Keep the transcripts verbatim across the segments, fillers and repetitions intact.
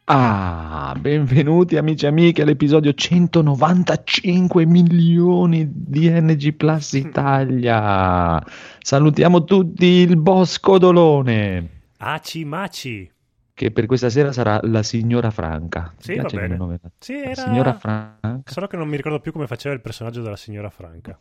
Ah, benvenuti amici e amiche all'episodio centonovantacinque milioni di N G Plus Italia. Salutiamo tutti il boss Codolone, Aci Maci. che per questa sera sarà la signora Franca. Ti Sì, va piace come bene. nome? Sì, La signora era... Franca? Solo che non mi ricordo più come faceva il personaggio della signora Franca.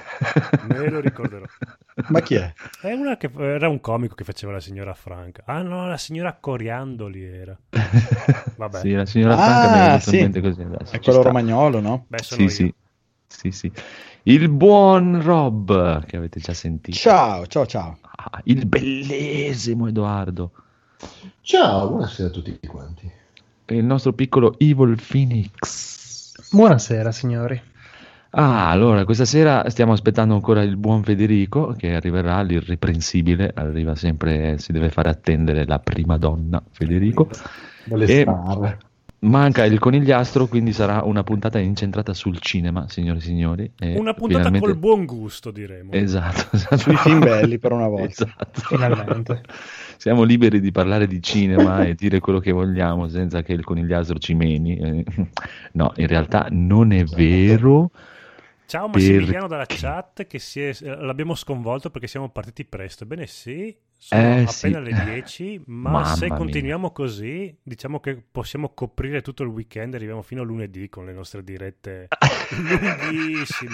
Me lo ricorderò. Ma chi è? È una che era un comico che faceva la signora Franca. Ah no, la signora Coriandoli era. Vabbè. Sì, la signora Franca mi è Ah, venuta in sì. mente così adesso. È Ci quello sta. romagnolo, no? Beh, sono Sì, io. sì, sì, sì. Il buon Rob, che avete già sentito. Ciao, ciao, ciao. Ah, il bellesimo Edoardo. Ciao, buonasera a tutti quanti. E il nostro piccolo Evil Phoenix. Buonasera signori. Ah, allora, questa sera stiamo aspettando ancora il buon Federico, che arriverà, l'irreprensibile, arriva sempre, si deve fare attendere la prima donna, Federico. Dalle E star. manca il conigliastro, quindi sarà una puntata incentrata sul cinema, signori e signori. E Una puntata finalmente... col buon gusto, diremo. Esatto, esatto. Sui film belli per una volta. Esatto. Finalmente. Siamo liberi di parlare di cinema e dire quello che vogliamo senza che il conigliastro ci meni. Eh, No, in realtà non è vero. Ciao Massimiliano perché- dalla chat, che si è, l'abbiamo sconvolto perché siamo partiti presto. Ebbene sì, sono Eh, appena sì. le dieci, ma Mamma se mia. continuiamo così, diciamo che possiamo coprire tutto il weekend e arriviamo fino a lunedì con le nostre dirette lunghissime.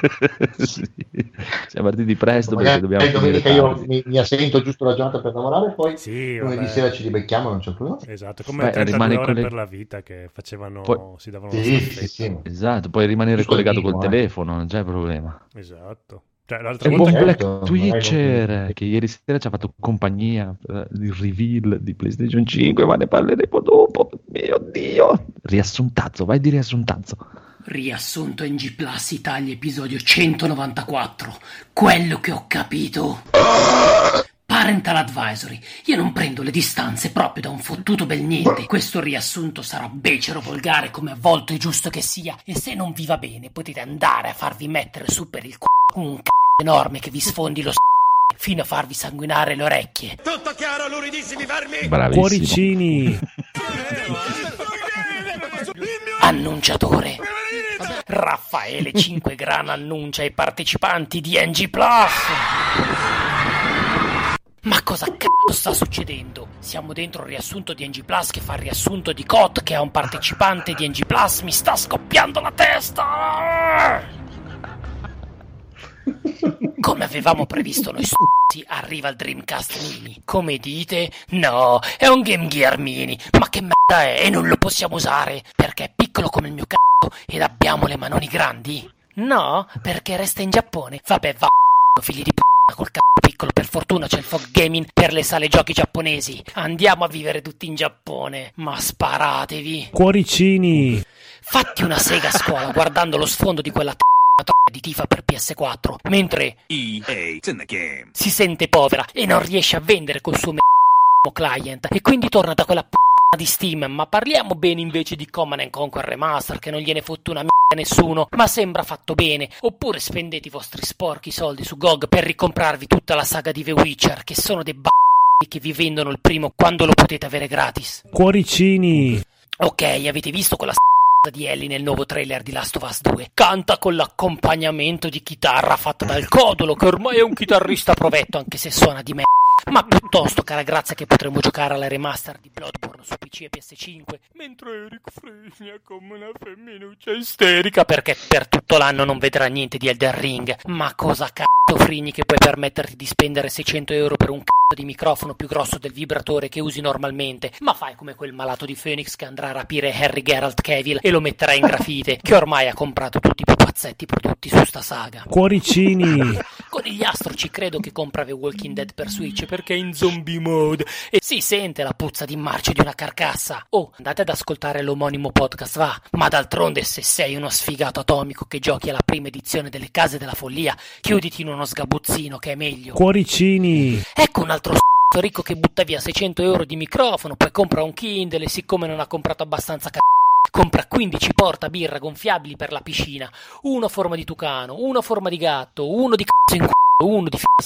Sì. Siamo partiti presto perché Magari dobbiamo finire domenica io tardi. mi, mi assento giusto la giornata per lavorare, poi Sì, lunedì vabbè. sera ci ribecchiamo, non c'è problema. Esatto, come Beh, trentadue rimane ore colle- per la vita che facevano, Poi- si davano Sì, la sì, staffetta. sì. Esatto, puoi rimanere Giusto collegato il col minimo, eh. telefono, non c'è problema. Esatto. Cioè, l'altra E Sì, buon volta che... Black certo, magari Twitcher, non- che ieri sera ci ha fatto compagnia per il reveal di PlayStation cinque, ma ne parleremo dopo. Mio Dio! Riassuntazzo, vai di riassuntazzo. Riassunto N G Plus Italia episodio centonovantaquattro. Quello che ho capito. Parental Advisory. Io non prendo le distanze proprio da un fottuto bel niente. Questo riassunto sarà becero volgare come a volte è giusto che sia. E se non vi va bene potete andare a farvi mettere su per il c***o un c***o enorme che vi sfondi lo s***o fino a farvi sanguinare le orecchie. Tutto chiaro, luridissimi vermi? Bravissimo. Cuoricini. Annunciatore. Raffaele Cinquegrana annuncia i partecipanti di N G Plus. Ma cosa c***o sta succedendo? Siamo dentro il riassunto di N G Plus che fa il riassunto di C O T che è un partecipante di N G Plus. Mi sta scoppiando la testa! Come avevamo previsto noi s***i, arriva il Dreamcast Mini. Come dite? No, è un Game Gear Mini. Ma che merda è? E non lo possiamo usare? Perché è piccolo come il mio c***o ed abbiamo le manoni grandi? No, perché resta in Giappone. Vabbè, va figli di p***a col c***o piccolo. Per fortuna c'è il Fog Gaming per le sale giochi giapponesi. Andiamo a vivere tutti in Giappone. Ma sparatevi. Cuoricini. Fatti una sega a scuola guardando lo sfondo di quella t- di Tifa per P S quattro, mentre E A, it's in the game. si sente povera e non riesce a vendere col suo m***o client e quindi torna da quella p***a di Steam. Ma parliamo bene invece di Command and Conquer Remaster, che non gliene fotte una m***a a nessuno, ma sembra fatto bene. Oppure spendete i vostri sporchi soldi su G O G per ricomprarvi tutta la saga di The Witcher, che sono dei b***i che vi vendono il primo quando lo potete avere gratis. Cuoricini. Ok, avete visto quella s***a di Ellie nel nuovo trailer di Last of Us due? Canta con l'accompagnamento di chitarra fatto dal Codolo, che ormai è un chitarrista provetto anche se suona di me. Ma piuttosto, cara grazia, che potremo giocare alla remaster di Bloodborne su P C e P S cinque, mentre Eric fregna come una femminuccia isterica perché per tutto l'anno non vedrà niente di Elden Ring. Ma cosa c***o frigni che puoi permetterti di spendere seicento euro per un c***o di microfono più grosso del vibratore che usi normalmente? Ma fai come quel malato di Phoenix che andrà a rapire Harry Geralt Cavill e lo metterà in grafite, che ormai ha comprato tutti i pupazzetti prodotti su sta saga. Cuoricini. Conigliastro ci credo che compra The Walking Dead per Switch perché è in zombie mode e si sente la puzza di marcio di una carcassa. Oh, andate ad ascoltare l'omonimo podcast, va. Ma d'altronde, se sei uno sfigato atomico che giochi alla prima edizione delle Case della Follia, chiuditi in uno sgabuzzino che è meglio. Cuoricini. Ecco un altro s***o ricco che butta via seicento euro di microfono, poi compra un Kindle e siccome non ha comprato abbastanza c***o compra quindici porta birra gonfiabili per la piscina, uno a forma di tucano, uno a forma di gatto, uno di c***o in c***o, uno di f***o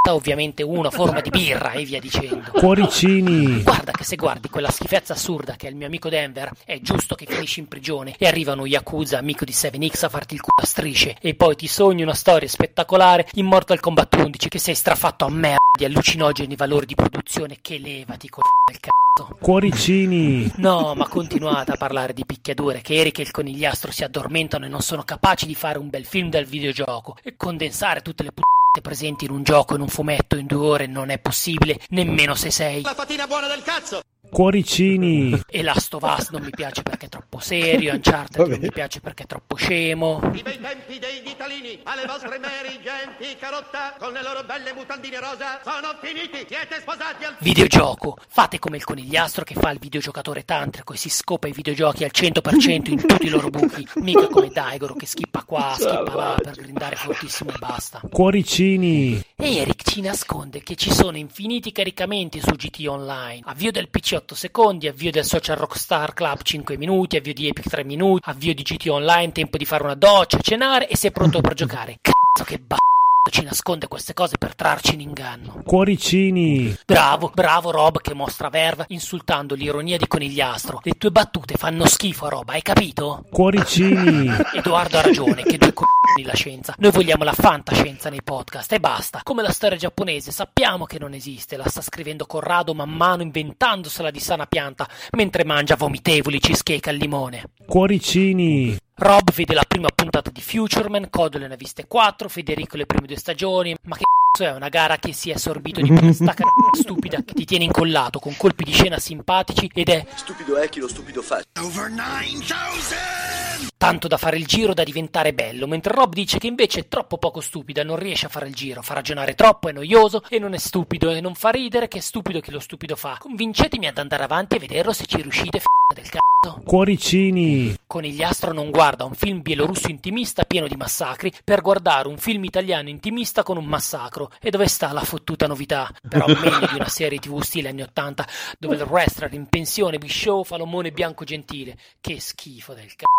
carta, ovviamente una forma di birra e via dicendo. Cuoricini! Guarda che se guardi quella schifezza assurda che è il mio amico Denver, è giusto che finisci in prigione e arrivano Yakuza, amico di seven X, a farti il culo a strisce, e poi ti sogni una storia spettacolare in Mortal Kombat undici che sei strafatto a merda di allucinogeni valori di produzione. Che levati con il cazzo. Cuoricini! No, ma continuate a parlare di picchiadure, che Eric e il conigliastro si addormentano e non sono capaci di fare un bel film del videogioco, e condensare tutte le p***e presenti in un gioco, in un fumetto, in due ore non è possibile, nemmeno se sei La fatina buona del cazzo! Cuoricini! E Last of Us non mi piace perché è troppo serio, Uncharted non mi piace perché è troppo scemo. I bei tempi dei nitalini, alle vostre meri genti carotta, con le loro belle mutandine rosa, sono finiti, siete sposati al... Videogioco, fate come il conigliastro che fa il videogiocatore tantrico e si scopa i videogiochi al cento per cento in tutti i loro buchi, mica come Daigoro che schippa qua, schippa là per grindare fortissimo e basta. Cuoricini! E Eric ci nasconde che ci sono infiniti caricamenti su G T Online, avvio del P C otto secondi, avvio del Social Rockstar Club cinque minuti, avvio di Epic tre minuti, avvio di G T Online, tempo di fare una doccia, cenare e sei pronto per giocare. Cazzo che b***o ci nasconde queste cose per trarci in inganno. Cuoricini! Bravo, bravo Rob che mostra verve insultando l'ironia di conigliastro. Le tue battute fanno schifo, Rob, hai capito? Cuoricini! Edoardo ha ragione, che due c***i la scienza. Noi vogliamo la fantascienza nei podcast e basta. Come la storia giapponese, sappiamo che non esiste, la sta scrivendo Corrado man mano inventandosela di sana pianta mentre mangia vomitevoli cheesecake al limone. Cuoricini! Rob vede la prima puntata di Futureman, Codolo ne ha viste quattro, Federico le prime due stagioni, ma che c***o è una gara che si è assorbito di questa c***a stupida che ti tiene incollato con colpi di scena simpatici ed è stupido è chi lo stupido fa. Over nine thousand! tanto da fare il giro da diventare bello, mentre Rob dice che invece è troppo poco stupida, non riesce a fare il giro, fa ragionare troppo, è noioso e non è stupido e non fa ridere, che è stupido chi lo stupido fa. Convincetemi ad andare avanti e vederlo se ci riuscite, f*** del cazzo. Cuoricini! Conigliastro non guarda un film bielorusso intimista pieno di massacri per guardare un film italiano intimista con un massacro. E dove sta la fottuta novità? Però meglio di una serie tv stile anni ottanta dove il wrestler in pensione bisciò fa l'omone bianco gentile. Che schifo del cazzo.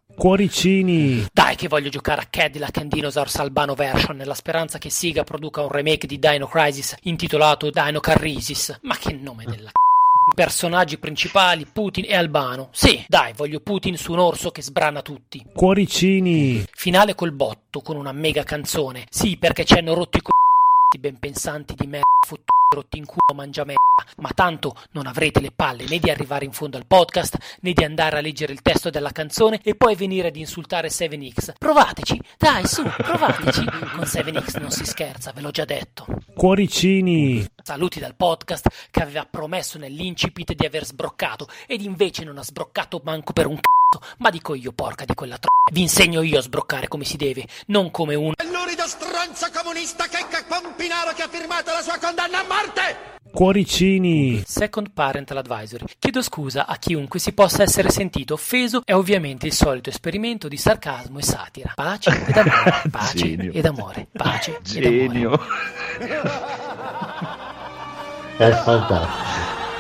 Cuoricini! Dai che voglio giocare a Cadillac and Dinosaurs Albano version nella speranza che Sega produca un remake di Dino Crisis intitolato Dino Crisis. Ma che nome della c***o. Personaggi principali Putin e Albano. Sì, dai, voglio Putin su un orso che sbrana tutti. Cuoricini! Finale col botto con una mega canzone. Sì, perché ci hanno rotto i c***i ben pensanti di merda fottuti rotti in culo mangia merda. Ma tanto non avrete le palle né di arrivare in fondo al podcast né di andare a leggere il testo della canzone e poi venire ad insultare seven X. Provateci, dai su, provateci. Con seven X non si scherza, ve l'ho già detto. Cuoricini! Saluti dal podcast che aveva promesso nell'incipit di aver sbroccato ed invece non ha sbroccato manco per un c***o. Ma dico io, porca di quella tro***a. Vi insegno io a sbroccare come si deve, non come un L'urido stronzo comunista che Pompinaro che ha firmato la sua condanna a morte! Cuoricini! Second Parental Advisory. Chiedo scusa a chiunque si possa essere sentito offeso, è ovviamente il solito esperimento di sarcasmo e satira. Pace ed amore, pace Genio. ed amore, pace ed Genio. amore. È fantastico.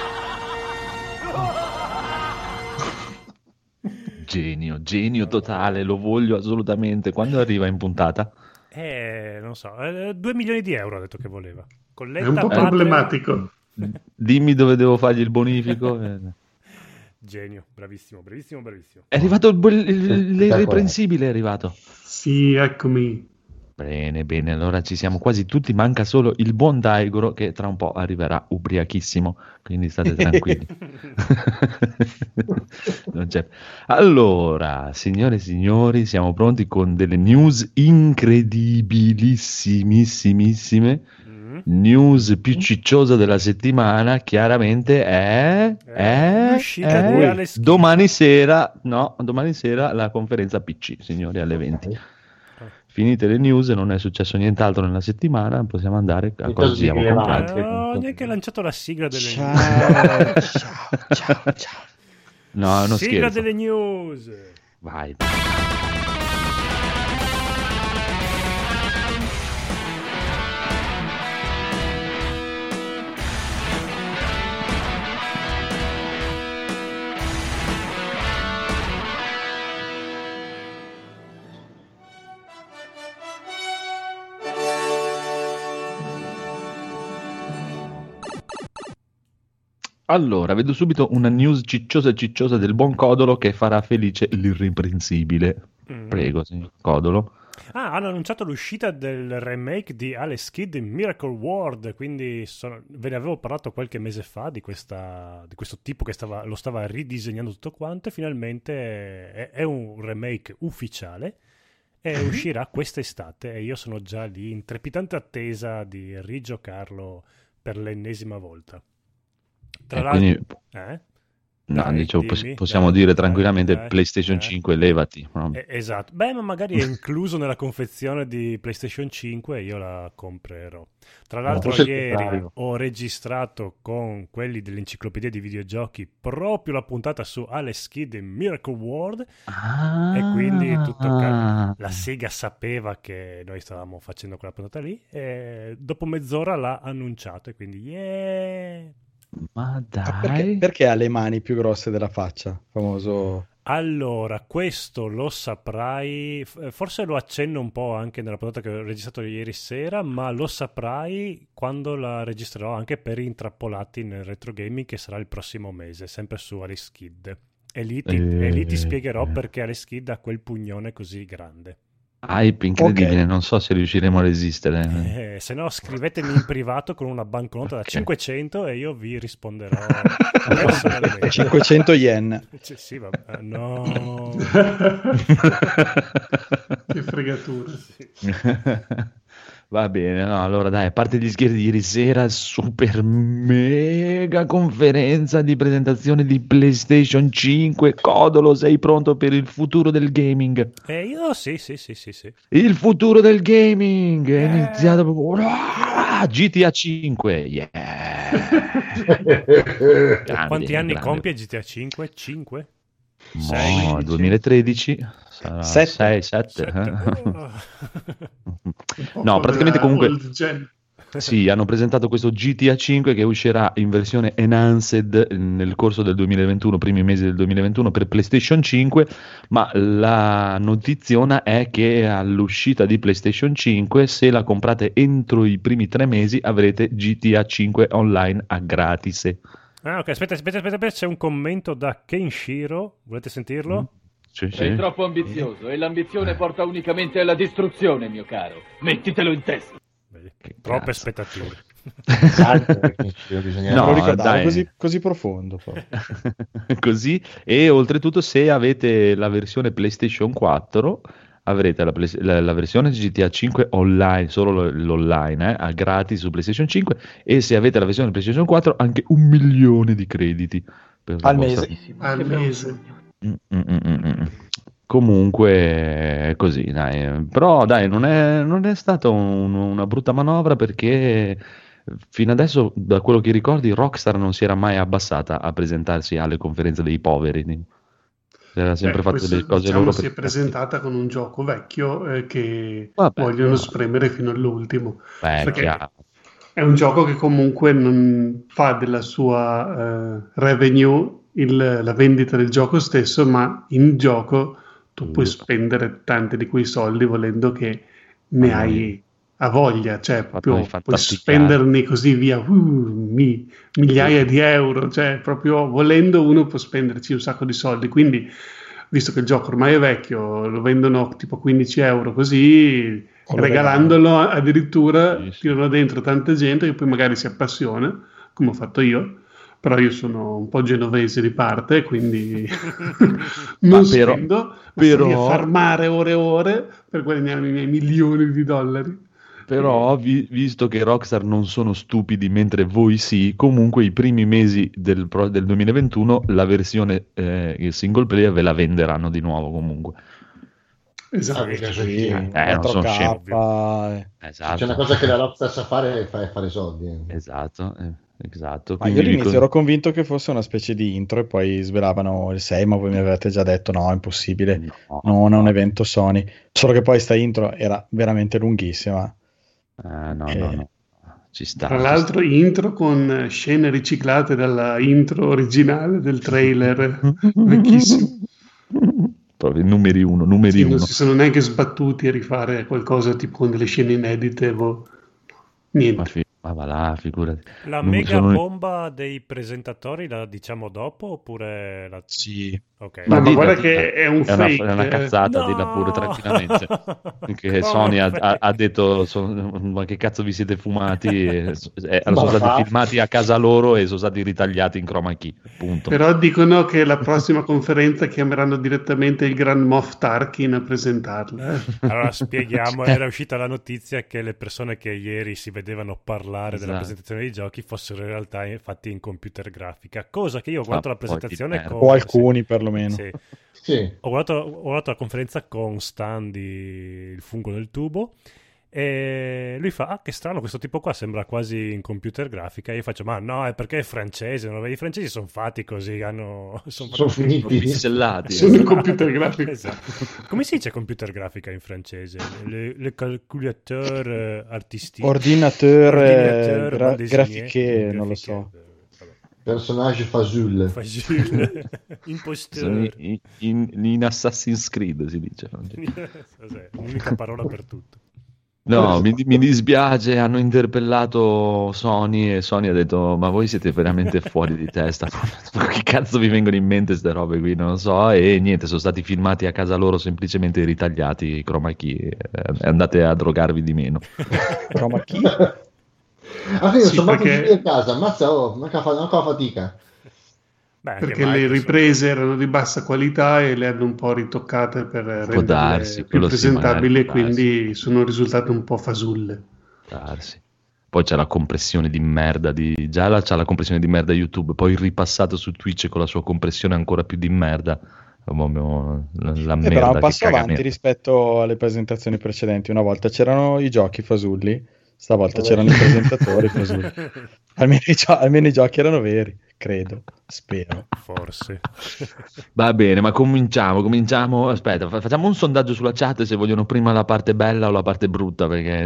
Genio, genio totale, lo voglio assolutamente. Quando arriva in puntata? Eh, non so, eh, due milioni di euro ha detto che voleva. Colletta, È un po' Patreon. problematico. Dimmi dove devo fargli il bonifico. Eh. Genio, bravissimo, bravissimo, bravissimo. È arrivato il, il- il- l'irreprensibile, è arrivato. Sì, eccomi. Bene, bene, allora ci siamo quasi tutti, manca solo il buon Daigoro che tra un po' arriverà ubriachissimo, quindi state tranquilli. Non c'è. Allora, signore e signori, siamo pronti con delle news incredibilissimissime. Mm. News più cicciosa della settimana, chiaramente è, è, l'uscita è di Alex Kidd. domani sera, no, domani sera la conferenza P C, signori, alle venti. Finite le news, non è successo nient'altro nella settimana, possiamo andare a Che cosa cosa ci siamo di rilevante? comprati. Non ho neanche lanciato la sigla delle Ciao, news. ciao, ciao, ciao. No, è uno Sigla scherzo. delle news. Vai. Allora, vedo subito una news cicciosa cicciosa del buon Codolo che farà felice l'irreprensibile. Mm. Prego, signor Codolo. Ah, hanno annunciato l'uscita del remake di Alex Kidd in Miracle World, quindi sono- ve ne avevo parlato qualche mese fa di, questa, di questo tipo che stava, lo stava ridisegnando tutto quanto e finalmente è, è un remake ufficiale e uscirà quest'estate e io sono già lì in trepidante attesa di rigiocarlo per l'ennesima volta. Tra E l'altro... quindi, Eh? no, Dai, dicevo, poss- dimmi, possiamo dai, dire dai, tranquillamente dai, PlayStation dai. cinque, levati. No? Eh, esatto, beh, ma magari è incluso nella confezione di PlayStation cinque e io la comprerò. Tra l'altro, forse il ieri contrario. ho registrato con quelli dell'enciclopedia di videogiochi proprio la puntata su Alex Kidd in Miracle World. Ah, E quindi tutto ca- la Sega sapeva che noi stavamo facendo quella puntata lì e dopo mezz'ora l'ha annunciato e quindi yeah! ma Ah, perché, dai. perché ha le mani più grosse della faccia? Famoso. Allora, questo lo saprai, f- forse lo accenno un po' anche nella puntata che ho registrato ieri sera, ma lo saprai quando la registrerò anche per Intrappolati nel retro gaming che sarà il prossimo mese, sempre su Alex Kidd. E lì ti, e lì ti Eh. spiegherò perché Alex Kidd ha quel pugnone così grande. Hype incredibile, Ok. non so se riusciremo a resistere. Eh, se no scrivetemi in privato con una banconota da Ok. cinquecento e io vi risponderò personalmente. cinquecento yen. Cioè, sì, vabbè, no. Che fregatura. Va bene, no, allora dai, a parte gli scherzi di ieri sera, super mega conferenza di presentazione di PlayStation cinque. Codolo, sei pronto per il futuro del gaming? E io sì, sì, sì, sì, sì. Il futuro del gaming è Eh. iniziato proprio. Ah, G T A cinque, yeah. Grande, Quanti anni grande. compie G T A cinque? cinque? Mo, sei? duemilatredici sarà Sette. sei, sette. Sette? Oh. No, praticamente comunque Old gen. sì, hanno presentato questo G T A cinque che uscirà in versione enhanced nel corso del duemilaventuno, primi mesi del duemilaventuno per PlayStation cinque, ma la notiziona è che all'uscita di PlayStation cinque, se la comprate entro i primi tre mesi, avrete G T A cinque online a gratis. Ah, ok, aspetta, aspetta, aspetta, aspetta, c'è un commento da Kenshiro, volete sentirlo? Sì, Sei sì. troppo ambizioso e l'ambizione porta unicamente alla distruzione, mio caro. Mettitelo in testa. Vedi, Che troppe cazzo. aspettative. Esatto, perché ci bisogna- No, Non lo ricordavo dai. così, così profondo. poi. Così, e oltretutto se avete la versione PlayStation quattro avrete la, play- la- la versione G T A cinque online, solo l- l'online eh, a gratis su PlayStation cinque, e se avete la versione PlayStation quattro anche un milione di crediti per la Al vostra- mese. Al mese. Mm, mm, mm, mm, mm. Comunque è così, dai. Però dai, non è, non è stata un- una brutta manovra, perché fino adesso, da quello che ricordi, Rockstar non si era mai abbassata a presentarsi alle conferenze dei poveri. Era sempre Beh, fatto questo, delle cose diciamo, loro si per- è presentata con un gioco vecchio eh, che Vabbè, vogliono no. spremere fino all'ultimo. Beh, Perché chiaro. è un gioco che comunque non fa della sua eh, revenue il- la vendita del gioco stesso, ma in gioco tu puoi Giusto. spendere tanti di quei soldi volendo che ne Ah, hai a voglia, cioè proprio mi puoi fantasticare. spenderni così via uh, mi- migliaia di euro, cioè proprio volendo uno può spenderci un sacco di soldi, quindi visto che il gioco ormai è vecchio, lo vendono tipo quindici euro così, O lo regalandolo addirittura, Sì, sì. tirano dentro tanta gente che poi magari si appassiona, come ho fatto io, però io sono un po' genovese di parte, quindi non Ma però- spendo, ma però- sto lì a farmare ore e ore per guadagnarmi i miei milioni di dollari. Però, vi- visto che Rockstar non sono stupidi, mentre voi sì, comunque i primi mesi del, pro- del duemilaventuno la versione eh, il single player ve la venderanno di nuovo comunque. Esatto. Ah, perché Sì, sì. Eh, non quattro sono K, scemo. eh. Esatto. C'è una cosa che la Rockstar sa fare è fa- è fare soldi. eh. Esatto, eh, esatto. Ma io Quindi all'inizio dico- ero convinto che fosse una specie di intro e poi svelavano il sei, ma voi mi avete già detto no, è impossibile, No, non è un evento Sony. Solo che poi sta intro era veramente lunghissima. Eh, no, Eh. no, no. Ci sta. Tra ci l'altro intro con scene riciclate dalla intro originale del trailer vecchissimo. Proprio numeri uno, numeri Sì, uno. non si sono neanche sbattuti a rifare qualcosa tipo con delle scene inedite, boh. Ma Niente. fi- Ma va là, figurati. La Non mega sono- bomba dei presentatori la diciamo dopo oppure la... Sì. Ok. No, ma dilla, guarda dilla. che è un È una, fake. è una eh. cazzata, No! dilla pure tranquillamente. Perché Come Sony ha, fake? ha- ha detto: "Sono- ma che cazzo vi siete fumati?" E, eh, Ma sono stati va. filmati a casa loro e sono stati ritagliati in chroma key. Punto. Però dicono che la prossima conferenza chiameranno direttamente il Grand Moff Tarkin a presentarla. eh. Allora spieghiamo, era uscita la notizia che le persone che ieri si vedevano parlare della Esatto. presentazione dei giochi fossero in realtà fatti in computer grafica, cosa che io ho guardato Ah, la poi presentazione di con... O alcuni perlomeno. Sì. Sì. Ho guardato, ho guardato la conferenza con Stan di Il fungo nel tubo e lui fa: ah, che strano, questo tipo qua sembra quasi in computer grafica. Io faccio: ma no, è perché è francese, no? I francesi sono fatti così, hanno... sono Sono fatti- finiti. Pixellati. Sono in computer grafica. Esatto. Come si dice computer grafica in francese? Le, le calculateur eh, artistiques. Ordinateur, Ordinateur, eh, gra- bande designé, grafiche, non lo so. grafiche, Personaggio fasul. Facile. Imposteur. Sono in, in- in Assassin's Creed si dice. Cos'è? L'unica parola per tutto. No, mi, mi dispiace, hanno interpellato Sony e Sony ha detto: ma voi siete veramente fuori di testa, che cazzo vi vengono in mente queste robe qui, non lo so, e niente, sono stati filmati a casa loro, semplicemente ritagliati, chroma key, e andate a drogarvi di meno. Chroma key? Ah, quindi Sì, sono fatto perché- di a casa, ammazza, oh, manca, fa- manca la fatica. Beh, anche Perché le Microsoft. riprese erano di bassa qualità e le hanno un po' ritoccate per renderle darsi, più quello sì, presentabili magari, e quindi sono risultate un po' fasulle. Darsi. Poi c'è la compressione di merda di... Già la- c'ha la compressione di merda YouTube, poi ripassato su Twitch con la sua compressione ancora più di merda. Proprio La, la Eh, merda però un che passo caga avanti merda. rispetto alle presentazioni precedenti. Una volta c'erano i giochi fasulli, stavolta Vabbè. c'erano i presentatori fasulli. Almeno i, gio- almeno i giochi erano veri, credo, spero. Forse. Va bene, ma cominciamo, cominciamo. Aspetta, fa- facciamo un sondaggio sulla chat se vogliono prima la parte bella o la parte brutta, perché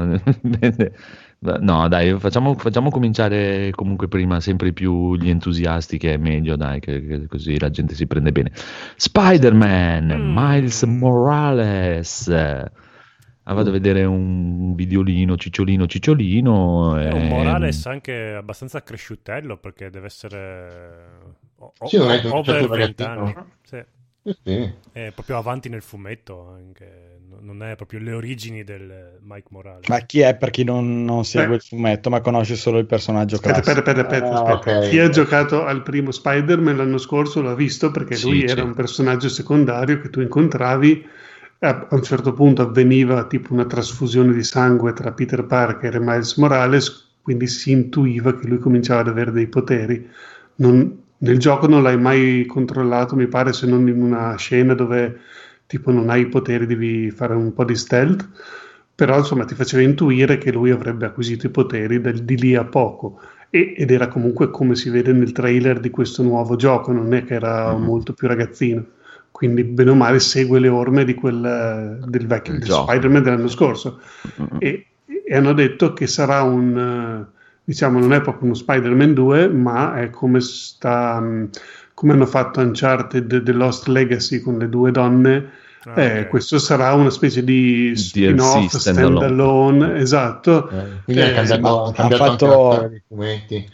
no, dai, facciamo, facciamo cominciare comunque prima sempre più gli entusiasti, che è meglio, dai, che, che così la gente si prende bene. Spider-Man, Mm. Miles Morales. Ah, vado a vedere un videolino, cicciolino, cicciolino. È un e- Morales anche abbastanza cresciutello perché deve essere o- o- Sì, non è che un over certo venti ragazzino. anni. Sì. Sì, sì. È proprio avanti nel fumetto anche. no- non è proprio le origini del Mike Morales. Ma chi è per chi non, non segue Beh. il fumetto ma conosce solo il personaggio Aspetta, classico? aspetta, aspetta, aspetta, Ah, aspetta. ok. Chi ha giocato al primo Spider-Man l'anno scorso l'ha visto perché Sì, lui sì. era un personaggio secondario che tu incontravi. A a un certo punto avveniva tipo una trasfusione di sangue tra Peter Parker e Miles Morales, quindi si intuiva che lui cominciava ad avere dei poteri. Non- nel gioco non l'hai mai controllato, mi pare, se non in una scena dove tipo non hai i poteri, devi fare un po' di stealth, però insomma ti faceva intuire che lui avrebbe acquisito i poteri del- di lì a poco. E- ed era comunque come si vede nel trailer di questo nuovo gioco, non è che era Mhm. molto più ragazzino. Quindi bene o male segue le orme di quel, del vecchio Del del gioco. Spider-Man dell'anno scorso. E, e hanno detto che sarà un, eh, diciamo, non è proprio uno Spider-Man due, ma è come sta, mh, come hanno fatto Uncharted The Lost Legacy con le due donne. Ah, Eh, ok. questo sarà una specie di D L C spin-off, standalone. stand-alone, esatto. Eh, Quindi Eh, ha cambiato, ma ha cambiato ha anche fatto- la storia dei fumetti.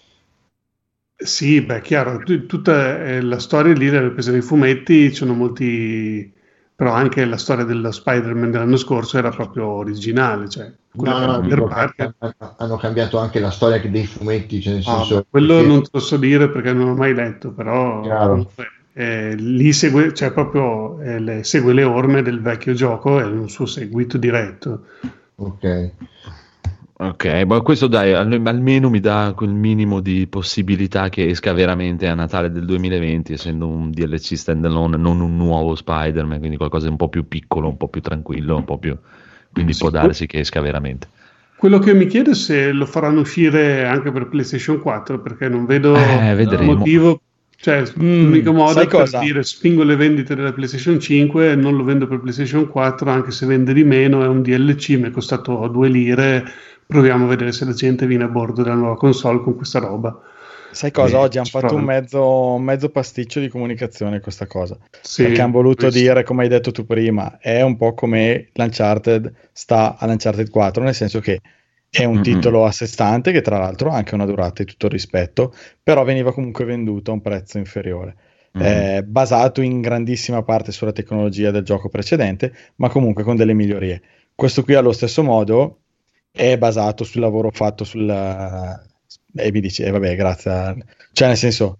Sì, beh, chiaro, tu- tutta eh, la storia lì l'hai presa dai fumetti, ci sono molti, però anche la storia dello Spider-Man dell'anno scorso era proprio originale, cioè quella No, che no, era dico, Peter Parker. ha- hanno cambiato anche la storia che dei fumetti, cioè nel Ah, senso beh, quello perché- non te lo so dire perché non l'ho mai letto, però Chiaro. comunque, eh, lì segue, cioè proprio eh, le- segue le orme del vecchio gioco e un suo seguito diretto. Ok. Ok, ma questo dai, al- almeno mi dà quel minimo di possibilità che esca veramente a Natale del duemilaventi, essendo un D L C standalone, non un nuovo Spider-Man, quindi qualcosa di un po' più piccolo, un po' più tranquillo, un po' più... quindi Sì, può darsi che esca veramente. Quello che mi chiedo è se lo faranno uscire anche per PlayStation quattro, perché non vedo Eh, vedremo. motivo, cioè Mm, l'unico modo sai è per cosa? dire spingo le vendite della PlayStation cinque e non lo vendo per PlayStation quattro, anche se vende di meno, è un D L C, mi è costato due lire, proviamo a vedere se la gente viene a bordo della nuova console con questa roba. Sai cosa? Eh, Oggi hanno ci fatto un provano. mezzo, un mezzo pasticcio di comunicazione con questa cosa. Sì, Perché hanno voluto questo. dire, come hai detto tu prima, è un po' come l'Uncharted sta all'Uncharted quattro, nel senso che È un Mm-mm. titolo a sé stante che tra l'altro ha anche una durata di tutto il rispetto, però veniva comunque venduto a un prezzo inferiore. Mhm. Eh, basato in grandissima parte sulla tecnologia del gioco precedente, ma comunque con delle migliorie. Questo qui allo stesso modo è basato sul lavoro fatto sulla... E mi dice, eh, vabbè, grazie. a- Cioè, nel senso,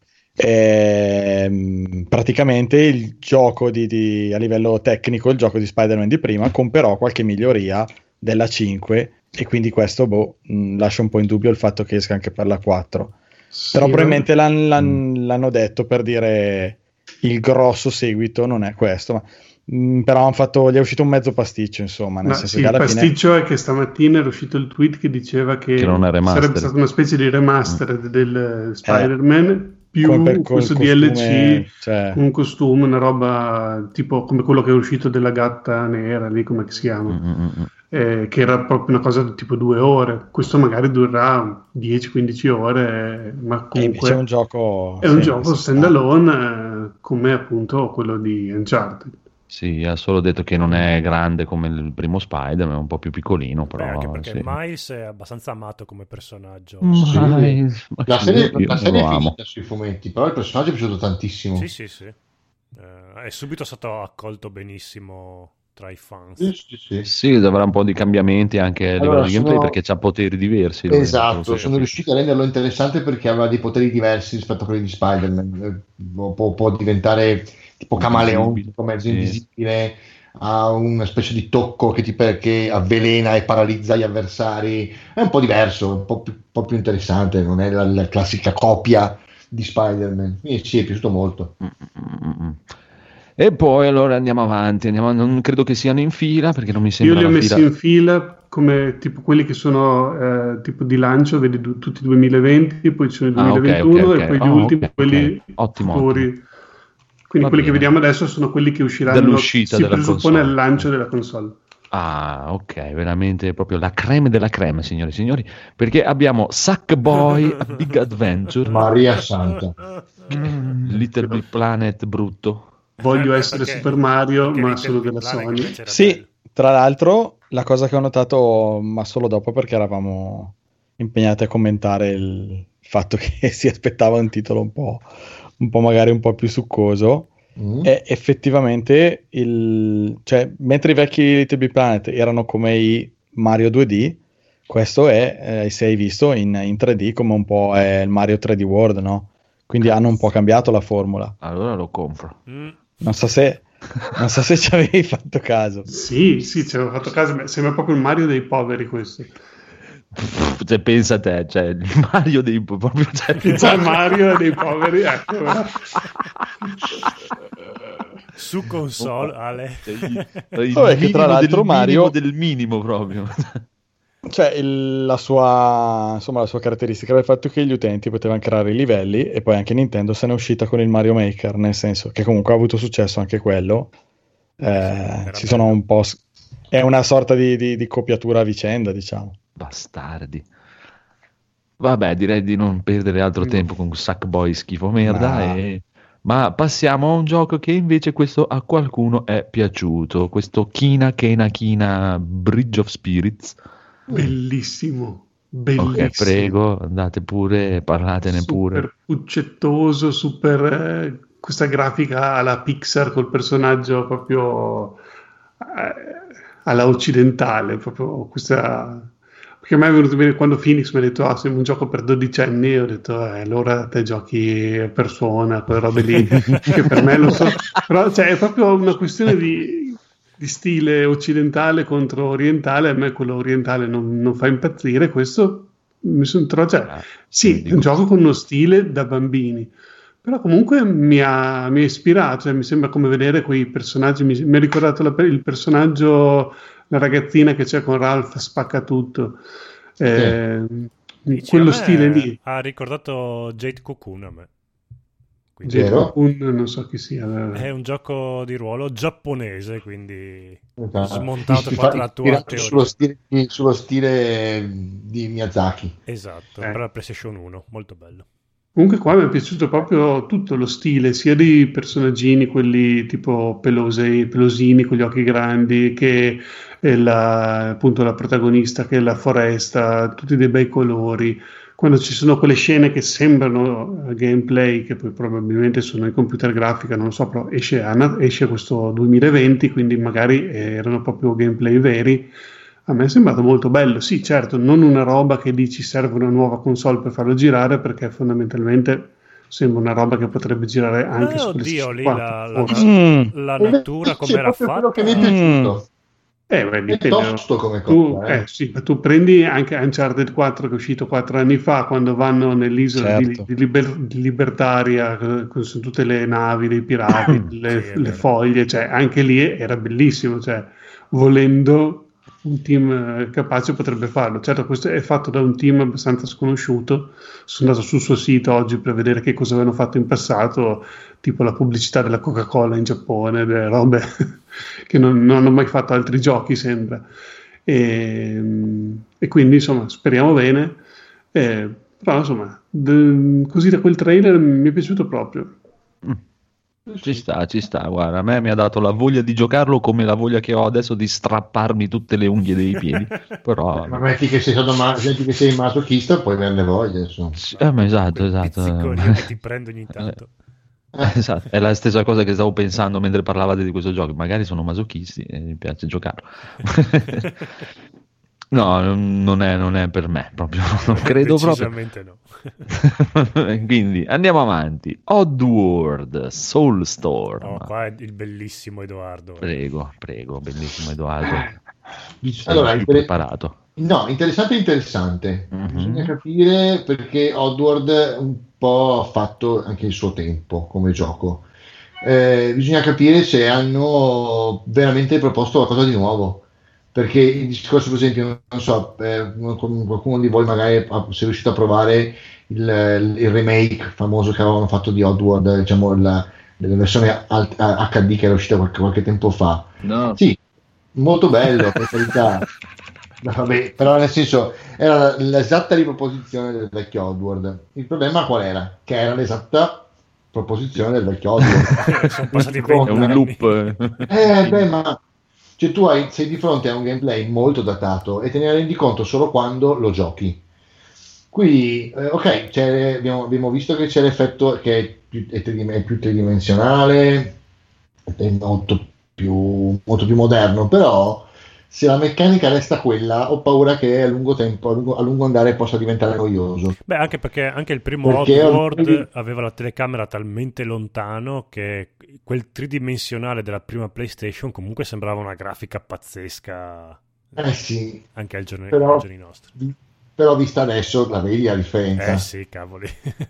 ehm, praticamente il gioco di, di- a livello tecnico, il gioco di Spider-Man di prima, con però qualche miglioria della cinque, e quindi questo, boh, mh, lascia un po' in dubbio il fatto che esca anche per la quattro. Sì, Però ma- probabilmente l'han- l'han- l'hanno detto per dire il grosso seguito non è questo, ma mh, però hanno fatto, gli è uscito un mezzo pasticcio, insomma, nel Ma senso sì, che il alla fine pasticcio è che stamattina era uscito il tweet che diceva che, Che non è remastered. sarebbe stata una specie di remastered del Spider-Man più come per- col questo costume, D L C cioè, con un costume, una roba tipo come quello che è uscito della gatta nera lì, come si chiama, Mm-mm. eh, che era proprio una cosa di tipo due ore. Questo magari durerà dieci quindici ore, eh, ma e invece è un comunque gioco, è un sì, gioco sì, standalone, eh, come appunto quello di Uncharted. Sì, ha solo detto che non è grande come il primo Spider-Man, è un po' più piccolino, Beh, però anche perché sì. Miles è abbastanza amato come personaggio. Miles, ma La che- serie, io la serie lo è amo. finita sui fumetti, però il personaggio è piaciuto tantissimo. Sì, sì, sì. Eh, è subito stato accolto benissimo tra i fans. Sì, sì, sì. Sì, avrà un po' di cambiamenti anche a livello Allora, di gameplay sono- perché ha poteri diversi. lui, Esatto, quello che ho sono capito. riusciti a renderlo interessante perché aveva dei poteri diversi rispetto a quelli di Spider-Man. Eh, Può, può- può diventare tipo camaleontico, Invisibile. mezzo Sì. invisibile, ha una specie di tocco che, ti, che avvelena e paralizza gli avversari. È un po' diverso, un po' più, un po' più interessante, non è la, la classica copia di Spider-Man. Mi sì, è piaciuto molto. Mm-mm. E poi allora andiamo avanti, andiamo- non credo che siano in fila perché non mi Io sembra li ho la messi fila. in fila come tipo quelli che sono eh, tipo di lancio, vedi du- tutti duemilaventi, poi ci sono i Ah, ok, duemilaventuno ok, ok. e poi gli Oh, ultimi, ok, quelli ok. Ottimo, futuri. ottimo. Quindi Va quelli che bene. vediamo adesso sono quelli che usciranno, Dall'uscita si della presuppone, console. al lancio della console. Ah, ok, veramente proprio la creme della creme, signore e signori, perché abbiamo Sackboy A Big Adventure, Maria Santa. Little Big Planet brutto. Voglio Eh, essere perché- Super Mario, perché ma Little solo Big della Planet Sony. invece era Sì, bello. tra l'altro la cosa che ho notato, ma solo dopo perché eravamo impegnati a commentare il fatto che si aspettava un titolo un po', un po' magari un po' più succoso, Mm. è effettivamente il... cioè, mentre i vecchi Little Big Planet erano come i Mario due D, questo è, eh, se hai visto, in, in tre D come un po' è il Mario tre D World, no? Quindi hanno un po' cambiato la formula. Allora lo compro. Mm. Non so se, non so se ci avevi fatto caso. Sì, sì, ci avevo fatto caso, ma sembra proprio il Mario dei poveri questo. Cioè, pensa a te, cioè il Mario dei proprio cioè, Già il Mario dei poveri, ecco. Su console, Ale. cioè, il, il Vabbè, che tra minimo l'altro del Mario- minimo del minimo proprio. Cioè, il- la sua, insomma, la sua caratteristica era il fatto che gli utenti potevano creare i livelli, e poi anche Nintendo se n'è uscita con il Mario Maker, nel senso che comunque ha avuto successo anche quello. Eh, Era ci sono bello. un po'... s- È una sorta di, di- di copiatura a vicenda, diciamo. Bastardi. Vabbè, direi di non perdere altro No. tempo con Sackboy schifo merda. Ma- E... Ma passiamo a un gioco che invece questo a qualcuno è piaciuto. Questo Kina Kena Kina Bridge of Spirits. Bellissimo, bellissimo. Ok, prego, andate pure, parlatene pure. Super puccettoso, super eh, questa grafica alla Pixar col personaggio proprio eh, alla occidentale, proprio questa. Perché a me è venuto bene quando Phoenix mi ha detto: ah, sembra un gioco per dodicenni, e ho detto: eh, allora te giochi a Persona, quelle robe lì, che per me lo so. Però cioè, è proprio una questione di, di stile occidentale contro orientale. A me quello orientale non, non fa impazzire, questo mi sono trovato. Cioè, Ah, sì, dico- è un gioco con uno stile da bambini, però comunque mi ha, mi ha ispirato, cioè, mi sembra come vedere quei personaggi, mi, mi ha ricordato la- il personaggio, la ragazzina che c'è con Ralph spacca tutto, eh, Dici, quello a me stile lì. ha ricordato Jade Cocoon a me. Quindi Jade Vero? Cocoon, non so chi sia. è un gioco di ruolo giapponese, quindi Esatto. smontato Si poi fa- la tua ispirato teoria. sullo stile, sullo stile di Miyazaki. Esatto, Eh. per la PlayStation uno, molto bello. Comunque qua mi è piaciuto proprio tutto lo stile, sia dei personaggini, quelli tipo pelose, pelosini con gli occhi grandi, che è la, appunto la protagonista, che è la foresta, tutti dei bei colori. Quando ci sono quelle scene che sembrano gameplay, che poi probabilmente sono in computer grafica, non lo so, però esce, esce questo duemilaventi, quindi magari erano proprio gameplay veri. A me è sembrato molto bello, sì, certo, non una roba che dici serve una nuova console per farlo girare, perché fondamentalmente sembra una roba che potrebbe girare anche eh, su oddio, lì PlayStation la, quattro, la, Mm. la natura come era fatta. Quello che mi è piaciuto. Eh, beh, È dipende. tosto come Tu, cosa. Eh. eh, sì, ma tu prendi anche Uncharted quattro che è uscito quattro anni fa, quando vanno nell'isola Certo. di, di, Liber- di Libertaria, eh, con su tutte le navi dei pirati, le, Sì, è le vero. foglie, cioè anche lì era bellissimo, cioè volendo un team eh, capace potrebbe farlo. Certo, questo è fatto da un team abbastanza sconosciuto. Sono andato sul suo sito oggi per vedere che cosa avevano fatto in passato, tipo la pubblicità della Coca-Cola in Giappone, delle robe che non, non hanno mai fatto altri giochi, sembra. E, e quindi, insomma, speriamo bene. Eh, però, insomma, d- così da quel trailer mi è piaciuto proprio. Ci sta, ci sta, guarda, a me mi ha dato la voglia di giocarlo come la voglia che ho adesso di strapparmi tutte le unghie dei piedi, però... Ma metti che sei stato ma- metti che sei masochista, poi averne voglia, insomma. Eh, ma esatto, esatto. Pizzicolio che ti prendo ogni tanto. Esatto, è la stessa cosa che stavo pensando mentre parlavate di questo gioco, magari sono masochisti e mi piace giocarlo. No, non è, non è per me, proprio, non credo proprio. Decisamente no. Quindi andiamo avanti. Oddworld Soulstorm. Oh, qua è il bellissimo Edoardo. Prego, prego, bellissimo Edoardo. Sei Allora, più inter- preparato. No, interessante interessante. Mhm. Bisogna capire perché Oddworld un po' ha fatto anche il suo tempo come gioco. Eh, bisogna capire se hanno veramente proposto qualcosa di nuovo. Perché il discorso, per esempio, non so, eh, qualcuno di voi magari ha- se è riuscito a provare il, il remake famoso che avevano fatto di Oddworld, diciamo la, la versione alt- acca di che era uscita qualche, qualche tempo fa. No. Sì, molto bello, per carità. No, vabbè, però nel senso era la- l'esatta riproposizione del vecchio Oddworld. Il problema qual era? Che era l'esatta proposizione del vecchio Oddworld. Sono passati È un vent'anni. loop. Eh, beh, ma cioè, tu hai, sei di fronte a un gameplay molto datato e te ne rendi conto solo quando lo giochi. Qui, eh, ok, c'è- abbiamo, abbiamo visto che c'è l'effetto che è più, è tridim- è più tridimensionale, è molto più, molto più moderno, però se la meccanica resta quella, ho paura che a lungo tempo, a lungo, a lungo andare possa diventare noioso. Beh, anche perché anche il primo Perché Oddworld ormai- aveva la telecamera talmente lontano che quel tridimensionale della prima PlayStation comunque sembrava una grafica pazzesca Eh sì, anche ai giorni, però, ai giorni nostri. però vista adesso la vedi la differenza. Eh sì, cavoli.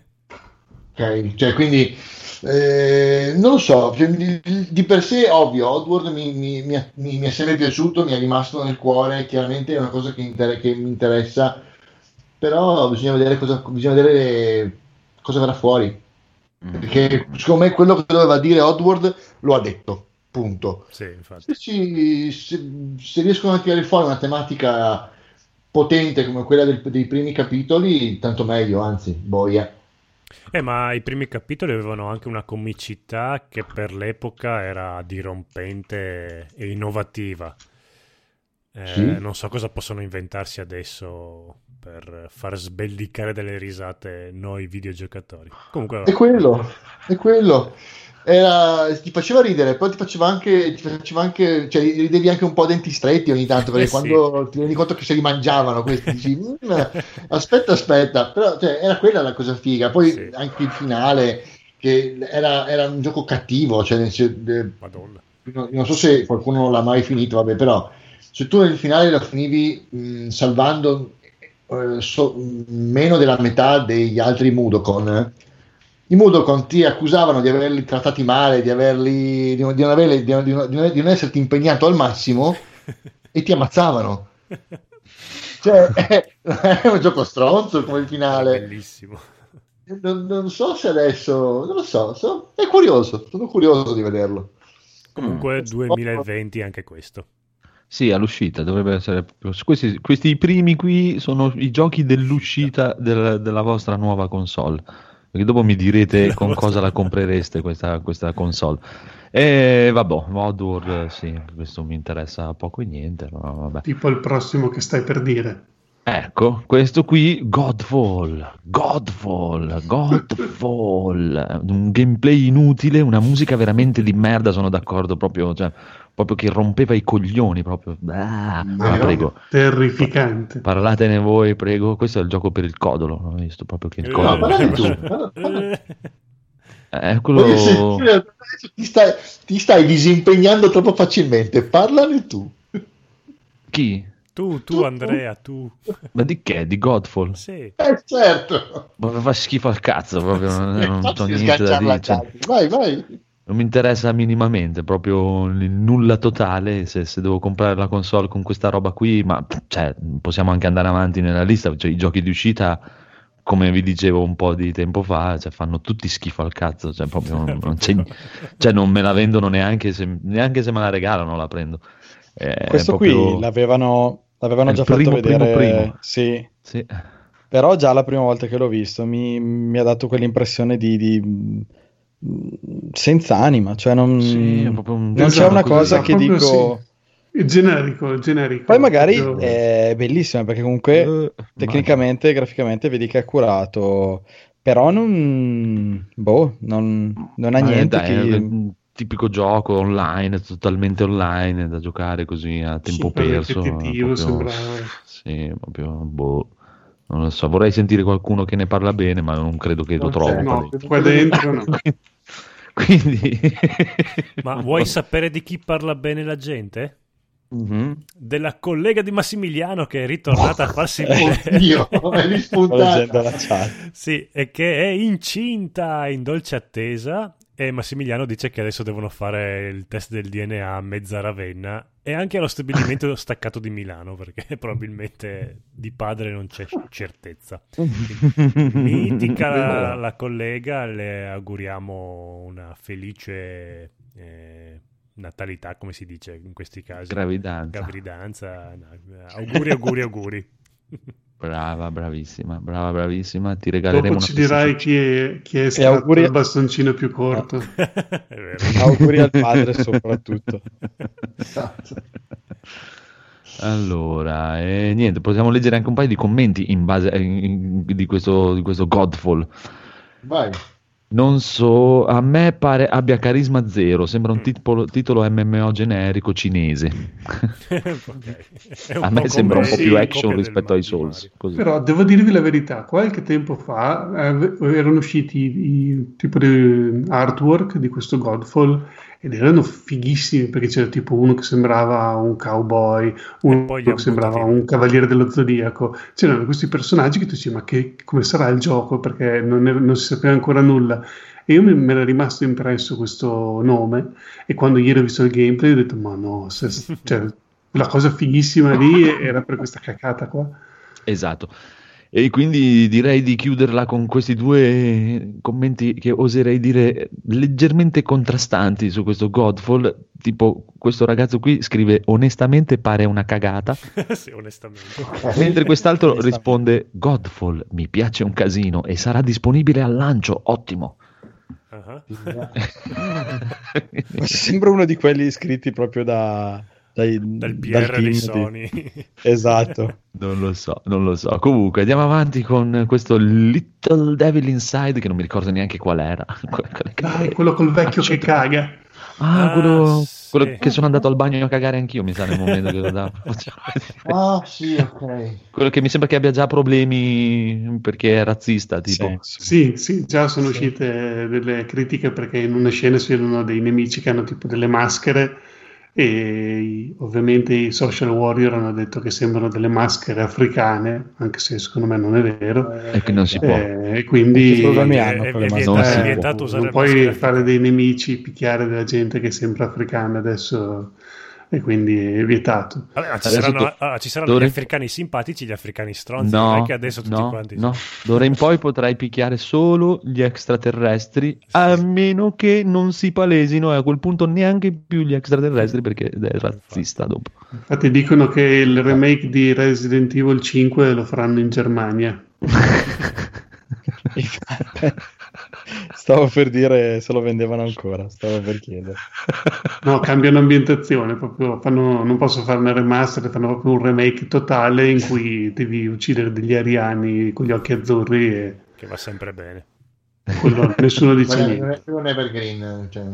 Ok, cioè quindi eh, non lo so, cioè, di, di per sé ovvio, Oddworld mi, mi, mi, è- mi- mi è sempre piaciuto, mi è rimasto nel cuore, chiaramente è una cosa che, inter- che mi interessa, però bisogna vedere cosa, bisogna vedere cosa verrà fuori, perché secondo me quello che doveva dire Oddworld lo ha detto, punto. Sì, infatti. Se, ci- se- se riescono a tirare fuori una tematica potente come quella del- dei primi capitoli, tanto meglio, anzi, boia. Eh, ma i primi capitoli avevano anche una comicità che per l'epoca era dirompente e innovativa. Eh, Sì. Non so cosa possono inventarsi adesso per far sbellicare delle risate noi videogiocatori. Comunque, È quello, è quello. Era, ti faceva ridere, poi ti faceva anche, ti faceva anche, cioè ridevi anche un po' a denti stretti ogni tanto, perché Eh sì. quando ti rendi conto che se li mangiavano questi, dici, "Mm, aspetta, aspetta, però cioè, era quella la cosa figa. Poi Sì. anche il finale, che era, era un gioco cattivo, cioè, nel sen- eh, Madonna. non, non so se qualcuno l'ha mai finito, vabbè, però se tu nel finale lo finivi mh, salvando eh, so- meno della metà degli altri Mudokon, i Mudokon ti accusavano di averli trattati male, di averli di non, di non averli- di non- di non- di non- di non esserti impegnato al massimo e ti ammazzavano. Cioè, è, è un gioco stronzo come il finale. Bellissimo. Non, non so se adesso, non lo so, so- è curioso, sono curioso di vederlo. Comunque duemilaventi anche questo. Sì, all'uscita dovrebbe essere proprio- questi, questi primi qui sono i giochi dell'uscita del- della vostra nuova console. perché dopo mi direte con cosa la comprereste questa, questa console. E vabbè, Oddworld, sì, questo mi interessa poco e niente, ma vabbè. Tipo il prossimo che stai per dire. Ecco, questo qui, Godfall, Godfall, Godfall, un gameplay inutile, una musica veramente di merda, sono d'accordo, proprio, cioè, proprio che rompeva i coglioni, proprio. Ah, ma prego. Terrificante. Parlatene voi, prego, questo è il gioco per il codolo, ho visto proprio che il Eh, codolo... No, parlane tu, Eh, parla- parla- È Voglio quello... sentire- ti, stai, ti stai disimpegnando troppo facilmente, parlane tu. Chi? Tu, tu Andrea, tu. Ma di che? Di Godfall? Sì. Eh certo. Ma fa schifo al cazzo, proprio, non, non Infatti c'ho devi niente da sganciarla dire, cioè, a caso. Vai, vai. non mi interessa minimamente, proprio il nulla totale, se, se devo comprare la console con questa roba qui, ma cioè, possiamo anche andare avanti nella lista, cioè, i giochi di uscita, come vi dicevo un po' di tempo fa, cioè, fanno tutti schifo al cazzo, cioè, proprio non, non, c'è, cioè, non me la vendono neanche se, neanche se me la regalano, la prendo. È Questo proprio- qui l'avevano, l'avevano È il già primo, fatto vedere, primo, primo. Sì, Sì. però già la prima volta che l'ho visto mi, mi ha dato quell'impressione di, di mh, senza anima, cioè non, Sì, è proprio un- non c'è Esatto, una cosa esatto, che proprio dico... sì. È generico, è generico. Poi magari Proprio- è bellissima perché comunque Eh, tecnicamente, graficamente vedi che è accurato, però non, boh, non, non ha Ma, eh, niente dai, è che... un tipico gioco online, totalmente online, da giocare così a tempo super perso. ripetitivo, proprio- sembrava. Sì, proprio, boh, non lo so, vorrei sentire qualcuno che ne parla bene, ma non credo che lo Non trovo. c'è, qua No, dentro. qua dentro no. Quindi... Ma vuoi sapere di chi parla bene la gente? Mhm. Della collega di Massimiliano che è ritornata a farsi vedere. Oddio, è Sto leggendo rispuntata. la chat. Sì, e che è incinta in dolce attesa. E Massimiliano dice che adesso devono fare il test del D N A a mezza Ravenna e anche allo stabilimento staccato di Milano, perché probabilmente di padre non c'è certezza. Mitica la, la collega, le auguriamo una felice eh, natalità, come si dice in questi casi. Gravidanza. Gravidanza. no, auguri, auguri, auguri. Brava, bravissima, brava, bravissima. Ti regaleremo Dopo una ci dirai PlayStation. chi è, chi è estratto auguri- il bastoncino più corto. È vero. Auguri al padre soprattutto. Esatto. Allora, e niente, possiamo leggere anche un paio di commenti in base in- in- di questo, di questo Godfall. Vai. Non so, a me pare abbia carisma zero, sembra un titolo, titolo M M O generico cinese. Ok. È un A po' me sembra un po' come più il action copia del rispetto ai Mario. Souls. Così. Però devo dirvi la verità, qualche tempo fa eh, erano usciti i tipo di artwork di questo Godfall ed erano fighissimi perché c'era tipo uno che sembrava un cowboy, uno poi li che hanno sembrava buttati. un cavaliere dello zodiaco. C'erano questi personaggi che tu dici ma che, come sarà il gioco perché non, è- non si sapeva ancora nulla. E io mi, mi era rimasto impresso questo nome e quando ieri ho visto il gameplay ho detto ma no, se- cioè, la cosa fighissima lì era per questa cacata qua. Esatto. E quindi direi di chiuderla con questi due commenti che oserei dire leggermente contrastanti su questo Godfall. Tipo, questo ragazzo qui scrive onestamente pare una cagata, Sì, onestamente. mentre quest'altro Onestamente. risponde Godfall mi piace un casino e sarà disponibile al lancio, ottimo. Ah. Ma sembra uno di quelli scritti proprio da, dai, Dal P dal R team di di- Sony. Esatto. Non lo so, non lo so. Comunque andiamo avanti con questo Little Devil Inside che non mi ricordo neanche qual era. Dai, quello col vecchio che caga. Ah, Ah, quello, sì. quello che sono andato al bagno a cagare anch'io, mi sa, nel momento che lo davo. Ah, sì, ok. Quello che mi sembra che abbia già problemi perché è razzista, tipo. Sì, Sì, sì, già sono uscite delle critiche perché in una scena si vedono dei nemici che hanno tipo delle maschere e i- ovviamente i social warrior hanno detto che sembrano delle maschere africane, anche se secondo me non è vero. E che non si può. Eh, E quindi Che problemi È- hanno è- con le è maschere? Non vietato, si è può. vietato usare non le puoi maschere fare africane. dei nemici, picchiare della gente che sembra africana adesso e quindi è vietato. Vabbè, ma ci Adesso saranno, do- ah, ci saranno dovrei- gli africani simpatici, gli africani stronzi. non No, è che adesso tutti no, quanti no. D'ora in poi potrai picchiare solo gli extraterrestri, a meno che non si palesino, e a quel punto neanche più gli extraterrestri perché è razzista dopo. Infatti dicono che il remake di Resident Evil cinque lo faranno in Germania. Stavo per dire se lo vendevano ancora, stavo per chiedere. No, cambiano ambientazione, proprio fanno, non posso fare una remaster, fanno proprio un remake totale in cui devi uccidere degli ariani con gli occhi azzurri e Che va sempre bene. quello nessuno dice Ma niente. non è più un evergreen, cioè...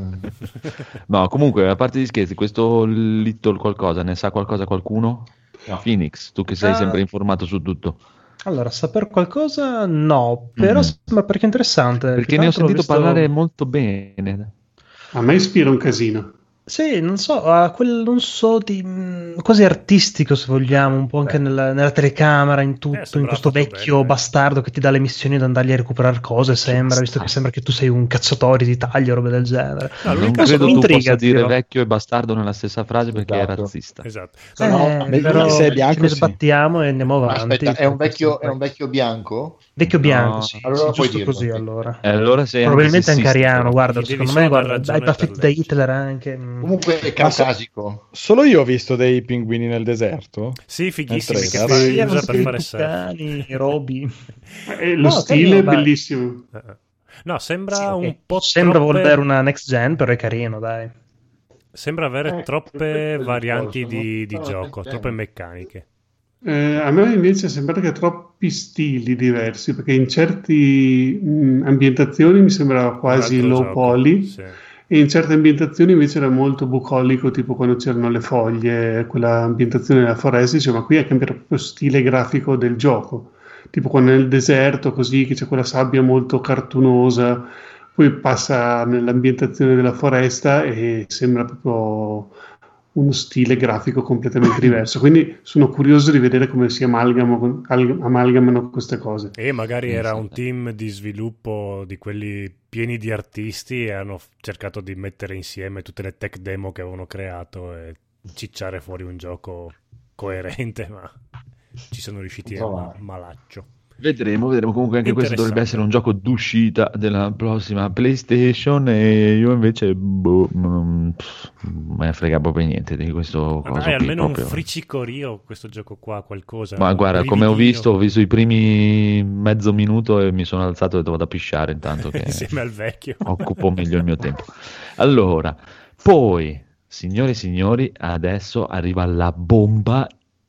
No, comunque, a parte gli scherzi, questo Little qualcosa, ne sa qualcosa qualcuno? No. Phoenix, tu che sei Ah. sempre informato su tutto. Allora, saper qualcosa no, però Mm. sembra perché interessante. Perché Più ne ho che altro sentito visto- parlare molto bene. A me ispira un casino. Sì, non so, ha quel non so di mh, quasi artistico se vogliamo, un po' anche nella, nella telecamera, in tutto, in sembra questo fatto vecchio bene, eh. bastardo che ti dà le missioni ad andargli a recuperare cose, sembra, visto che sembra che tu sei un cacciatore di taglie o robe del genere. No, Non l'unica credo mi tu intriga, possa dire zio. vecchio e bastardo nella stessa frase perché è Esatto. razzista. Esatto. Eh, No, beh, però se è ce bianco, ne sì. sbattiamo e andiamo Ma avanti. aspetta, è un vecchio, è un vecchio bianco? Vecchio bianco, No. sì, Allora sì, puoi giusto dirlo, così sì. allora. E allora sei Probabilmente anche sessista, ariano, però. guarda, Gli devi secondo solo me dar guarda, ragione hai da per fit da legge. Hitler anche. mm. Comunque è caucasico. Solo io ho visto dei pinguini nel deserto. Sì, fighissimi, Nel che trailer. fa- Sì, li erano usa per tutti fare surf. tucani, robi. E lo No, stile carino, è dai. bellissimo. Eh, eh. No, sembra Sì, ok. un po' Sembra troppe... voler una next gen, però è carino, dai. Sembra avere Eh, troppe questo varianti discorso, di, no? di No, gioco, perché? troppe meccaniche. Eh, a me invece sembra che ha troppi stili diversi, perché in certe ambientazioni mi sembrava quasi Un altro low gioco, poly, sì. e in certe ambientazioni invece era molto bucolico, tipo quando c'erano le foglie, quella ambientazione della foresta, insomma, qui ha cambiato proprio stile grafico del gioco, tipo quando è nel deserto, così, che c'è quella sabbia molto cartunosa, poi passa nell'ambientazione della foresta e sembra proprio uno stile grafico completamente diverso. Quindi sono curioso di vedere come si amalgamano, al- amalgamano queste cose. E magari Sì, era sì. un team di sviluppo di quelli pieni di artisti e hanno f- cercato di mettere insieme tutte le tech demo che avevano creato e cicciare fuori un gioco coerente, ma ci sono riusciti a ma- malaccio. Vedremo, vedremo. Comunque anche questo dovrebbe essere un Interessante. gioco d'uscita della prossima PlayStation e io invece boh, non pff, me ne frega proprio niente di questo Ma coso dai, qui, almeno proprio. un fricicorio questo gioco qua, qualcosa. Ma un guarda, come ho brividino. visto, ho visto i primi mezzo minuto e mi sono alzato e dovevo da pisciare intanto che Insieme al vecchio. occupo meglio il mio tempo. Allora, poi, signore e signori, adesso arriva la bomba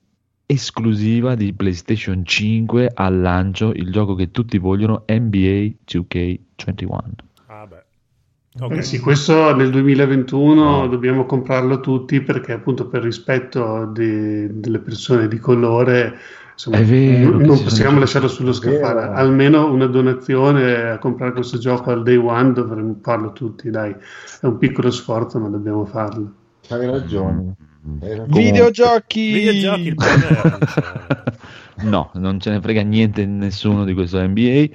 esclusiva di PlayStation cinque al lancio, il gioco che tutti vogliono, N B A due K ventuno. Ah, beh. Eh Ok. sì, questo nel duemilaventuno No. dobbiamo comprarlo tutti perché appunto per rispetto di- delle persone di colore insomma, È vero non che non ci sono possiamo i- lasciarlo sullo scaffale. vero. Almeno una donazione a comprare questo gioco al day one dovremmo farlo tutti, dai. È un piccolo sforzo ma dobbiamo farlo. Hai ragione. Mm. Hai ragione. Videogiochi! Videogiochi, il planeta. No, non ce ne frega niente nessuno di questo N B A.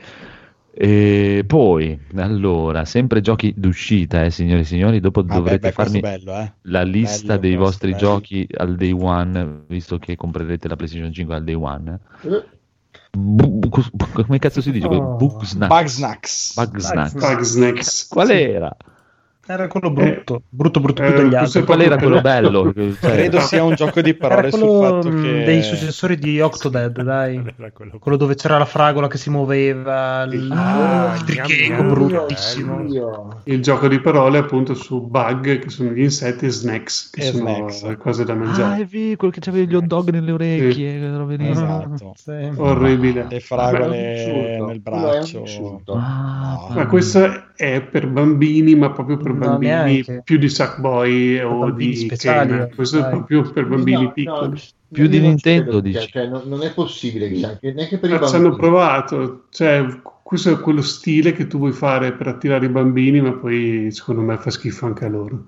E poi, allora, sempre giochi d'uscita, eh, signori e signori, dopo Vabbè, dovrete beh, questo farmi bello, eh. la lista Bello, dei questo, vostri bello. giochi al day one, visto che comprerete la PlayStation cinque al day one. Eh, Bu- bu- come cazzo si dice? Oh. Bugsnax. Bugsnax. Bugsnax. Bugsnax. Qual era? Era quello brutto, brutto, brutto Eh, più degli questo altri. è Qual era proprio quello per- bello? Cioè, Credo sia un gioco di Era parole sul quello fatto mh, che... dei successori di Octodad, dai. Era quello- Quello dove c'era la fragola che si muoveva, il Ah, il tricheco gnam, gnam. bruttissimo. Dio. Il gioco di parole appunto su bug che sono gli insetti e snacks che E sono snacks. le cose da Ah, mangiare. è vero, quello che c'aveva gli hot dog nelle orecchie. che robe lì. Esatto. Sì. Orribile. Le fragole Insulto. nel Quello è un braccio. insulto. Ah, Ma questo è per bambini, ma proprio per No, bambini neanche. più di Sackboy o bambini di speciali, Ken. Questo è dai. proprio per bambini No, no, piccoli. Più di io non Nintendo, credo che- dici? Cioè, non, non è possibile che sia anche, neanche per i Ma ci bambini. hanno provato, cioè questo è quello stile che tu vuoi fare per attirare i bambini, ma poi secondo me fa schifo anche a loro.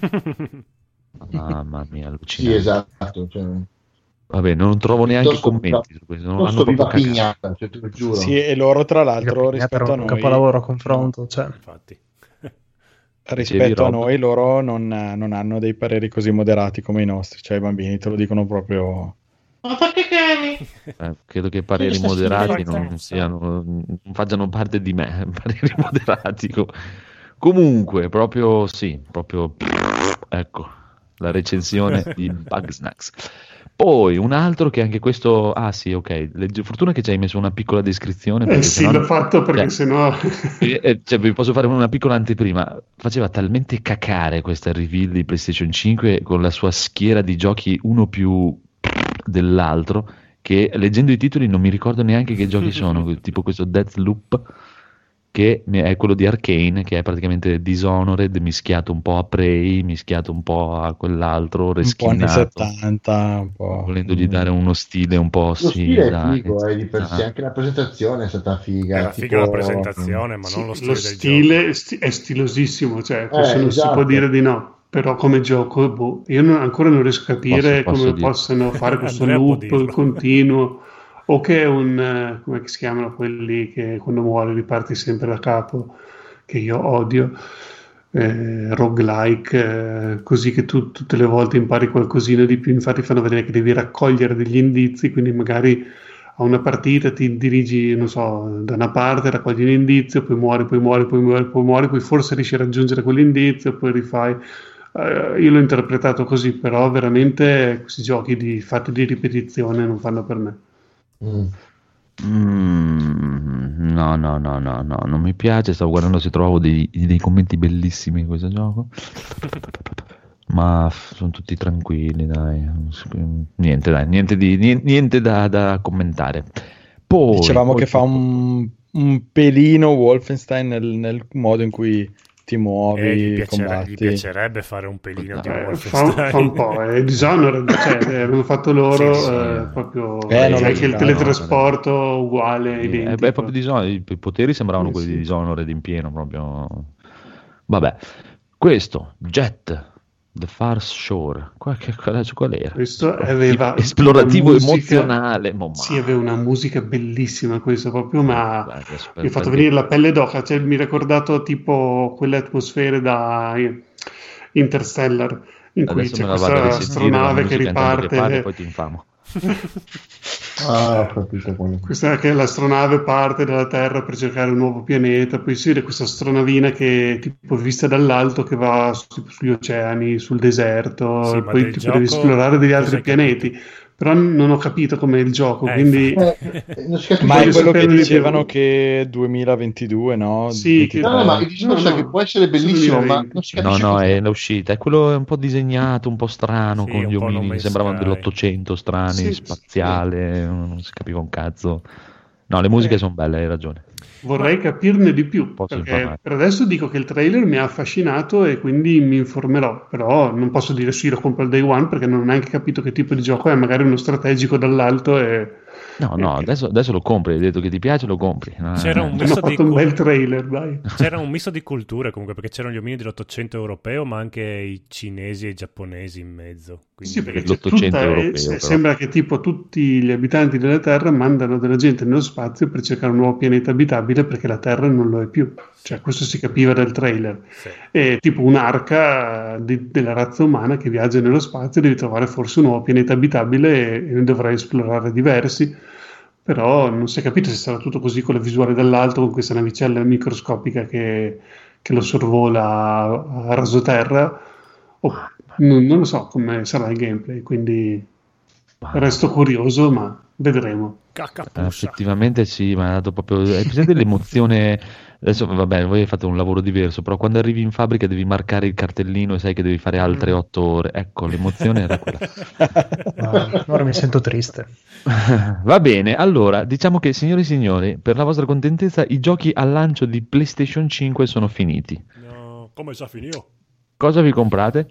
mamma mia, Sì, allucinante. esatto. Cioè, Vabbè, non trovo neanche piuttosto- commenti su questo. Non non hanno sto viva proprio cagato. pignata, cioè, te lo giuro. Sì, e loro tra l'altro Era rispetto a un noi, capolavoro a confronto, cioè. Infatti. rispetto a Rob? noi loro non, non hanno dei pareri così moderati come i nostri, cioè i bambini te lo dicono proprio... Ma fa che cani? Eh, credo che pareri Questa moderati schifezza. non siano, non facciano parte di me. Pareri moderati. co- Comunque, proprio sì, proprio ecco. la recensione di Bugsnax. Poi un altro che anche questo, ah sì, ok, legge, fortuna che ci hai messo una piccola descrizione. Eh sì, l'ho fatto perché cioè, sennò... eh, cioè, vi posso fare una piccola anteprima. Faceva talmente cacare questa reveal di PlayStation cinque con la sua schiera di giochi uno più dell'altro, che leggendo i titoli non mi ricordo neanche che giochi sono, tipo questo Deathloop, che è quello di Arcane, che è praticamente Dishonored mischiato un po' a Prey, mischiato un po' a quell'altro, reschinato, un po' anni settanta, un po'... volendogli dare uno stile un po' lo sì, stile è dai, figo, eh, di per sé, anche la presentazione è stata figa. Era tipo... figa la presentazione, ma Sì, non lo stile lo del stile gioco. sti- è stilosissimo, cioè Eh, questo non esatto. si può dire di no, però come gioco boh, io non- ancora non riesco a capire Posso- posso come dire. possano fare questo Andrea può loop dirlo. continuo, o che è un, eh, come si chiamano quelli che quando muori riparti sempre da capo, che io odio, eh, roguelike, eh, così che tu tutte le volte impari qualcosina di più, infatti fanno vedere che devi raccogliere degli indizi, quindi magari a una partita ti dirigi, non so, da una parte, raccogli un indizio, poi muori, poi muori, poi muori, poi muori, poi forse riesci a raggiungere quell'indizio, poi rifai. Eh, io l'ho interpretato così, però veramente questi giochi di, fatti di ripetizione non fanno per me. Mm. Mm, no, no, no, no, no, non mi piace. Stavo guardando se trovavo dei, dei commenti bellissimi in questo gioco, ma f- sono tutti tranquilli, dai. Non so- Niente, dai, niente, di, niente, niente da, da commentare. Poi, Dicevamo poi- che fa un, un pelino Wolfenstein nel, nel modo in cui ti muovi, Eh, gli, piacere- combatti. gli piacerebbe fare un pelino di Eh, fa, Wolfenstein. fa un po', è Dishonored, cioè, eh, avevano fatto loro Sì, sì. eh, proprio Eh, non c'è lo anche il giocavo, teletrasporto uguale, Sì, identico. eh, beh, proprio Dishonored, i i poteri sembravano Eh, quelli sì. di Dishonored in pieno, proprio. Vabbè, questo Jet The Far Shore, qual, che- qual, qual era? Questo aveva Esplorativo, una musica- emozionale. mo- ma- Sì, aveva una musica bellissima questo proprio, ma Beh, adesso per- mi ha fatto perché- venire la pelle d'oca, cioè, mi ha ricordato tipo quelle atmosfere da Interstellar, in cui Adesso c'è me la vado a questa risentire la astronave che musica intanto che riparte, parli, poi ti infamo. Ah, ho capito quello. questa che l'astronave parte dalla Terra per cercare un nuovo pianeta, poi si vede questa astronavina che tipo vista dall'alto che va su- sugli oceani, sul deserto, Sì, e ma poi del tipo gioco devi esplorare degli cosa altri hai pianeti, però non ho capito com'è il gioco, Eh, quindi... infatti. Eh, non si capisce Ma è Voglio quello che saperne di dicevano più. che duemilaventidue, no? Sì, che- No, no, ma il discorso No, è no, che può essere sono bellissimo, ma duemilaventi. non si No, capisce no, cos'è. è l'uscita. È quello è un po' disegnato, un po' strano, Sì, con un gli po' No omini, Man's sembravano Sky. dell'Ottocento, strani, Sì, spaziale, non si capiva un cazzo. No, le musiche Eh. sono belle, hai ragione. Vorrei capirne di più, Posso perché informare. per adesso dico che il trailer mi ha affascinato e quindi mi informerò, però non posso dire sì, lo compro al day one perché non ho neanche capito che tipo di gioco è, magari uno strategico dall'alto e... No, no, e- adesso, adesso lo compri, hai detto che ti piace, lo compri. No, C'era eh, un Hanno misto di fatto un cu- bel trailer, dai. C'era un misto di culture comunque, perché c'erano gli omini dell'Ottocento europeo, ma anche i cinesi e i giapponesi in mezzo. Quindi Sì, perché c'è l'Ottocento tutta- europeo, eh, se- però. sembra che tipo tutti gli abitanti della Terra mandano della gente nello spazio per cercare un nuovo pianeta abitabile perché la Terra non lo è più. Cioè, questo si capiva dal trailer. Sì. È tipo un'arca di- della razza umana che viaggia nello spazio, devi trovare forse un nuovo pianeta abitabile e, e ne dovrai esplorare diversi. Però non si è capito se sarà tutto così con la visuale dall'alto, con questa navicella microscopica che, che lo sorvola a, a rasoterra. O, non, non lo so come sarà il gameplay, quindi Ma- resto curioso, ma vedremo. Cacca Eh, pussa. effettivamente sì, ma ha dato proprio. Hai presente l'emozione? Adesso vabbè, voi fate un lavoro diverso, però quando arrivi in fabbrica devi marcare il cartellino e sai che devi fare altre Mm. otto ore. Ecco, l'emozione era quella. No, ora mi sento triste. Va bene, allora diciamo che signori e signori, per la vostra contentezza, i giochi al lancio di PlayStation cinque sono finiti. No, come sa finito? Cosa vi comprate?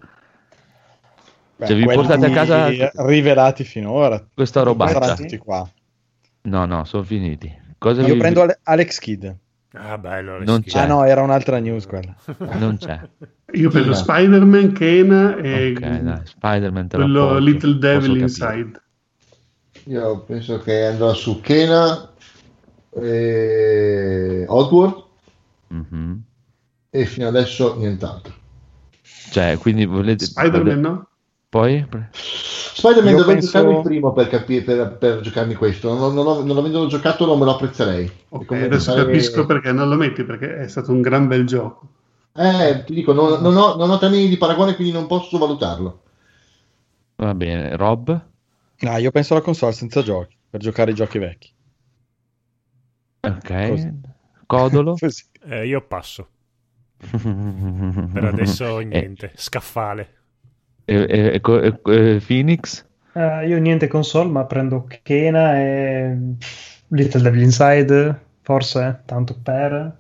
Beh, Se vi quelli portate a casa rivelati finora, questa robaccia. saranno tutti qua. No, no, sono finiti. Cosa Io vi- prendo Ale- Alex Kidd. Ah, bello. le Non schifo. c'è. Ah no, era un'altra news quella. Non c'è. Io prendo Sì, no. Spider-Man, Kena e Ok, dai, Spider-Man te lo quello appoggio, Little Devil posso capire. Inside. Io penso che andrò su Kena, e Oddworld Mhm. e fino adesso nient'altro. Cioè, quindi volete... Spider-Man, no? Poi? Spider-Man Io dovrei penso- giocarmi il primo per, capire, per, per giocarmi questo. Non, non, non, non avendolo giocato non me lo apprezzerei. Ok, E come adesso fare- capisco perché non lo metti, perché è stato un gran bel gioco. Eh, ti dico, non, non ho, non ho termini di paragone, quindi non posso valutarlo. Va bene, Rob? Ah, io penso alla console senza giochi, per giocare i giochi vecchi. Ok. Così. Codolo? Così. Eh, io passo. Per adesso niente, scaffale. E, e, e, e, Phoenix? Uh, io niente console, ma prendo Kena e Little Devil Inside, forse, tanto per...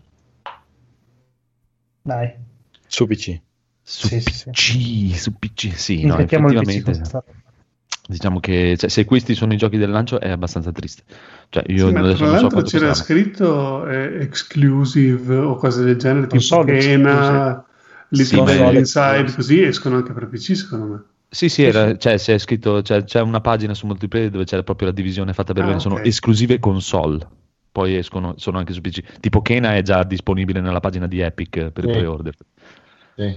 Dai. Su P C. Su Sì, P C, sì. su P C, sì, no, Infettiamo il P C effettivamente. con sta- Diciamo che cioè, se questi sono i giochi del lancio è abbastanza triste. Cioè, io Sì, ma adesso tra non so l'altro quanto c'era costeranno. scritto eh, exclusive o cose del genere, tipo Console Kena, Little Sì, Devil beh, Inside, così escono anche per P C, secondo me. Sì, sì, era, cioè, c'è scritto, c'è, c'è una pagina su Multiplayer dove c'è proprio la divisione fatta per Ah, bene, sono ok. esclusive console. Poi escono, sono anche su P C. Tipo Kena è già disponibile nella pagina di Epic per il Sì. pre-order. Sì.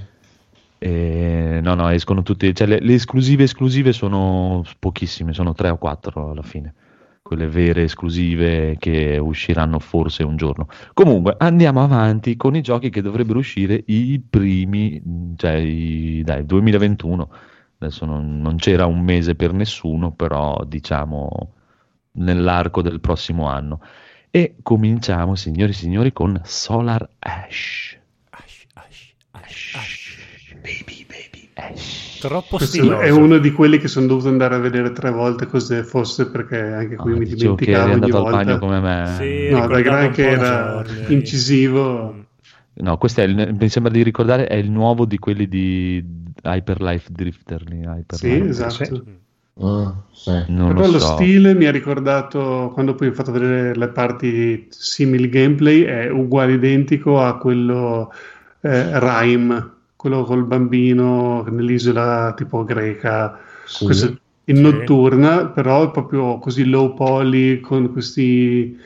E, no, no, escono tutte, cioè le, le esclusive esclusive sono pochissime, sono tre o quattro alla fine. Quelle vere esclusive che usciranno forse un giorno. Comunque andiamo avanti con i giochi che dovrebbero uscire i primi, cioè i, dai, duemilaventuno. Adesso non, non c'era un mese per nessuno, però diciamo nell'arco del prossimo anno. E cominciamo, signori e signori, con Solar Ash. Ash, ash, ash, ash. Baby, baby, Ash. Troppo Questo stiloso. è uno di quelli che sono dovuto andare a vedere tre volte cosa fosse, perché anche qui Ah, mi dicevo che dimenticavo eri ogni andato al volta. bagno come me. Sì, No, dai, ricordavo gran un che po' era giorni. incisivo. No, questo è il, mi sembra di ricordare, è il nuovo di quelli di Hyper Life Drifter. lì, Hyper Sì, Life. esatto. Ah, sì. Non Però lo lo so. stile mi ha ricordato, quando poi ho fatto vedere le parti simili gameplay, è uguale identico a quello eh, Rime, quello col bambino nell'isola tipo greca. Sì. Questo in Sì. notturna, però è proprio così low poly, con questi,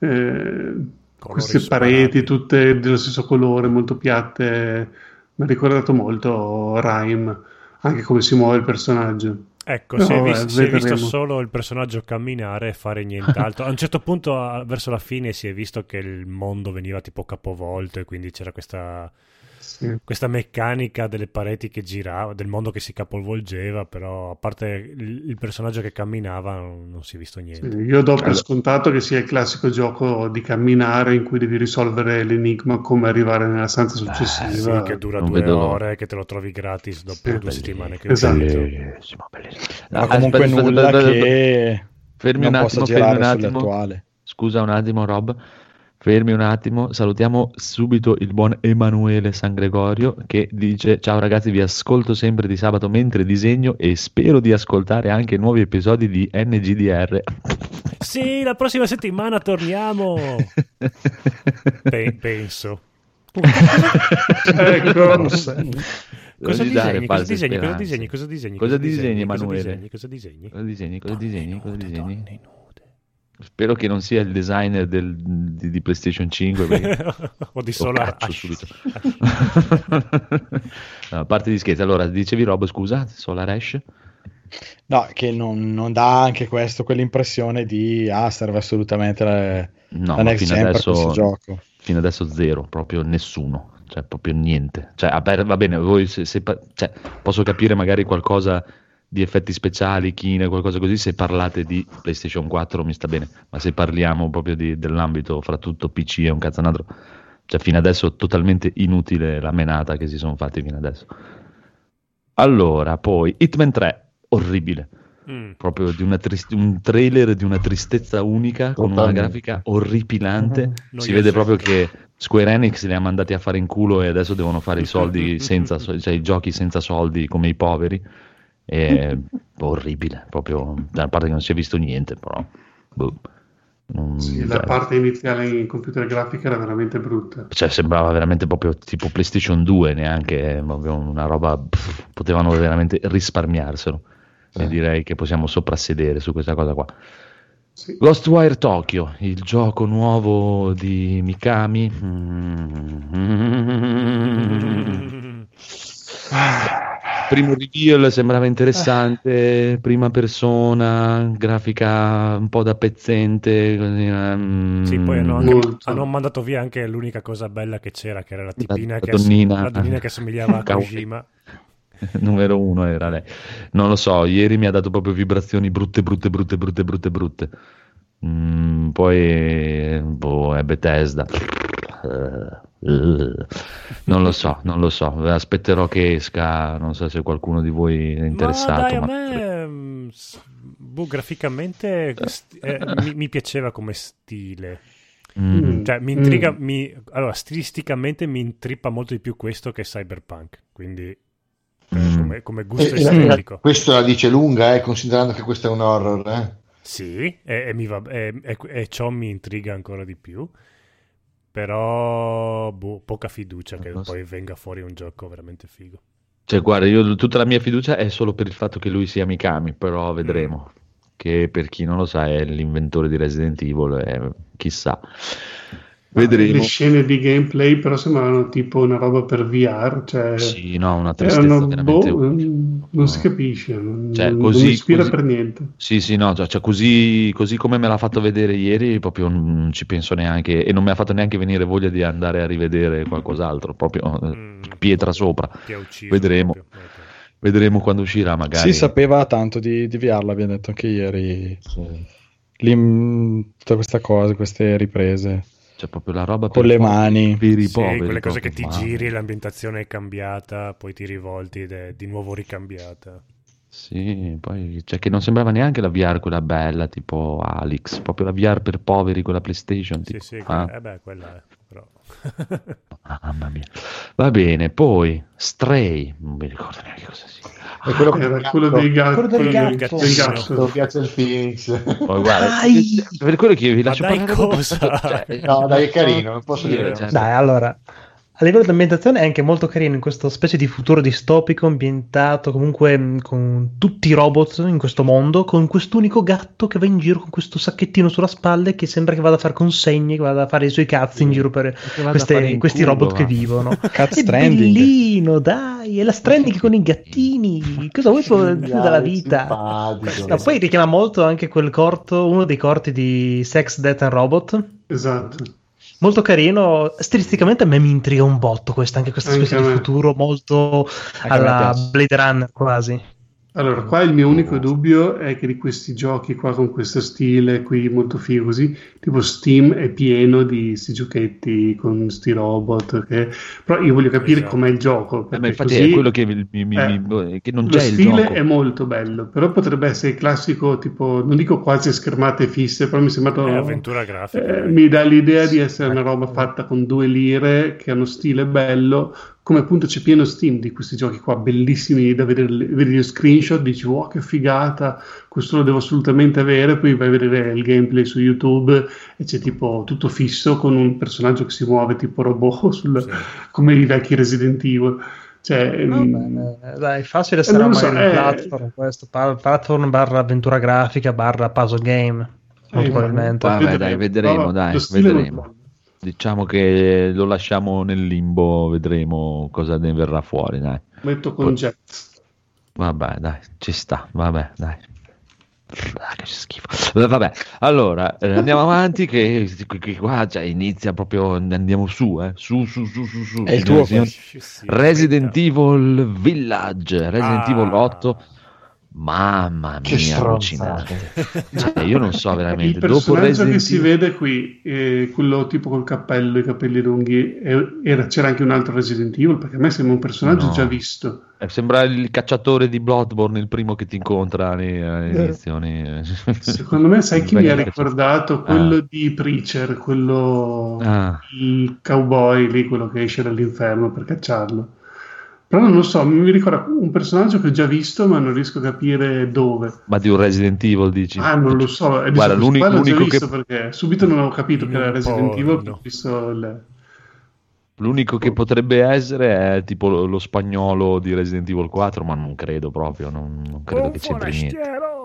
eh, queste sparati. pareti tutte dello stesso colore, molto piatte. Mi ha ricordato molto Rime, anche come si muove il personaggio. Ecco, No, si, è vabbè, vis- si è visto vedremo. solo il personaggio camminare e fare nient'altro. A un certo punto, a- verso la fine, si è visto che il mondo veniva tipo capovolto e quindi c'era questa, Sì. questa meccanica delle pareti che girava, del mondo che si capovolgeva, però a parte il, il personaggio che camminava non, non si è visto Sì, niente. io do per Allora- scontato che sia il classico gioco di camminare in cui devi risolvere l'enigma come arrivare nella stanza Sì, successiva. che dura non due vedo l'ora. ore, che te lo trovi gratis dopo Sì, due settimane che è esatto. uscito. Bellissimo, bellissimo. Ma Ah, comunque aspetta, aspetta, nulla aspetta, aspetta. che Fermi non un possa attimo, fermi un girare attimo. sull'attuale. Scusa un attimo, Rob. Fermi un attimo, salutiamo subito il buon Emanuele San Gregorio che dice: ciao ragazzi, vi ascolto sempre di sabato mentre disegno e spero di ascoltare anche nuovi episodi di N G D R. Sì, la prossima settimana torniamo. Pe- penso. Ecco. Cosa Non disegni? gli dare Cosa false disegni? Cosa speranze. disegni? Cosa disegni? Cosa disegni, Emanuele? Cosa disegni? Cosa disegni? Cosa disegni? Cosa disegni? Donne nude. Spero che non sia il designer del- di, di PlayStation cinque perché O di lo Solar caccio Ash. subito. No, a parte di scherzi, allora dicevi Rob, scusa, Solar Ash? No, che non, non dà anche questo quell'impressione di ah, serve assolutamente la, No, la ma next fino gen per adesso, questo gioco. fino adesso zero, proprio nessuno, cioè proprio niente. Cioè, vabbè, va bene, voi se, se pa- cioè, posso capire magari qualcosa di effetti speciali, chine, qualcosa così, se parlate di PlayStation quattro mi sta bene, ma se parliamo proprio di- dell'ambito fra tutto P C e un cazzanadro, cioè fino adesso totalmente inutile la menata che si sono fatti fino adesso. Allora, poi Hitman tre, orribile. Mm. Proprio di una trist- un trailer di una tristezza unica con una Totalmente. grafica orripilante. Non Si gli vede affetto. proprio che Square Enix li ha mandati a fare in culo e adesso devono fare i soldi senza so- cioè i giochi senza soldi come i poveri. È orribile, proprio da parte che non si è visto niente, però boh. Non- Sì, la cioè, parte iniziale in computer grafica era veramente brutta. cioè, sembrava veramente proprio tipo PlayStation due, neanche eh, proprio una roba, pff, potevano veramente risparmiarselo. E Eh. direi che possiamo soprassedere su questa cosa qua. Sì. Ghostwire Tokyo, il gioco nuovo di Mikami. Primo reveal sembrava interessante, prima persona, grafica un po' da pezzente. Così, mm, Sì, poi hanno, anche- Molto. hanno mandato via anche l'unica cosa bella che c'era, che era la tipina La che, donnina. la donnina che assomigliava a Kawaii. Kojima. Numero uno era lei. Non lo so, ieri mi ha dato proprio vibrazioni brutte, brutte, brutte, brutte, brutte, brutte. Mm, poi boh, è Bethesda. Non lo so, non lo so. Aspetterò che esca. Non so se qualcuno di voi è interessato. Ma dai, ma... a me boh, graficamente st- eh, mi, mi piaceva come stile. Mm. Cioè, mi intriga. Mm. Mi, allora, stilisticamente mi intrippa molto di più questo che Cyberpunk. Quindi, Mm. come, come gusto E- e- estetico. Questo la dice lunga, eh, considerando che questo è un horror. Eh. Sì, e, e mi va, e, e- e ciò mi intriga ancora di più. Però, boh, poca fiducia che Non so. poi venga fuori un gioco veramente figo. Cioè, guarda, io tutta la mia fiducia è solo per il fatto che lui sia Mikami, però vedremo. Che per chi non lo sa è l'inventore di Resident Evil, e chissà. Vedremo. Le scene di gameplay però sembravano tipo una roba per V R, cioè Sì, no, una tristezza erano, veramente. boh, non No. si capisce, non, Cioè, non così- mi ispira così- per niente. Sì, sì, no, cioè, cioè, così, così come me l'ha fatto vedere ieri, proprio non ci penso neanche, e non mi ha fatto neanche venire voglia di andare a rivedere qualcos'altro, proprio eh, Mm. pietra sopra. Ti ha ucciso Vedremo. proprio. Ok. Vedremo quando uscirà, magari. Si sapeva tanto di, di V R, l'abbiamo detto anche ieri. Lì, mh, tutta questa cosa, queste riprese C'è proprio la roba con per le i poveri, mani. per i Sì, poveri, quelle cose che proprio, ti mamma giri, mia. l'ambientazione è cambiata, poi ti rivolti ed è di nuovo ricambiata. Sì, poi cioè che non sembrava neanche la V R quella bella, tipo Alex, proprio la V R per poveri con la PlayStation. Sì, tipo, sì, ah, eh beh, quella è, però. mamma mia. Va bene, poi Stray, non mi ricordo neanche cosa sia. È quello che Era quello dei gatti, Quello del quello del- gatto. del gatto. piace il Phoenix. Poi guarda, Dai! per quello che io vi Ma lascio dai, parlare dopo, cosa? cioè, No, dai, è carino, non posso Sì, dire. cioè, Dai, allora, a livello di ambientazione è anche molto carino in questa specie di futuro distopico ambientato comunque mh, con tutti i robot in questo mondo, con quest'unico gatto che va in giro con questo sacchettino sulla spalla e che sembra che vada a fare consegne, che vada a fare i suoi cazzi in giro per vada a queste- fare in questi culo, robot va. che vivono. Cat È Stranding. bellino, dai, è la Stranding con i gattini. Cosa vuoi più Dai, dalla vita? simpatico. Ma poi richiama molto anche quel corto, uno dei corti di Sex, Death and Robot. Esatto. Molto carino, stilisticamente a me mi intriga un botto questa, anche questa Anche specie a di me. futuro molto a me alla piace. Blade Runner quasi. Allora, qua il mio unico dubbio è che di questi giochi qua con questo stile qui molto figo così, tipo Steam è pieno di sti giochetti con sti robot, che... però io voglio capire Esatto. com'è il gioco, Eh, perché ma infatti così è quello che, mi, mi- mi- eh, mi- che non lo c'è il stile gioco. è molto bello, però potrebbe essere il classico tipo, non dico quasi a schermate fisse, però mi sembra È avventura grafica. eh, mi dà l'idea di essere una roba fatta con due lire, che ha uno stile bello, come appunto c'è pieno Steam di questi giochi qua, bellissimi da vedere, vedi gli screenshot, dici wow che figata, questo lo devo assolutamente avere, poi vai a vedere il gameplay su YouTube e c'è tipo tutto fisso con un personaggio che si muove tipo robot, sul- Sì. come i vecchi Resident Evil. Cioè, Va mm, bene, dai, facile eh, sarà non lo so, magari un eh, platform questo, pa- platform barra avventura grafica barra puzzle game, molto Eh, probabilmente. ma- Vabbè, dai, vedremo, no, dai, lo stile è vedremo. molto bello. Diciamo che lo lasciamo nel limbo, vedremo cosa ne verrà fuori, dai. Metto con Poi- Jets. Vabbè, dai, ci sta, vabbè, dai. Ah, che schifo. Eh, Vabbè, allora eh, andiamo avanti. Che, che- che qua cioè, inizia proprio. Andiamo su, eh. Su, su, su, su, su. È il signori tuo e signori. Sì, sì, Resident aspetta. Evil Village, Resident Ah. Evil otto. Mamma Che mia, stronzate. allucinante. Cioè, io non so Il veramente. Dopo personaggio Resident che si Evil- vede qui, eh, quello tipo col cappello, i capelli lunghi, eh, era- c'era anche un altro Resident Evil, perché a me sembra un personaggio No. già visto. Eh, sembra il cacciatore di Bloodborne, il primo che ti incontra nei- all'inizio. nei- Secondo me, sai chi mi ha Bello ricordato? Quello di Preacher, quello Ah. il cowboy lì, quello che esce dall'inferno per cacciarlo. Però non lo so, mi ricorda un personaggio che ho già visto, ma non riesco a capire dove. Ma di un Resident Evil dici? Ah, non lo so, è Guarda, l'unico, l'ho già l'unico visto che, perché subito non avevo capito che era Un Resident po' Evil, no. perché ho visto il... l'unico che potrebbe essere è tipo lo, lo spagnolo di Resident Evil quattro, ma non credo proprio, non, non credo che c'entri niente.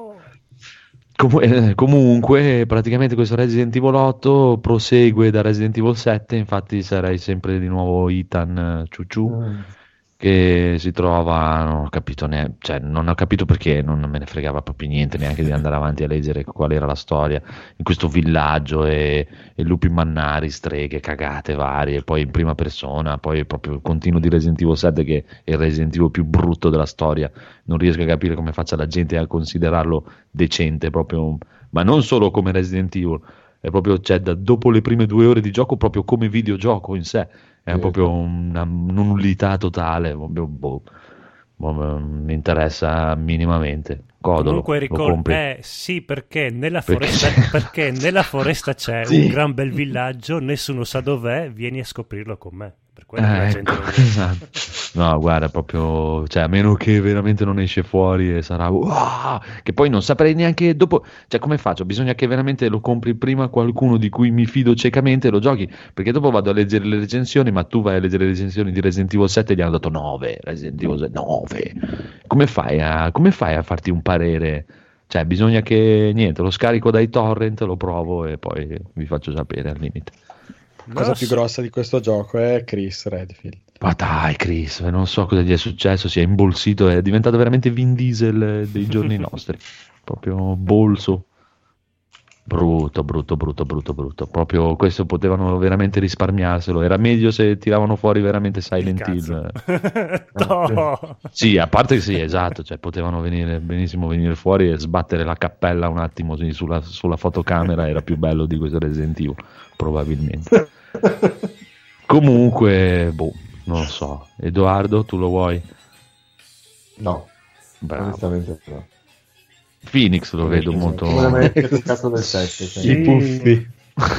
Comu- eh, comunque, praticamente questo Resident Evil otto prosegue da Resident Evil sette, infatti sarei sempre di nuovo Ethan eh, Ciuciu. che si trova, non ho capito neanche, cioè non ho capito perché, non me ne fregava proprio niente neanche di andare avanti a leggere qual era la storia in questo villaggio e, e lupi mannari, streghe, cagate varie, poi in prima persona, poi proprio il continuo di Resident Evil sette che è il Resident Evil più brutto della storia, non riesco a capire come faccia la gente a considerarlo decente proprio, ma non solo come Resident Evil, è proprio, cioè, da, dopo le prime due ore di gioco proprio come videogioco in sé è Sì. proprio una nullità totale, proprio, boh, boh, non mi interessa minimamente. Codolo, Comunque lo ricordo, compri? eh, sì, perché nella Perché- foresta, perché nella foresta c'è Sì. un gran bel villaggio, nessuno sa dov'è, vieni a scoprirlo con me. Per quello che Eh, la gente ecco, non viene. esatto. No, guarda, proprio, cioè, a meno che veramente non esce fuori e sarà, "Wow!", che poi non saprei neanche dopo, cioè, come faccio? Bisogna che veramente lo compri prima qualcuno di cui mi fido ciecamente e lo giochi, perché dopo vado a leggere le recensioni, ma tu vai a leggere le recensioni di Resident Evil sette e gli hanno dato nove, Resident Evil sette, nove. Come fai a, come fai a farti un parere? Cioè, bisogna che, niente, lo scarico dai torrent, lo provo e poi vi faccio sapere al limite. La cosa Non più so- grossa di questo gioco è Chris Redfield. Ma dai, Chris, non so cosa gli è successo, si è imbolsito, è diventato veramente Vin Diesel dei giorni nostri, proprio bolso. Brutto, brutto, brutto, brutto, brutto. Proprio questo potevano veramente risparmiarselo. Era meglio se tiravano fuori veramente Silent Il Hill. cazzo. No. Sì, a parte che sì, esatto, cioè potevano venire benissimo venire fuori e sbattere la cappella un attimo sì, sulla, sulla fotocamera, era più bello di questo Resident Evil, probabilmente. Comunque, boh, non lo so. Edoardo, tu lo vuoi? No, Bravo. onestamente no. Phoenix lo vedo molto... Come me che il cazzo del sette. Sì. I puffi.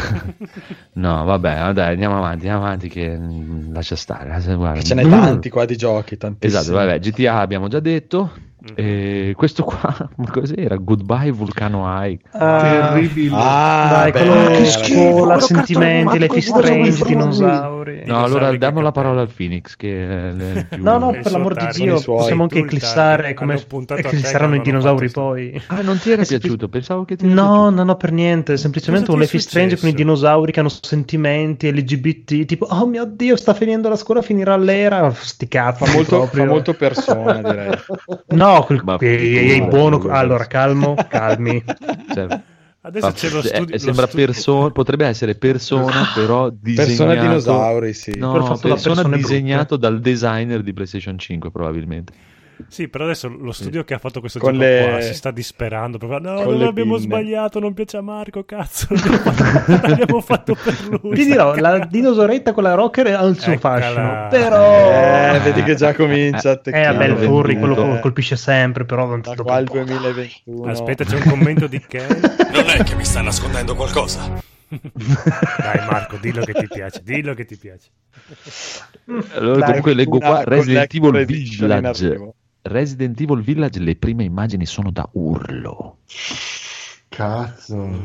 No, vabbè, dai, andiamo avanti, andiamo avanti che mm, lascia stare. eh, Guarda. Ce n'è tanti qua di giochi, tantissimi. Esatto, vabbè, G T A abbiamo già detto. E questo qua, ma cos'era? Goodbye Vulcano High. Ah, Terribile. Ah, dai, beh, quello ragazzi. scuola, Povero sentimenti, cartone Life is animato, Strange, povero dinosauri. No, allora Dinosauri diamo che la capelli. parola al Phoenix, che è il più... No, no, Il per l'amor di suo Dio, target. possiamo anche Tu il eclissare target. come Hanno puntato a te eclissarono i quando hanno dinosauri fatto poi. Ah, non ti era È sempli- piaciuto? Pensavo che ti era No, piaciuto. no, no, per niente. Semplicemente Cosa un ti è Life is Strange con i successo? dinosauri che hanno sentimenti L G B T. Tipo, oh mio Dio, sta finendo la scuola, finirà l'era. Sti cazzi. Fa molto, proprio. fa molto persona, direi. No, quel, Ma è, è pure, buono. pure. Allora, calmo, calmi. Cioè, Adesso fa- c'è lo eh, studio. lo sembra studio- persona, potrebbe essere persona, però disegnato... Persona dinosauri, sì. No, Però fatto da persona persone disegnato dal designer di PlayStation cinque, probabilmente. Sì, però adesso lo studio che ha fatto questo Con gioco le- qua si sta disperando. Proprio, no, con non le abbiamo pinne. sbagliato, non piace a Marco, cazzo. L'abbiamo fatto, l'abbiamo fatto per lui. Ti dirò, la dinosauretta con la rocker ha il suo Eccola. fascino. Però. Eh, vedi che già comincia a Eh, teccare. vabbè, il furry, venduto. quello col- colpisce sempre, però non Da dopo qua un al po'. duemilaventuno. Aspetta, c'è un commento di Ken. Non è che mi sta nascondendo qualcosa. Dai Marco, dillo che ti piace, dillo che ti piace. Allora, Dai, comunque leggo una qua Resident collector Evil edition in Village. arrivo. Resident Evil Village, le prime immagini sono da urlo. Cazzo.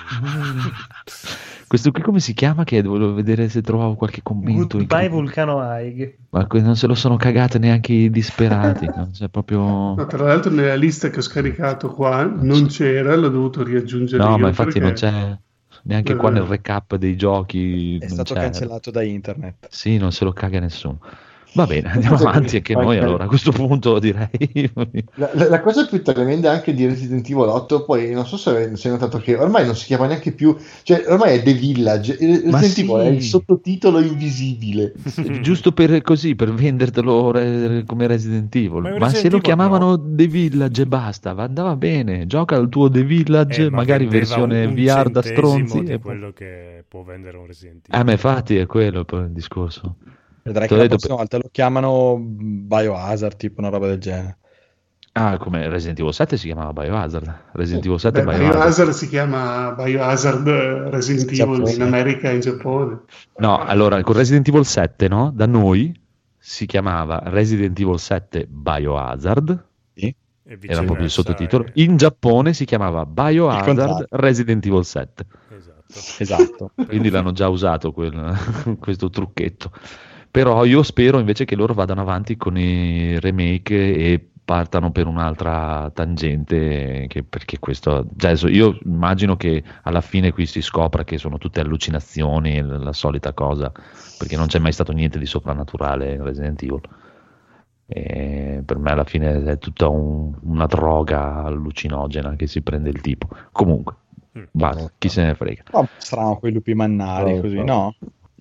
Questo qui come si chiama? Che volevo vedere se trovavo qualche commento. Goodbye incredibile. Vulcano High. Ma que- non se lo sono cagate neanche i disperati. No? Cioè, proprio... No, tra l'altro nella lista che ho scaricato qua non c'era, l'ho dovuto riaggiungere No, io ma infatti perché- non c'è neanche qua Eh, nel recap dei giochi. È non stato c'è. cancellato da internet. Sì, non se lo caga nessuno. Va bene, andiamo Cosa avanti che- anche noi ok. allora. A questo punto direi... La, la- la cosa più tremenda anche di Resident Evil otto, poi non so se se hai notato che ormai non si chiama neanche più, cioè ormai è The Village, e Ma Resident sì. Evil è il sottotitolo invisibile. Giusto per così, per vendertelo re- come Resident Evil. Ma Ma, è se Resident lo Evil, chiamavano no. The Village e basta, va- andava bene. Gioca il tuo The Village, Eh, ma magari vendeva versione un V R da centesimo stronzi. di e poi- quello che può vendere un Resident Ah, Evil. ma infatti è quello poi il discorso. Vedrai Te che l'ho la detto prossima volta lo chiamano Biohazard, tipo una roba del genere. Ah, come Resident Evil sette si chiamava Biohazard. Resident Evil sette Beh, è Biohazard. Biohazard si chiama Biohazard Resident Evil Giappone. in America e in Giappone. No, allora con Resident Evil sette, no? Da noi si chiamava Resident Evil sette Biohazard, E era viceversa, proprio il sottotitolo. eh, In Giappone si chiamava Biohazard contrario. Resident Evil sette. esatto. Esatto. Quindi l'hanno già usato quel- questo trucchetto. Però io spero invece che loro vadano avanti con i remake e partano per un'altra tangente, che- perché questo, cioè adesso io immagino che alla fine qui si scopra che sono tutte allucinazioni, la solita cosa, perché non c'è mai stato niente di soprannaturale in Resident Evil. E per me alla fine è tutta un, una droga allucinogena che si prende il tipo. Comunque, mm. basta, chi se ne frega. Oh, strano quei lupi mannari, oh, così, oh. no?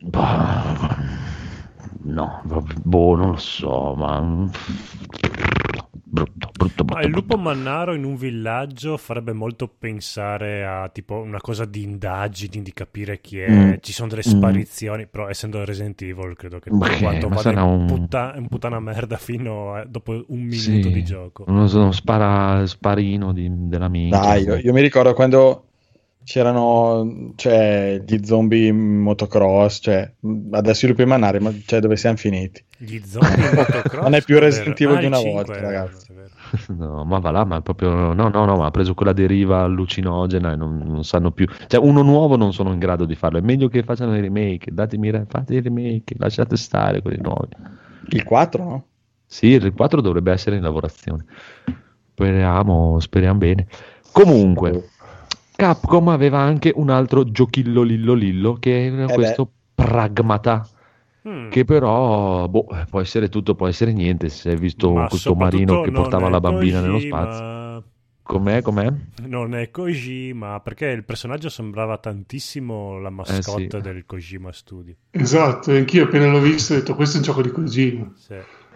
No, boh, non lo so, ma... Brutto, brutto, brutto, ma il lupo mannaro in un villaggio farebbe molto pensare a tipo una cosa di indagini, di capire chi è, mm. ci sono delle sparizioni, mm. però essendo Resident Evil credo che okay, quanto vada in, un... putta- in puttana merda fino a dopo un minuto sì, di gioco. Uno, uno spara, sparino di, della minchia. Dai, io, io mi ricordo quando c'erano, cioè, gli zombie in motocross, cioè, adesso i lupi mannari, ma cioè, dove siamo finiti? Gli zombie in motocross? Non è più Resident Evil ah, di una cinque, volta, ragazzi. No, ma va là, ma proprio no, no, no, ma ha preso quella deriva allucinogena e non, non sanno più. Cioè, uno nuovo non sono in grado di farlo. È meglio che facciano i remake. Datemi, fate i remake, lasciate stare quelli nuovi. Il quattro, no? Sì, il quattro dovrebbe essere in lavorazione. Speriamo, speriamo bene. Comunque, Capcom aveva anche un altro giochillo lillo lillo che era eh questo beh. Pragmata. Mm. Che però boh, può essere tutto, può essere niente. Se hai visto ma questo marino che portava la bambina Kojima. Nello spazio, com'è? Com'è? Non è Kojima, perché il personaggio sembrava tantissimo la mascotte eh sì. del Kojima Studio. Esatto, anch'io appena l'ho visto ho detto questo è un gioco di Kojima. Sì.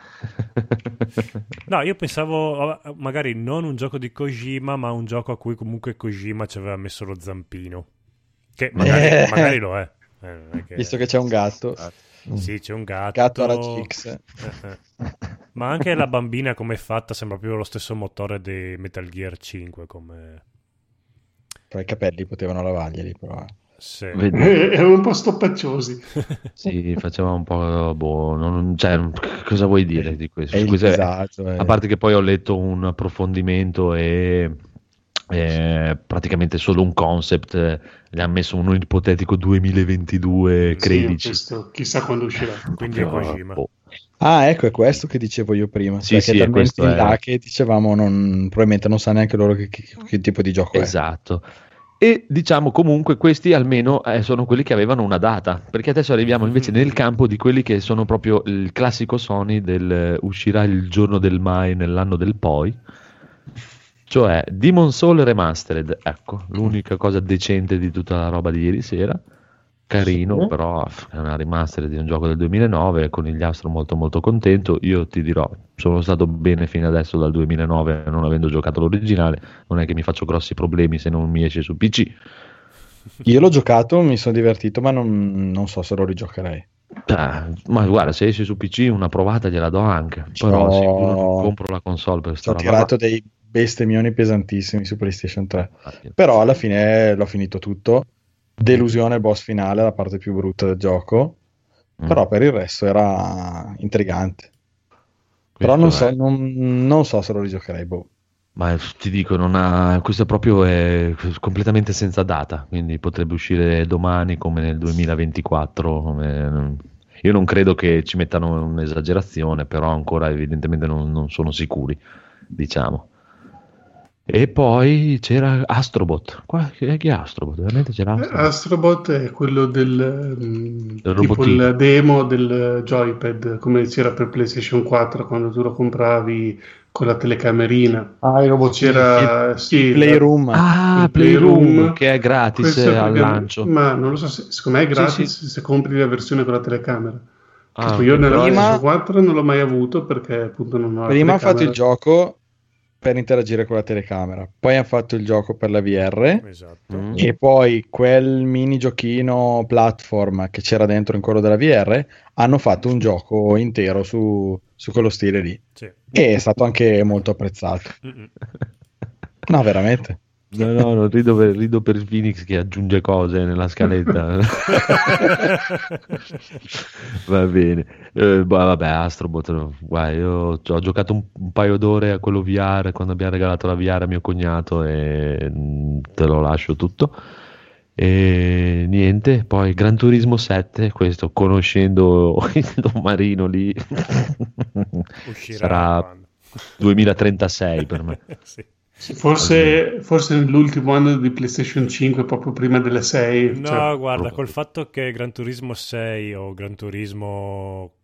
No, io pensavo magari non un gioco di Kojima, ma un gioco a cui comunque Kojima ci aveva messo lo zampino. Che magari, eh. magari lo è. Eh, non è che... Visto che c'è un gatto. Sì, c'è un gatto. Gatto a raggi X. Eh, eh. Ma anche la bambina come è fatta sembra proprio lo stesso motore di Metal Gear cinque. Come... Però i capelli potevano lavarglieli, però. Sì. Erano un po' stoppacciosi. Sì, faceva un po'. Boh, non, cioè, cosa vuoi dire di questo? Scusa, esatto, a parte che poi ho letto un approfondimento e. Eh, praticamente solo un concept eh, gli ha messo un ipotetico duemilaventidue credici sì, questo, chissà quando uscirà, quindi è Kojima. Oh. Ah, ecco, è questo che dicevo io prima, sì, sì, è questo in là è... che dicevamo non, probabilmente non sa neanche loro che, che, che tipo di gioco esatto. È. E diciamo comunque questi almeno eh, sono quelli che avevano una data, perché adesso arriviamo invece nel campo di quelli che sono proprio il classico Sony del uh, uscirà il giorno del mai nell'anno del poi. Cioè Demon Soul Remastered, ecco, l'unica cosa decente di tutta la roba di ieri sera, carino, sì. Però è una remastered di un gioco del duemilanove, con il Astro molto molto contento. Io ti dirò, sono stato bene fino adesso dal duemilanove non avendo giocato l'originale, non è che mi faccio grossi problemi se non mi esce su P C. Io l'ho giocato, mi sono divertito, ma non, non so se lo rigiocherei. Ah, ma guarda, se esce su P C una provata gliela do anche, però so... sicuro non compro la console per sta roba. Ho tirato dei bestemmioni pesantissimi su PlayStation tre, però alla fine l'ho finito tutto. Delusione il boss finale, la parte più brutta del gioco, mm. però per il resto era intrigante. Questo però non so, non, non so se lo rigiocherei, boh. Ma ti dico, non ha, questo proprio è completamente senza data, quindi potrebbe uscire domani come nel duemilaventiquattro. Come... Io non credo che ci mettano un'esagerazione, però ancora evidentemente non, non sono sicuri, diciamo. E poi c'era Astrobot. Qua, chi è Astrobot? Veramente c'era Astrobot? Astrobot è quello del, del tipo il demo del joypad, come c'era per PlayStation quattro quando tu lo compravi con la telecamerina. Ah, il robot c'era il, sì, Playroom. Ah, il Playroom, Playroom che è gratis è al lancio. Ma non lo so, se, secondo me è gratis sì, sì. se compri la versione con la telecamera. Ah, io nella prima... PlayStation quattro non l'ho mai avuto perché appunto non ho la prima ha fatto il gioco per interagire con la telecamera, poi hanno fatto il gioco per la V R, esatto. mm. e poi quel mini giochino platform che c'era dentro in quello della V R hanno fatto un gioco intero su, su quello stile lì, sì. E è stato anche molto apprezzato. Mm-mm. No, veramente. No, no, no, rido per, rido per Phoenix che aggiunge cose nella scaletta. Va bene. Eh, bah, vabbè, Astrobot, guarda, io ho giocato un, un paio d'ore a quello V R quando abbiamo regalato la V R a mio cognato e mh, te lo lascio tutto. E niente, poi Gran Turismo sette, questo conoscendo il marino lì uscirà sarà quando? duemilatrentasei per me. Sì. Forse, forse nell'ultimo anno di PlayStation cinque, proprio prima delle sei. No, cioè... guarda, col fatto che Gran Turismo sei o Gran Turismo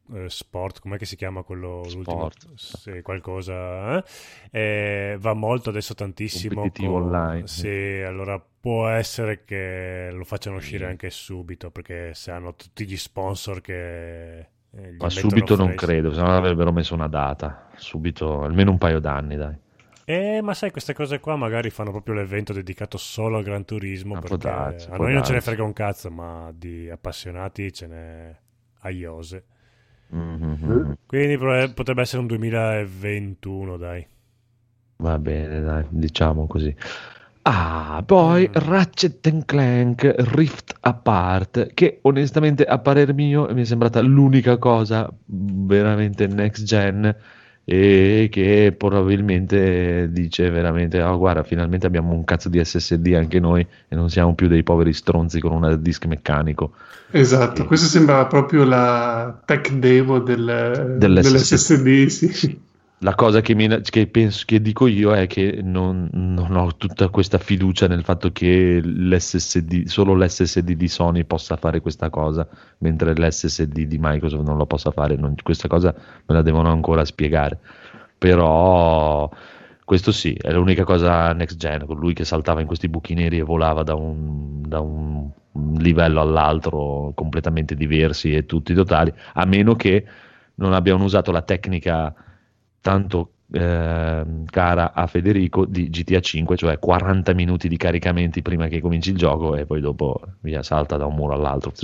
eh, Sport, com'è che si chiama quello Sport. l'ultimo? Sì, qualcosa eh? Eh, va molto adesso tantissimo competitivo con... online. Sì, allora può essere che lo facciano uscire anche subito, perché se hanno tutti gli sponsor che eh, gli Ma mettono subito non freschi. credo, se no avrebbero messo una data, subito, almeno un paio d'anni, dai. Eh, ma sai, queste cose qua magari fanno proprio l'evento dedicato solo al Gran Turismo, Ma può perché darsi, a può noi non ce ne darsi. frega un cazzo, ma di appassionati ce n'è a iose. Mm-hmm. Quindi pro- potrebbe essere un duemilaventuno, dai. Va bene, dai, diciamo così. Ah, poi Mm. Ratchet and Clank Rift Apart, che onestamente a parer mio mi è sembrata l'unica cosa veramente next gen e che probabilmente dice veramente, oh guarda, finalmente abbiamo un cazzo di S S D anche noi e non siamo più dei poveri stronzi con un hard disk meccanico. Esatto, E- questa sembrava proprio la tech demo del, Dell'S S D. dell'S S D, sì. La cosa che, mi, che penso che dico io è che non, non ho tutta questa fiducia nel fatto che l'S S D, solo l'S S D di Sony possa fare questa cosa, mentre l'S S D di Microsoft non lo possa fare. Non- questa cosa me la devono ancora spiegare. Però questo sì, è l'unica cosa next gen, con lui che saltava in questi buchi neri e volava da un, da un livello all'altro completamente diversi e tutti totali, a meno che non abbiano usato la tecnica tanto eh, cara a Federico di G T A cinque, cioè quaranta minuti di caricamenti prima che cominci il gioco e poi dopo via, salta da un muro all'altro,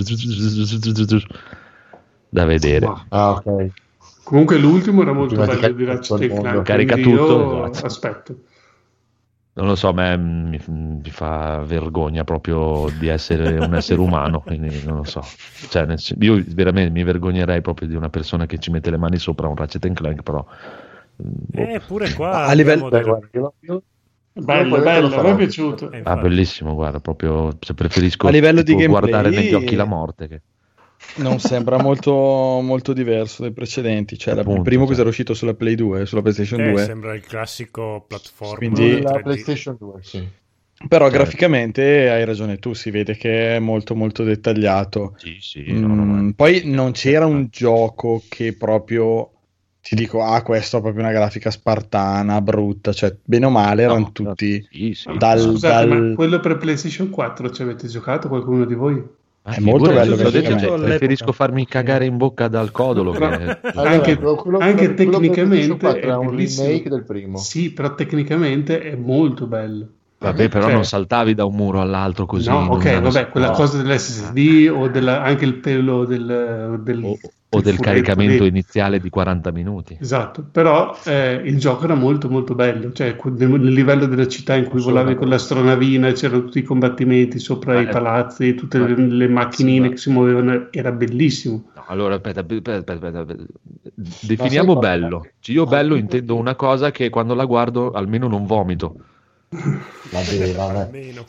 da vedere. Ah, ok. Comunque l'ultimo era molto Prima di bello di caricare Ratchet tutto il and Clank, mondo. Carica quindi tutto, io esatto. aspetto. Non lo so, a me mi, mi fa vergogna proprio di essere un essere umano, quindi non lo so. Cioè, nel sen- io veramente mi vergognerei proprio di una persona che ci mette le mani sopra un Ratchet and Clank, però boh. Eh, pure qua A livello- abbiamo Beh, delle- guarda, io- io- Bello, io bello, lo a farò. me è piaciuto. Eh, Ah, infatti. bellissimo, guarda, proprio se preferisco A livello di tipo, gameplay- guardare negli occhi la morte che... Non sembra molto, molto diverso dai precedenti. Cioè, la- il Appunto, primo cioè. che era uscito sulla Play due, sulla PlayStation Eh, due. sembra il classico platform Quindi- la tre D. PlayStation due, sì. Però Certo. graficamente hai ragione tu, si vede che è molto molto dettagliato. Sì, sì, Mm, no, no, ma- poi non c'era un gioco che proprio ti dico, ah, questo ha proprio una grafica spartana, brutta, cioè bene o male erano No, tutti sì, sì. dal, Scusate, dal- ma quello per PlayStation quattro ci avete giocato qualcuno di voi? Ah, È molto figurati, bello te l'ho detto, graficamente. cioè, preferisco All'epoca. farmi cagare in bocca dal codolo Però- che... Allora, Anche- quello- quello- anche quello per tecnicamente PlayStation quattro è era un bellissimo. remake del primo. Sì, però tecnicamente è molto bello. Vabbè, però Cioè- non saltavi da un muro all'altro così. no, in ok, una- vabbè, quella no. cosa dell'S S D o della- anche il pelo del, del, O, o del furetto caricamento lì. iniziale di quaranta minuti. Esatto, però eh, il gioco era molto molto bello, cioè que- nel, nel livello della città in cui volavi con l'astronavina, c'erano tutti i combattimenti sopra Ma i è- palazzi, tutte ma- le, le macchinine sì, ma- che si muovevano, era bellissimo. No, allora, aspetta, aspetta, aspetta, aspetta. Ma Definiamo sai cosa? bello. Io bello intendo una cosa che quando la guardo almeno non vomito. Vabbè, vabbè. Almeno.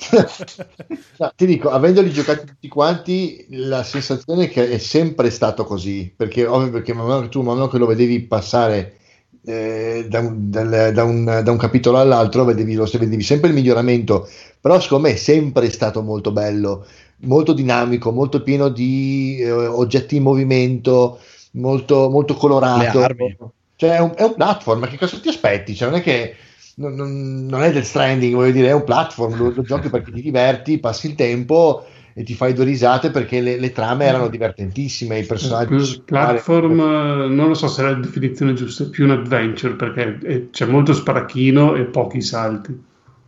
No, ti dico, avendoli giocati tutti quanti, la sensazione è che è sempre stato così, perché ovvio perché man mano che tu man mano che lo vedevi passare eh, da, un, dal- da un, da un capitolo all'altro, vedevi, lo, vedevi sempre il miglioramento, però secondo me è sempre stato molto bello, molto dinamico, molto pieno di eh, oggetti in movimento, molto, molto colorato. Le armi. Cioè è un, è un platform, ma che cosa ti aspetti? Cioè, non è che non, non- non è del Stranding, voglio dire, è un platform, lo, lo giochi perché ti diverti, passi il tempo e ti fai due risate perché le, le trame erano divertentissime, i personaggi Più platform, eh, non lo so se è la definizione giusta, è più un adventure perché eh, c'è molto sparacchino e pochi salti.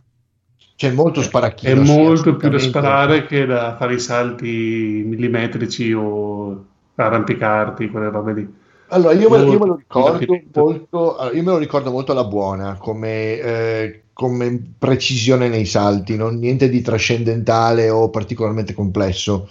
c'è molto sparacchino, È sì, molto più da assolutamente. sparare che da fare i salti millimetrici o arrampicarti, quelle robe lì. Allora, io me, io me lo Molto ricordo divertimento. molto, allora, io me lo ricordo molto alla buona, come, eh, come precisione nei salti, non niente di trascendentale o particolarmente complesso.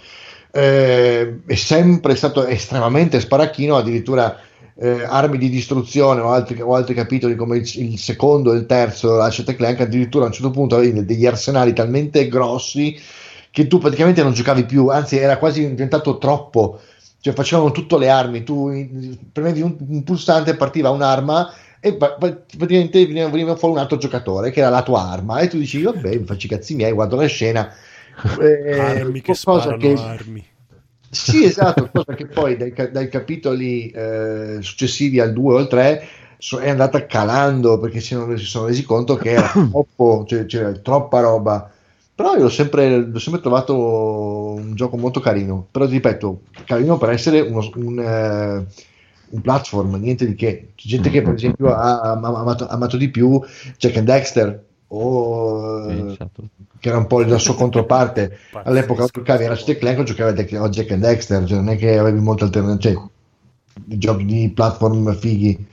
Eh, è sempre stato estremamente sparacchino, addirittura eh, armi di distruzione o altri, o altri capitoli come il, il secondo e il terzo, Ratchet and Clank, addirittura a un certo punto avevi degli arsenali talmente grossi che tu praticamente non giocavi più, anzi era quasi diventato troppo. Cioè facevano tutte le armi, tu in- premevi un, un pulsante, partiva un'arma e pa- pa- praticamente veniva, veniva fuori un altro giocatore che era la tua arma e tu dici vabbè mi faccio i cazzi miei, guardo la scena. Eh, Armi che cosa sparano che- armi. Sì, esatto, cosa che poi dai, ca- dai capitoli eh, successivi al due o al tre so- è andata calando perché si, non- si sono resi conto che era troppo, cioè, c'era troppa roba. Però io l'ho sempre, l'ho sempre trovato un gioco molto carino. Però ti ripeto, carino per essere uno- un, eh, un platform, niente di che. C'è gente che per esempio ha, ha amato, amato di più Jack and Dexter o Sì, eh, esatto. che era un po' la sua controparte. All'epoca giocavi a Ratchet and Clank o giocavi a Jack- a Jack and Dexter, cioè non è che avevi molte alternative, cioè, giochi di platform fighi.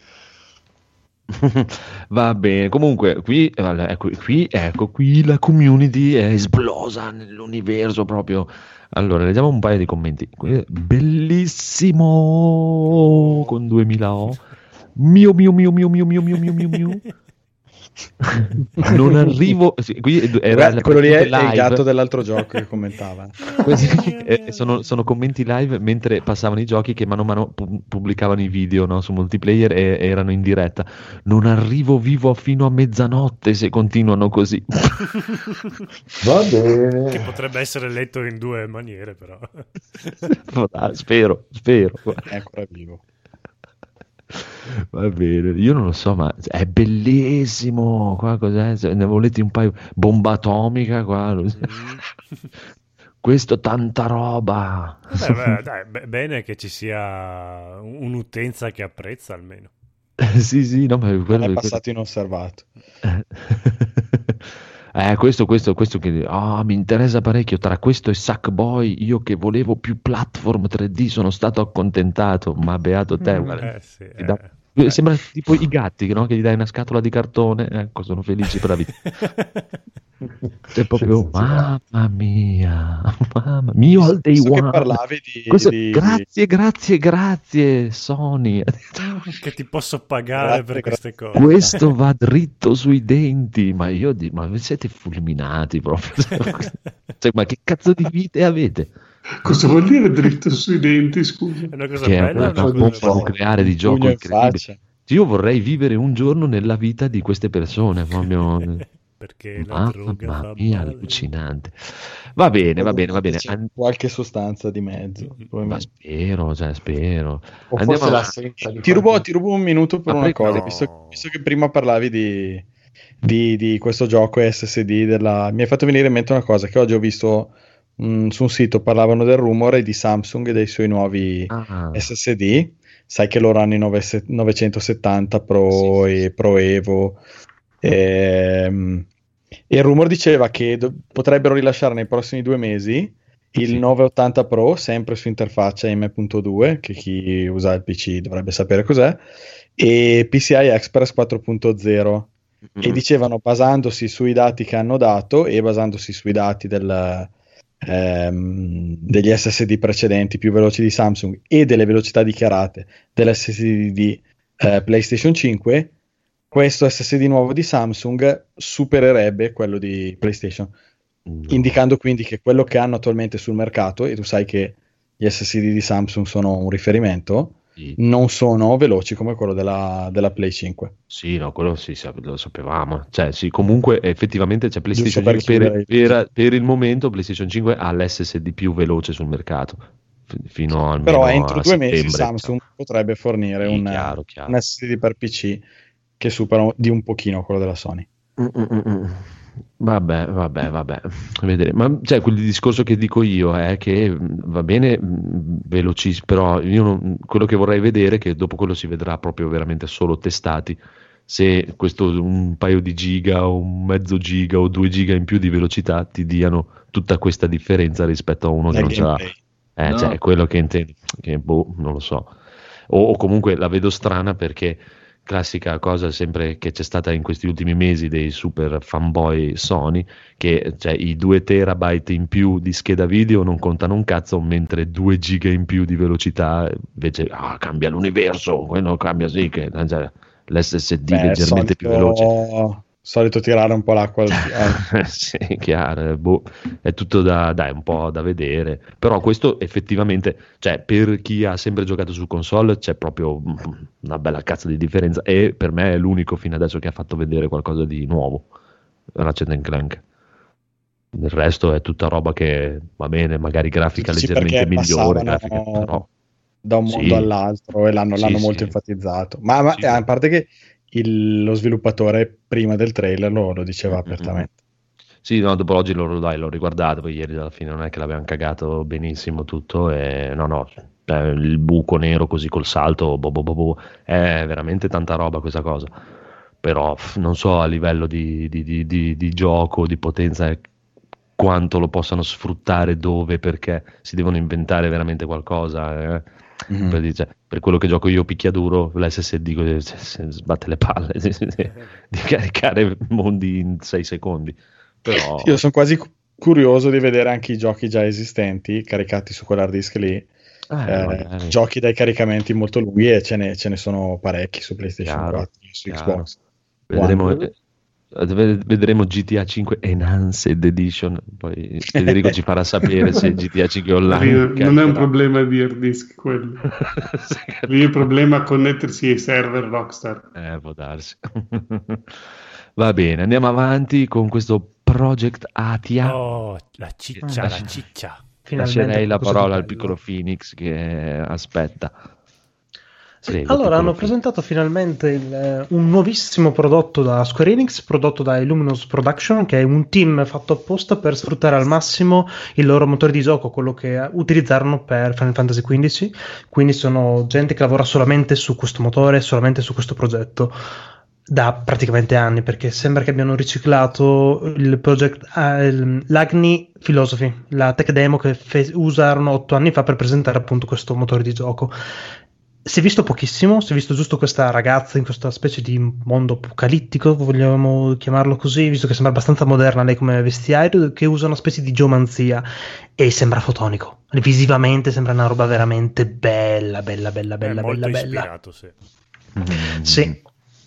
Va bene, comunque qui, eh, ecco, qui, ecco, qui la community è esplosa nell'universo proprio. Allora, leggiamo un paio di commenti. Qui- Bellissimo con duemila O. Mio mio mio mio mio mio mio mio mio mio. Non arrivo. Sì, qui era Guarda, quello lì è, live. è il gatto dell'altro gioco che commentava. Questi, eh, sono, sono commenti live mentre passavano i giochi che mano a mano pu- pubblicavano i video, no, su multiplayer e, e erano in diretta. Non arrivo vivo fino a mezzanotte se continuano così. Va bene. Che potrebbe essere letto in due maniere, però. Ah, spero, spero. È ancora vivo. Va bene, io non lo so, ma è bellissimo. Qua cos'è? Se ne volete un paio? Bomba atomica qua. Mm. Questo tanta roba. Beh, beh, dai, be- bene che ci sia un'utenza che apprezza almeno. Sì, sì, no, ma quello Non è passato inosservato. Eh, questo, questo, questo che ah, mi interessa parecchio. Tra questo e Sackboy, io che volevo più platform tre D sono stato accontentato. Ma beato te, Mm, guarda. eh, sì, Ti dà- eh. Sembra tipo i gatti, no? Che gli dai una scatola di cartone. Ecco, sono felici per la vita. È proprio, mamma mia, mamma mio al day Visto che one. parlavi di, Questo- di- grazie, grazie, grazie, Sony. Che ti posso pagare Grazie, per grazie. queste cose. Questo va dritto sui denti, ma io dico, ma siete fulminati proprio. Cioè, ma che cazzo di vite avete? Cosa vuol dire dritto sui denti, scusa? È una cosa Che è bella, una, è una una cosa bomba nucleare di gioco pugno in incredibile. faccia. Io vorrei vivere un giorno nella vita di queste persone, proprio. perché la droga Mamma fa mia, male. allucinante. Va bene, va bene, va bene. C'è An- qualche sostanza di mezzo. ma probabilmente. spero, cioè, spero. O Andiamo forse avanti. l'assenza di Ti rubo, qualche- ti rubo un minuto per Ma una prego. cosa, No. visto, visto che prima parlavi di, di, di questo gioco S S D, della... mi hai fatto venire in mente una cosa che oggi ho visto mh, su un sito, parlavano del rumore di Samsung e dei suoi nuovi Ah, S S D. Sai che loro hanno i nove- novecentosettanta Pro Sì, sì, sì. e Pro Evo. Ehm, E il rumor diceva che do- potrebbero rilasciare nei prossimi due mesi il Sì. novecentottanta Pro, sempre su interfaccia M punto due, che chi usa il P C dovrebbe sapere cos'è, e P C I Express quattro punto zero. E dicevano, basandosi sui dati che hanno dato e basandosi sui dati del, ehm, degli S S D precedenti più veloci di Samsung e delle velocità dichiarate dell'S S D di eh, PlayStation cinque, questo S S D nuovo di Samsung supererebbe quello di PlayStation, No. indicando quindi che quello che hanno attualmente sul mercato, e tu sai che gli S S D di Samsung sono un riferimento, Sì. non sono veloci come quello della, della Play cinque. Sì, no, quello sì, sa- lo sapevamo. Cioè, sì, comunque effettivamente c'è PlayStation Giusto per cinque per, chiudere il- per- per il momento PlayStation cinque ha l'S S D più veloce sul mercato. F- fino almeno Però entro a due mesi settembre, Samsung potrebbe fornire Sì, un, chiaro, chiaro. un S S D per P C che supera di un pochino quello della Sony. Mm, mm, mm, mm. Vabbè, vabbè, vabbè. Vedere. Ma cioè, quel discorso che dico io è che mh, va bene, mh, velocissimo, però io non- quello che vorrei vedere è che dopo quello si vedrà proprio veramente solo testati. Se questo un paio di giga o un mezzo giga o due giga in più di velocità ti diano tutta questa differenza rispetto a uno che Nel non ce l'ha. gameplay. Eh, No. cioè, è quello che intendo, che boh, non lo so. O, o comunque la vedo strana perché classica cosa sempre che c'è stata in questi ultimi mesi dei super fanboy Sony, che cioè, i due terabyte in più di scheda video non contano un cazzo, mentre due giga in più di velocità invece ah, cambia l'universo, quello cambia sì, che cioè, l'S S D Beh, leggermente più veloce. solito, solito tirare un po' l'acqua al al- Sì, chiaro, boh, è tutto da, dai, un po' da vedere, però questo effettivamente, cioè, per chi ha sempre giocato su console c'è proprio mm, una bella cazzo di differenza e per me è l'unico fino adesso che ha fatto vedere qualcosa di nuovo, Ratchet and Clank. Il resto è tutta roba che va bene, magari grafica Sì, leggermente perché migliore, passavano grafica, però da un mondo sì. all'altro e l'hanno, Sì, l'hanno sì. molto enfatizzato. Ma, ma Sì, eh, sì. a parte che il- lo sviluppatore prima del trailer lo, lo diceva Mm-mm. apertamente. Sì, no, dopo oggi loro dai, l'ho riguardato, poi ieri alla fine non è che l'avevano cagato benissimo tutto e no, no, eh, il buco nero così col salto, boh, boh, boh, boh, è veramente tanta roba questa cosa, però pff, non so a livello di, di- di- di- di gioco, di potenza, eh, quanto lo possano sfruttare, dove, perché si devono inventare veramente qualcosa, eh. Mhm. Per, dire, cioè, per quello che gioco io picchiaduro, l'S S D eh, se- se sbatte le palle di caricare mondi in sei secondi. Però Io sono quasi cu- curioso di vedere anche i giochi già esistenti caricati su quell'hard disk lì. eh, Eh, magari, giochi dai caricamenti molto lunghi e ce ne, ce ne sono parecchi su PlayStation chiaro, quattro, su chiaro. Xbox Vedremo, One. eh, ved- vedremo G T A cinque Enhanced Edition, poi Federico ci farà sapere se G T A cinque Online Io- non è un caricherà. problema di hard disk quello. Sì, Lì il problema è connettersi ai server Rockstar. eh, può darsi. Va bene, andiamo avanti con questo Project Atia. Oh, la ciccia, Ah, la ciccia. Finalmente Lascerei la qualcosa di parola al bello. piccolo Phoenix che aspetta. Sì, Prego, allora piccolo hanno Phoenix. presentato finalmente il, eh, un nuovissimo prodotto da Square Enix, prodotto da Illuminous Production, che è un team fatto apposta per sfruttare al massimo il loro motore di gioco, quello che utilizzarono per Final Fantasy quindici. Quindi sono gente che lavora solamente su questo motore, solamente su questo progetto da praticamente anni, perché sembra che abbiano riciclato il project eh, il- l'Agni Philosophy, la tech demo che fe- usarono otto anni fa per presentare appunto questo motore di gioco. Si è visto pochissimo, si è visto giusto questa ragazza in questa specie di mondo apocalittico, vogliamo chiamarlo così, visto che sembra abbastanza moderna lei come vestiario, che usa una specie di geomanzia e sembra fotonico. Visivamente sembra una roba veramente bella, bella, bella, bella, è molto bella, bella. ispirato, sì. Mm. Sì.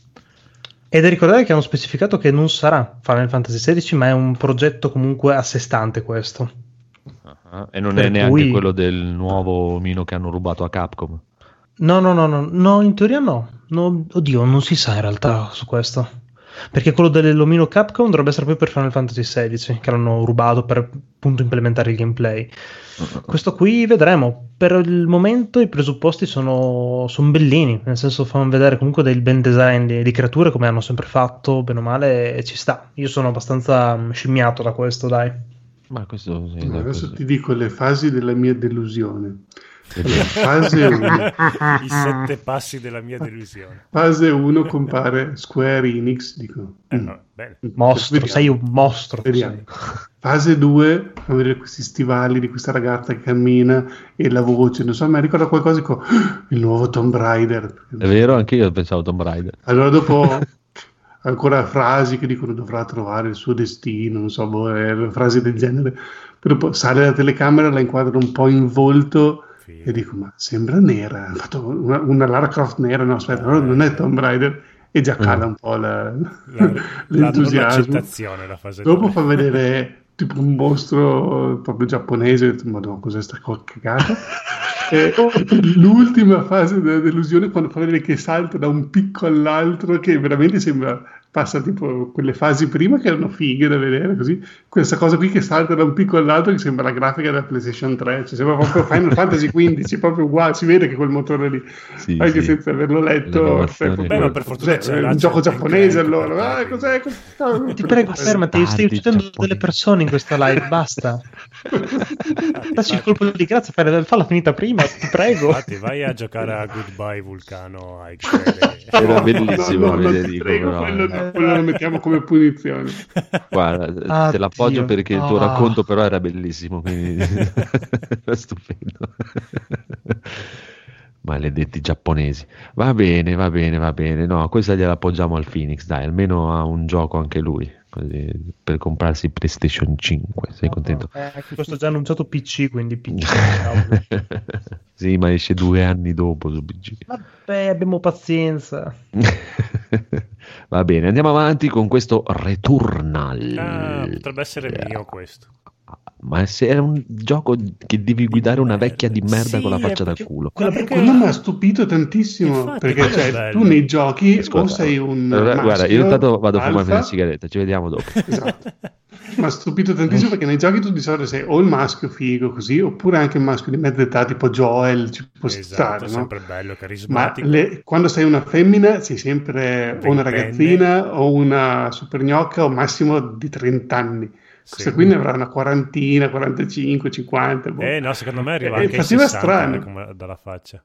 Ed è ricordare che hanno specificato che non sarà Final Fantasy sedici, ma è un progetto comunque a sé stante questo. Ah, e non Per è neanche cui- quello del nuovo omino che hanno rubato a Capcom. No, no, no, no, no, in teoria no. No, oddio, non si sa in realtà su questo. Perché quello dell'omino Capcom dovrebbe essere poi per Final Fantasy sedici, che l'hanno rubato per appunto implementare il gameplay. Questo qui vedremo. Per il momento i presupposti sono, sono bellini, nel senso fanno vedere comunque del ben design di, di creature come hanno sempre fatto, bene o male, e ci sta. Io sono abbastanza mm, scimmiato da questo, dai. Ma questo sì, Ma dai, adesso così. ti dico le fasi della mia delusione. Allora, fase uno. I sette passi della mia delusione. Fase uno compare Square Enix, dico. Eh, mm. no, bene. Mostro, Vediamo. sei un mostro. tu Vediamo. sei. Fase due, fa vedere questi stivali di questa ragazza che cammina e la voce, non so, mi ricorda qualcosa, dico, "Ah, il nuovo Tomb Raider." È vero, anche io pensavo Tomb Raider. Allora dopo ancora frasi che dicono dovrà trovare il suo destino, non so, boh, eh, frasi del genere. Però poi sale la telecamera, la inquadra un po' in volto Figo. e dico, ma sembra nera, ha fatto una, una Lara Croft nera, no aspetta, allora non è Tomb Raider, e già cala un po' la- La, la non l'entusiasmo. accettazione, la fase Dopo tre. fa vedere tipo un mostro proprio giapponese, ho detto, madonna, cos'è sta co- cagata? E l'ultima fase della delusione, quando fa vedere che salta da un picco all'altro, che veramente sembra, passa tipo quelle fasi prima che erano fighe da vedere, così, questa cosa qui che salta da un picco all'altro che sembra la grafica della PlayStation tre, cioè sembra proprio Final Fantasy quindici, proprio uguale, si vede che quel motore lì, Sì, anche sì. senza averlo letto, L'innovazione. cioè, Beh, ma per fortuna cos'è, c'era un gioco Ratchet giapponese and Clank allora, per ah, cos'è questo? Ti prego, fermati, stai Tardi, uccidendo giapponesi. delle persone in questa live, basta. Dacci il colpo di grazia, fai- falla finita prima, ti prego. Infatti, vai a giocare a Goodbye Vulcano a X L. Era No, bellissimo, no, no, no, ti Federico, prego, però, quello, eh. quello lo mettiamo come punizione. Guarda, te l'appoggio Addio. perché il tuo Ah. racconto però era bellissimo, quindi era stupendo. Maledetti giapponesi. Va bene, va bene, va bene. No, questa gliela appoggiamo al Phoenix, dai, almeno ha un gioco anche lui, così, per comprarsi PlayStation cinque. Sei contento? Eh, questo già annunciato P C, quindi P C. Sì, ma esce due anni dopo su P C. Vabbè, abbiamo pazienza. Va bene, andiamo avanti con questo Returnal. Ah, potrebbe essere mio questo. Ma se è un gioco che devi guidare una vecchia di merda Sì, con la faccia è da perché- culo. Quella, perché- quello mi ha stupito tantissimo, Infatti, perché quello è cioè, bello. tu nei giochi o Ascolta, sei un allora, guarda, io maschio, intanto vado a fumarmi alfa, una sigaretta, ci vediamo dopo. esatto. Mi ha stupito tantissimo perché nei giochi tu di solito sei o il maschio figo così, oppure anche il maschio di mezza età tipo Joel, ci può Esatto, stare, no? sempre bello, Ma carismatico. le- quando sei una femmina sei sempre o una Ventenne. ragazzina o una super gnocca o massimo di trenta anni. Questa Sì. qui ne avrà una quarantina, quarantacinque, cinquanta. boh. Eh no, secondo me arriva Eh, anche ai faceva sessanta strano. eh, come- dalla faccia.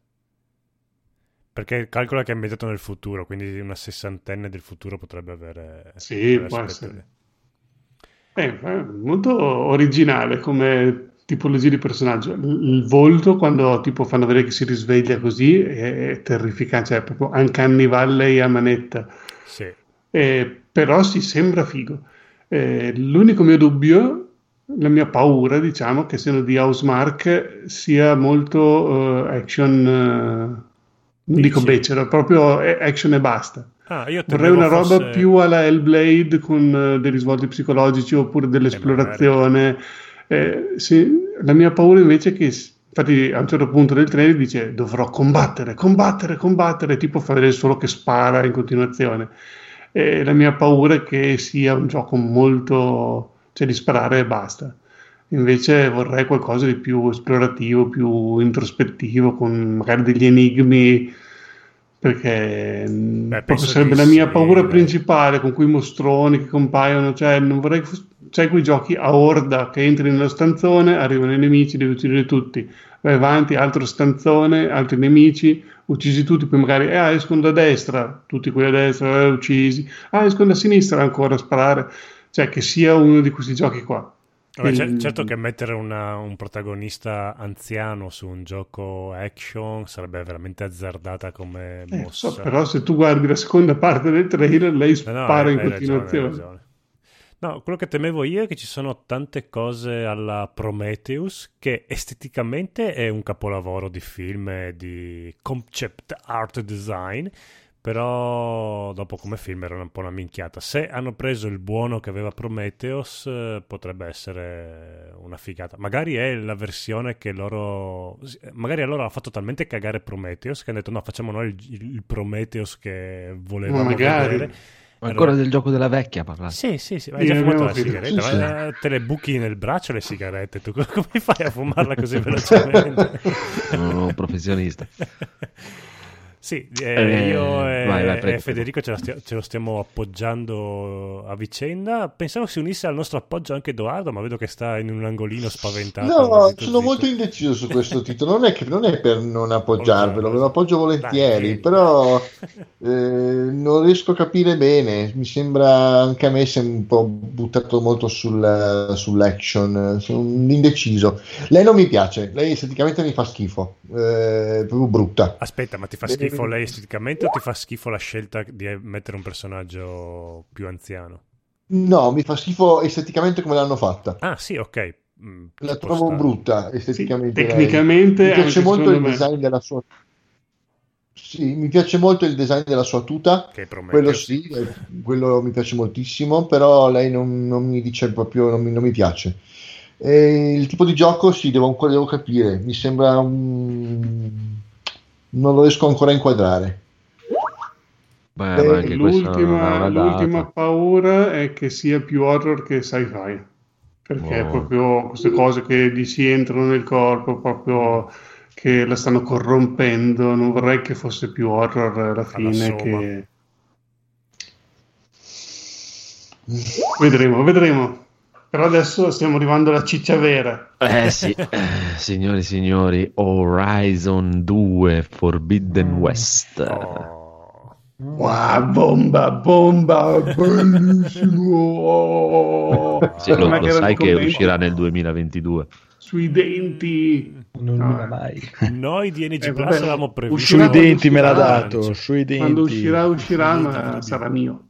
Perché calcola che è ambientato nel futuro, quindi una sessantenne del futuro potrebbe avere... Sì, avere può aspetto essere. lì. Eh, eh, molto originale come tipologia di personaggio. Il, il volto, quando tipo fanno vedere che si risveglia così, è, è terrificante, cioè è proprio Uncanny Valley a manetta. Sì. Eh, però si sembra figo. Eh, l'unico mio dubbio, la mia paura, diciamo, che essendo di Housemarque sia molto eh, action, eh, non dico Dici? becero, proprio eh, action e basta. Ah, io Vorrei temevo una roba fosse- più alla Hellblade con eh, dei risvolti psicologici oppure dell'esplorazione. Eh, sì, la mia paura invece è che, infatti, a un certo punto del trailer dice dovrò combattere, combattere, combattere, tipo fa vedere solo che spara in continuazione. E la mia paura è che sia un gioco molto, cioè di sparare e basta. Invece vorrei qualcosa di più esplorativo, più introspettivo, con magari degli enigmi, perché mh, Beh, proprio penso sarebbe che la mia sì, paura dai. principale, con quei mostroni che compaiono, cioè non vorrei che fosse, sai, quei giochi a horda che entri nello stanzone, arrivano i nemici, devi uccidere tutti, vai avanti, altro stanzone, altri nemici, uccisi tutti, poi magari eh, ah, escono da destra, tutti quelli a destra, eh, uccisi, ah, escono da sinistra, ancora a sparare, cioè che sia uno di questi giochi qua. Vabbè, cer- Il- certo che mettere una- un protagonista anziano su un gioco action sarebbe veramente azzardata come Eh, mossa. so, però se tu guardi la seconda parte del trailer, lei No, no, spara hai- in hai ragione, continuazione. hai ragione. No, quello che temevo io è che ci sono tante cose alla Prometheus che esteticamente è un capolavoro di film e di concept art design, però dopo come film era un po' una minchiata. Se hanno preso il buono che aveva Prometheus, eh, potrebbe essere una figata. Magari è la versione che loro... Magari a loro ha fatto talmente cagare Prometheus che hanno detto no, facciamo noi il, il Prometheus che volevamo Ma magari. vedere. Ma ancora Allora- del gioco della vecchia parlate? Sì, sì, sì, hai Sì, già fumato abbiamo la finito. sigaretta, Sì, ma, eh, te le buchi nel braccio le sigarette, tu come fai a fumarla così velocemente? Sono un professionista. Sì, eh, Eh, io e, vai, vai, prego, e Federico ce, la stia- ce lo stiamo appoggiando a vicenda. Pensavo si unisse al nostro appoggio anche Edoardo, ma vedo che sta in un angolino spaventato. No, zitto, sono zitto. molto indeciso su questo titolo. Non è, che, non è per non appoggiarvelo, ve lo appoggio Dai, volentieri, tieni. però eh, non riesco a capire bene. Mi sembra anche a me sembra un po' buttato molto sul, sull'action. Sono un indeciso. Lei non mi piace, lei esteticamente mi fa schifo, eh, è proprio brutta. Aspetta, ma ti fa schifo lei esteticamente o ti fa schifo la scelta di mettere un personaggio più anziano? No, mi fa schifo esteticamente come l'hanno fatta. Ah, sì, ok. Mm, La può trovo stare. brutta esteticamente. Sì, lei. tecnicamente mi anche piace molto secondo il me. design della sua. Sì, mi piace molto il design della sua tuta. Che Prometheus. Quello sì, eh, quello mi piace moltissimo, però lei non, non mi dice proprio, non mi, non mi piace. E il tipo di gioco sì, devo ancora devo capire. Mi sembra un... non lo riesco ancora a inquadrare. Beh, Eh, ma anche questo non ha L'ultima, una l'ultima data. paura è che sia più horror che sci-fi, perché è Oh. proprio queste cose che gli si entrano nel corpo, proprio che la stanno corrompendo. Non vorrei che fosse più horror alla fine. Soma. Che... Vedremo, vedremo. Però adesso stiamo arrivando alla ciccia vera. Eh sì, eh, signori e signori, Horizon due Forbidden West. Oh. Wow, bomba, bomba, bellissimo. Sì, lo, Ma lo che erano sai i che commenti uscirà nel duemilaventidue. sui denti. Non Ah. luna mai. Noi di N G Eh, Plus vabbè, avevamo previsto... uscirà Sui denti me l'ha uscirà, dato, sui denti. Quando uscirà, uscirà, Sui ma denti. sarà mio.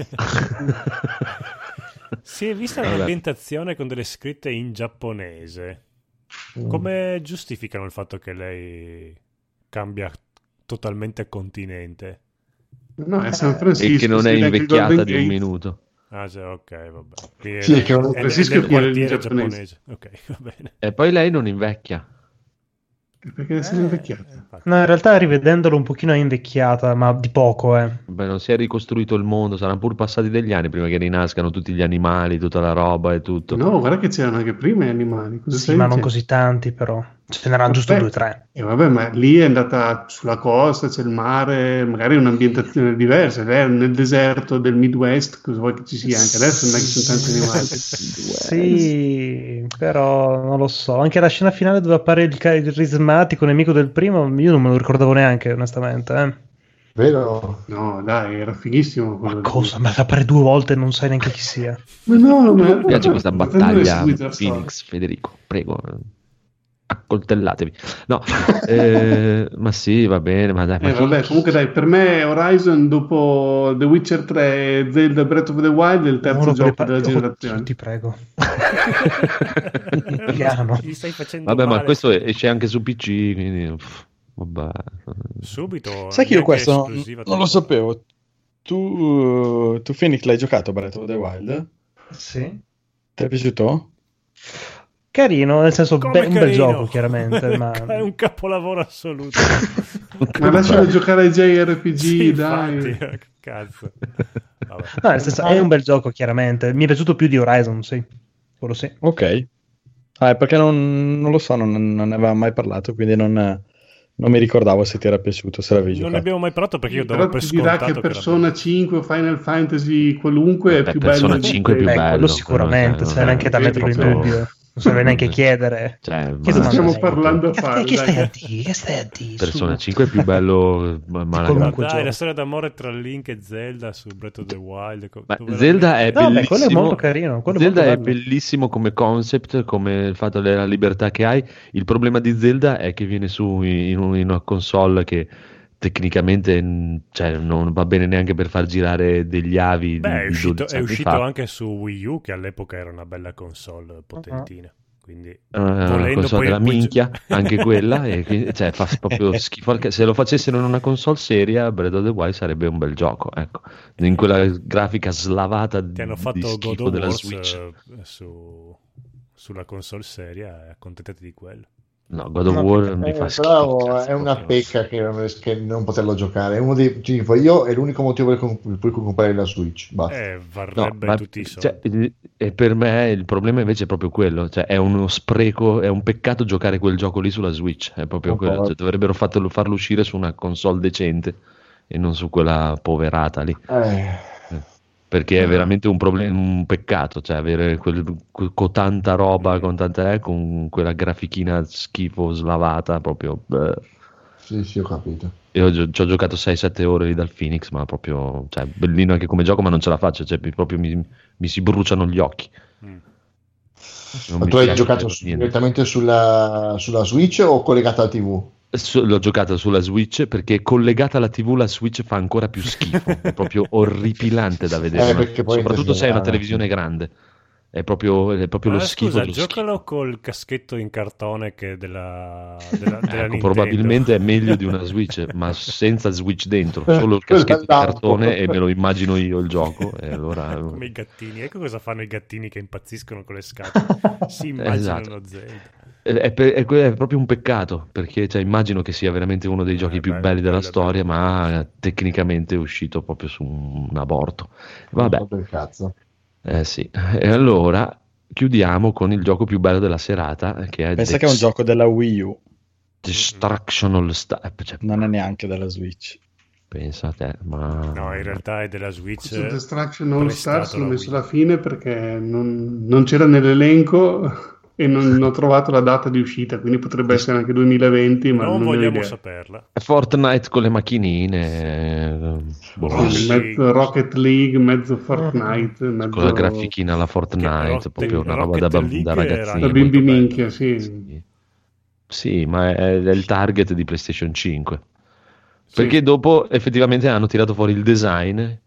Si è vista Vabbè. un'ambientazione con delle scritte in giapponese. Come giustificano il fatto che lei cambia totalmente continente? No, è San Francisco. E che non è sì, anche il invecchiata Golden di un Gate. minuto. Ah, sì, ok, vabbè. Quindi Sì, è, che non- è- è Francisco nel è pieno di quartiere giapponesi. giapponese. Ok, va bene. E poi lei non invecchia. Perché si è invecchiata. No, in realtà rivedendolo un pochino è invecchiata, ma di poco, eh. Beh, non si è ricostruito il mondo, saranno pur passati degli anni prima che rinascano tutti gli animali, tutta la roba e tutto. No, guarda che c'erano anche prima gli animali. Cosa Sì, stai ma non dicendo? così tanti, però. Ce n'erano giusto Vabbè. due o tre. E vabbè, ma lì è andata sulla costa, c'è il mare, magari un'ambientazione diversa. Lei è nel deserto del Midwest, cosa vuoi che ci sia? Anche adesso non è che ci sono tanti animali. Sì, però non lo so. Anche la scena finale dove appare il carismatico nemico del primo, io non me lo ricordavo neanche, onestamente. Eh. Vero? No, dai, era fighissimo. Ma cosa? Ma appare due volte e non sai neanche chi sia. Ma no, ma... Mi piace questa ma battaglia seguito la Phoenix, Federico, prego, accoltellatevi. No, eh, ma sì, va bene, ma dai, ma Eh, chi- vabbè, comunque dai, per me Horizon dopo The Witcher tre e Zelda Breath of the Wild è il terzo Uno gioco prepa- della Oh, generazione. ti prego. Piano. Gli stai facendo vabbè, ma male. questo esce anche su P C, quindi pff, vabbè. Subito. Sai che io neanche questo non, esclusiva non lo sapevo. Tu, tu Phoenix l'hai giocato Breath of the Wild? Sì. Ti è piaciuto? Carino, nel senso, Come be- un bel carino? gioco, chiaramente. Ma... È un capolavoro assoluto. Ma lascialo giocare ai J R P G, Sì, dai. infatti, eh, che cazzo. Vabbè. No, nel senso, è un bel gioco, chiaramente. Mi è piaciuto più di Horizon, sì. Quello sì. Ok. Ah, è perché non, non lo so, non, non ne aveva mai parlato, quindi non, non mi ricordavo se ti era piaciuto, se l'avevi Non ne giocato. abbiamo mai parlato perché io Però davo per ti dirà scontato che che Persona cinque o Final Fantasy qualunque è Beh, più Persona bello di cinque è più Beh, bello, quello sicuramente, quello, c'è neanche da vedi, metterlo in cioè- dubbio. Non serve neanche chiedere. Cioè, Che ma- domanda Stiamo sei? parlando a Che, fare, che dai. stai a dire? Che stai a dire? Persona Su. cinque è più bello, ma, ma qualunque Ma ragazzi, dai, gioco. la storia d'amore tra Link e Zelda su Breath of the Wild. co- ma dove Zelda è No, beh, quello è bellissimo. molto carino. Quello Zelda è è molto bello. bellissimo come concept, come il fatto della libertà che hai. Il problema di Zelda è che viene su in, un- in una console che tecnicamente mh, cioè, non va bene neanche per far girare degli avi Beh, di, è di uscito, dodici è anni uscito fa. anche su Wii U, che all'epoca era una bella console potentina. Quindi, Eh, una volendo console poi, della poi- minchia, anche quella, e quindi, cioè, fa proprio schifo. Anche- Se lo facessero in una console seria, Breath of the Wild sarebbe un bel gioco. Ecco, in quella grafica slavata ti hanno di fatto God schifo of della War Switch. eh, su, sulla console seria e accontentati di quello. No, God of No, War perché- mi Eh, fa schifo. però cazzo, è una proprio. pecca che non, ries- che non poterlo giocare. È uno dei ti dico, io è l'unico motivo per cui per cui comprare la Switch. Basta. Eh, No, varrebbe ma- tutti i soldi. cioè, e per me il problema invece è proprio quello, cioè è uno spreco, è un peccato giocare quel gioco lì sulla Switch, è proprio quello, Concordo. cioè, dovrebbero fatto- farlo uscire su una console decente e non su quella poverata lì, Eh, perché è veramente un problema, un peccato, cioè avere quel, quel- con tanta roba, con tanta eh, con quella grafichina schifo slavata, proprio beh. sì, sì, ho capito. Io gio- ci ho giocato sei sette ore lì dal Phoenix, ma proprio, cioè, bellino anche come gioco, ma non ce la faccio, cioè, mi- proprio mi, mi si bruciano gli occhi. Mm. Non Ma mi tu hai piace giocato per su- niente. direttamente sulla, sulla Switch o collegata alla tivù? Su- L'ho giocato sulla Switch perché collegata alla tivù la Switch fa ancora più schifo, è proprio orripilante da vedere, Eh, ma perché poi soprattutto se hai una è televisione grande, è proprio, è proprio Ma lo schifo scusa, dello schifo. giocalo col caschetto in cartone che della, della, della Ecco, Nintendo. probabilmente è meglio di una Switch, ma senza Switch dentro, solo il Quella caschetto di là. cartone e me lo immagino io il gioco, e allora... Come i gattini. Ecco cosa fanno i gattini che impazziscono con le scatole. Si immaginano Esatto. Zelda. È, è per- è que- è proprio un peccato, perché cioè, immagino che sia veramente uno dei giochi Eh, più bello, belli della bello, storia, bello. ma tecnicamente è uscito proprio su un aborto. Vabbè, Per cazzo. eh sì. E allora chiudiamo con il gioco più bello della serata, che è Pensa che è un Dex- gioco della Wii U, Destructional Step. Cioè, non è neanche della Switch. pensa a te, ma... No, in realtà è della Switch. Su Destruction All prestato Stars l'ho da messo Wii. alla fine perché non, non c'era nell'elenco e non ho trovato la data di uscita, quindi potrebbe essere anche duemilaventi, ma Non non, ne ho vogliamo idea. saperla. Fortnite con le macchinine, eh, boh, Rocket Mezzo Rocket League, mezzo Fortnite, mezzo con la grafichina alla Fortnite, Rocket- proprio una roba da, Rocket bam- da League ragazzini. era da bimbi molto bello. minchia, sì. Sì. Sì, ma è, è il target di PlayStation cinque. Perché dopo effettivamente hanno tirato fuori il design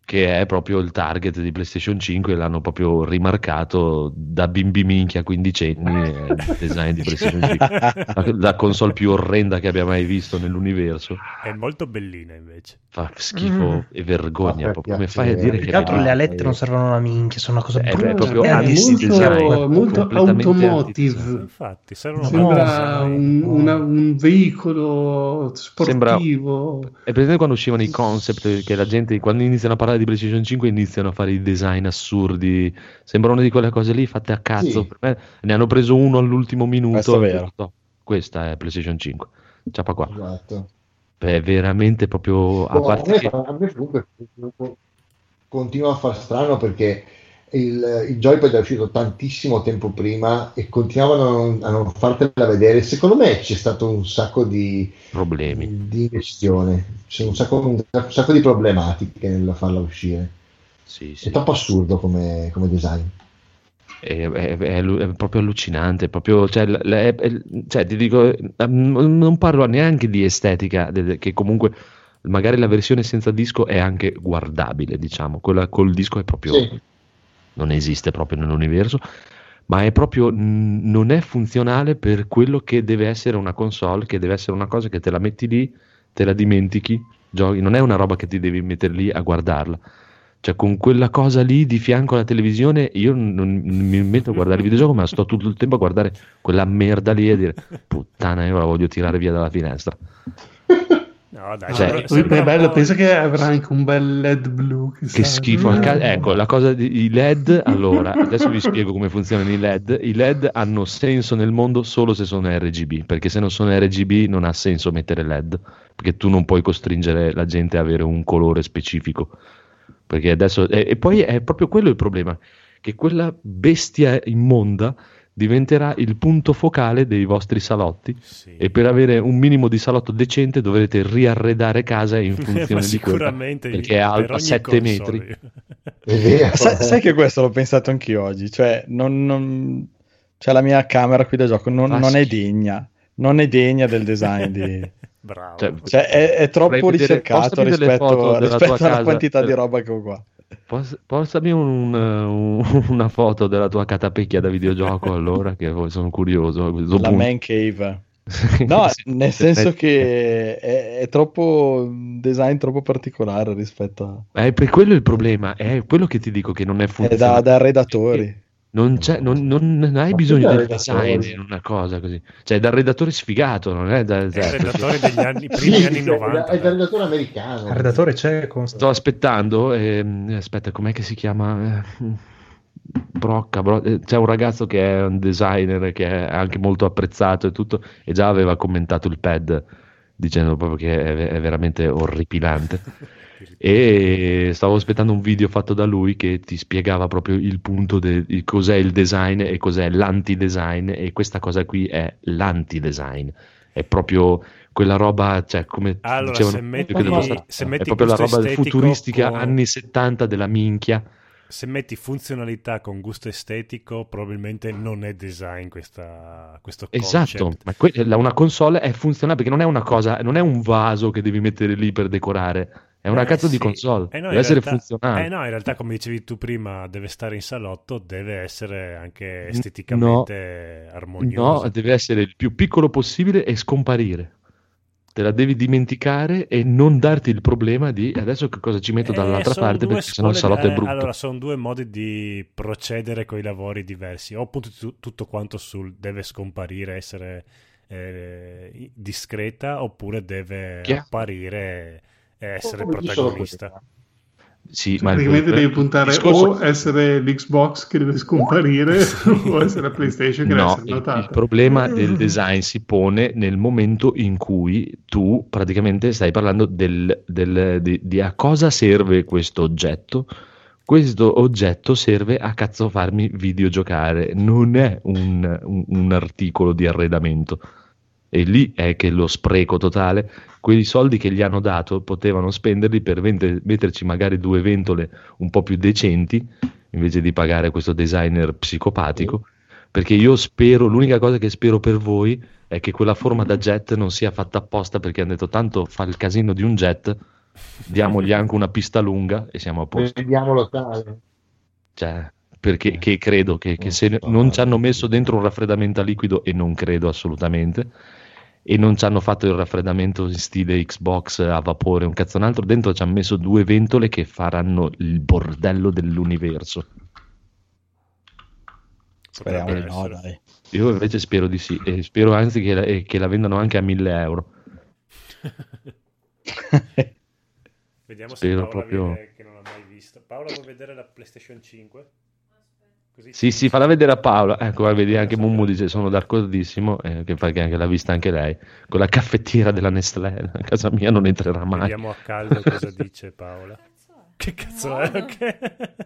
che è proprio il target di PlayStation cinque, l'hanno proprio rimarcato da bimbi minchia quindicenni, è il design di PlayStation cinque, la, la console più orrenda che abbia mai visto nell'universo. È molto bellina invece. Fa schifo Mm. e vergogna, Ma proprio. Come piace- fai a dire Più che che altro è le alette non servono una minchia, sono una cosa È- è brutta. proprio È anti-design, molto, molto completamente automotive. anti-design. Infatti, servono Sembra design. un, una- un veicolo Sembra- sportivo. È presente quando uscivano i concept che la gente quando iniziano a parlare di PlayStation cinque iniziano a fare i design assurdi, sembra una di quelle cose lì fatte a cazzo. Sì. Per me ne hanno preso uno all'ultimo minuto. Questo è vero. e ho detto, questa è PlayStation cinque, ciapa qua. Esatto. È veramente proprio a Boh, a, parte me, che a me comunque continua a far strano perché il, il joypad è uscito tantissimo tempo prima e continuavano a non, a non fartela vedere. Secondo me c'è stato un sacco di problemi. di indecisione, c'è un sacco, un, un sacco di problematiche nel farla uscire. sì, È sì. troppo assurdo come, come design. È, è- è allu- è proprio allucinante, proprio, cioè, l- l- è- è- cioè, ti dico, eh, non parlo neanche di estetica, de- de- che comunque magari la versione senza disco è anche guardabile, diciamo, quella col disco è proprio, Sì. non esiste proprio nell'universo, ma è proprio, mh, non è funzionale per quello che deve essere una console, che deve essere una cosa che te la metti lì, te la dimentichi, giochi, non è una roba che ti devi mettere lì a guardarla. Cioè, con quella cosa lì di fianco alla televisione, io non, non mi metto a guardare il videogioco, ma sto tutto il tempo a guardare quella merda lì e dire puttana, io la voglio tirare via dalla finestra. No, dai, Cioè, sembra- Poi sembra è un bello, po'- pensa che avrà anche un bel L E D blu. Che schifo. al ca- ecco, la cosa di i L E D, allora, adesso vi spiego come funzionano i L E D. I L E D hanno senso nel mondo solo se sono R G B, perché se non sono R G B non ha senso mettere L E D, perché tu non puoi costringere la gente a avere un colore specifico. Perché adesso, e, e poi è proprio quello il problema, che quella bestia immonda diventerà il punto focale dei vostri salotti Sì. e per avere un minimo di salotto decente dovrete riarredare casa in Ma funzione di quella, sicuramente perché è per alta ogni sette console. metri. È vero. Sai, sai che questo l'ho pensato anch'io oggi, cioè non, non- cioè la mia camera qui da gioco non, Ah, non è sì. degna, non è degna del design di... Bravo. Cioè, Cioè è, è troppo Vorrei vedere- ricercato postami delle foto rispetto, della rispetto tua alla casa. quantità di roba che ho qua. Pos- Postami un- un- una foto della tua catapecchia da videogioco allora, che sono curioso. a questo La punto. man cave. No, Sì, nel sì, senso sì. che è, è troppo un design troppo particolare rispetto a... Eh, per quello il problema, è quello che ti dico che non è È da, funzionale. da redattori. Non, c'è- non- non- non hai Ma bisogno che del da design redattori? in una cosa così. Cioè, dal redattore sfigato, non è da... È cioè, il redattore degli anni, Sì, primi anni è- novanta. è il dai. redattore americano. Il redattore cieco. Sto aspettando, ehm, aspetta, com'è che si chiama? Eh, Brocca, Bro- eh, c'è un ragazzo che è un designer che è anche molto apprezzato e tutto, e già aveva commentato il pad dicendo proprio che è, è veramente orripilante. E stavo aspettando un video fatto da lui che ti spiegava proprio il punto de- di cos'è il design e cos'è l'anti-design, e questa cosa qui è l'anti-design. È proprio quella roba, cioè come Allora, dicevano, se metti- io credo fosse- se è metti proprio la gusto roba estetico futuristica con- anni settanta della minchia. Se metti funzionalità con gusto estetico, probabilmente non è design questa, questo Esatto, concept. ma que- la- una console è funzionale perché non è una cosa, non è un vaso che devi mettere lì per decorare, è una Eh, cazzo di sì. console, Eh no, deve in essere realtà- funzionale. Eh no, in realtà, come dicevi tu prima, deve stare in salotto, deve essere anche esteticamente armonioso. No, deve essere il più piccolo possibile e scomparire. Te la devi dimenticare e non darti il problema di adesso che cosa ci metto Eh, dall'altra sono parte due perché sennò il scuole di- salotto è eh, brutto. Allora, sono due modi di procedere con i lavori diversi. O appunto tu- tutto quanto sul deve scomparire, essere eh, discreta, oppure deve Chiaro. apparire e essere Come dici solo protagonista. Sì, Cioè, ma il- praticamente il devi puntare discorso- o essere l'Xbox che deve scomparire o essere la PlayStation che deve No, essere il, notata. il problema del design si pone nel momento in cui tu praticamente stai parlando del, del- di, di a cosa serve questo oggetto. Questo oggetto serve a cazzo farmi videogiocare, non è un, un- un articolo di arredamento. E lì è che lo spreco totale, quei soldi che gli hanno dato potevano spenderli per vende- metterci magari due ventole un po' più decenti invece di pagare questo designer psicopatico, perché io spero, l'unica cosa che spero per voi è che quella forma da jet non sia fatta apposta, perché hanno detto tanto fa il casino di un jet, diamogli anche una pista lunga e siamo a posto. Vediamolo tale. Cioè, perché che credo che, che se non ci hanno messo dentro un raffreddamento a liquido, e non credo assolutamente, e non ci hanno fatto il raffreddamento in stile Xbox a vapore, un cazzo un altro, dentro ci hanno messo due ventole che faranno il bordello dell'universo. Speriamo di no, dai. Io invece spero di sì, e spero anzi che la, eh, che la vendano anche a mille euro. Vediamo spero se Paola proprio... vede che non l'ha mai vista. Paola, vuoi vedere la PlayStation cinque? Così Sì, sì, falla vedere a Paola. Ecco, vedi, anche Mummu dice sono d'accordissimo, eh, che fa che anche l'ha vista anche lei, con la caffettiera della Nestlé. A casa mia non entrerà mai. Vediamo a caldo cosa dice Paola. Che cazzo è? Okay.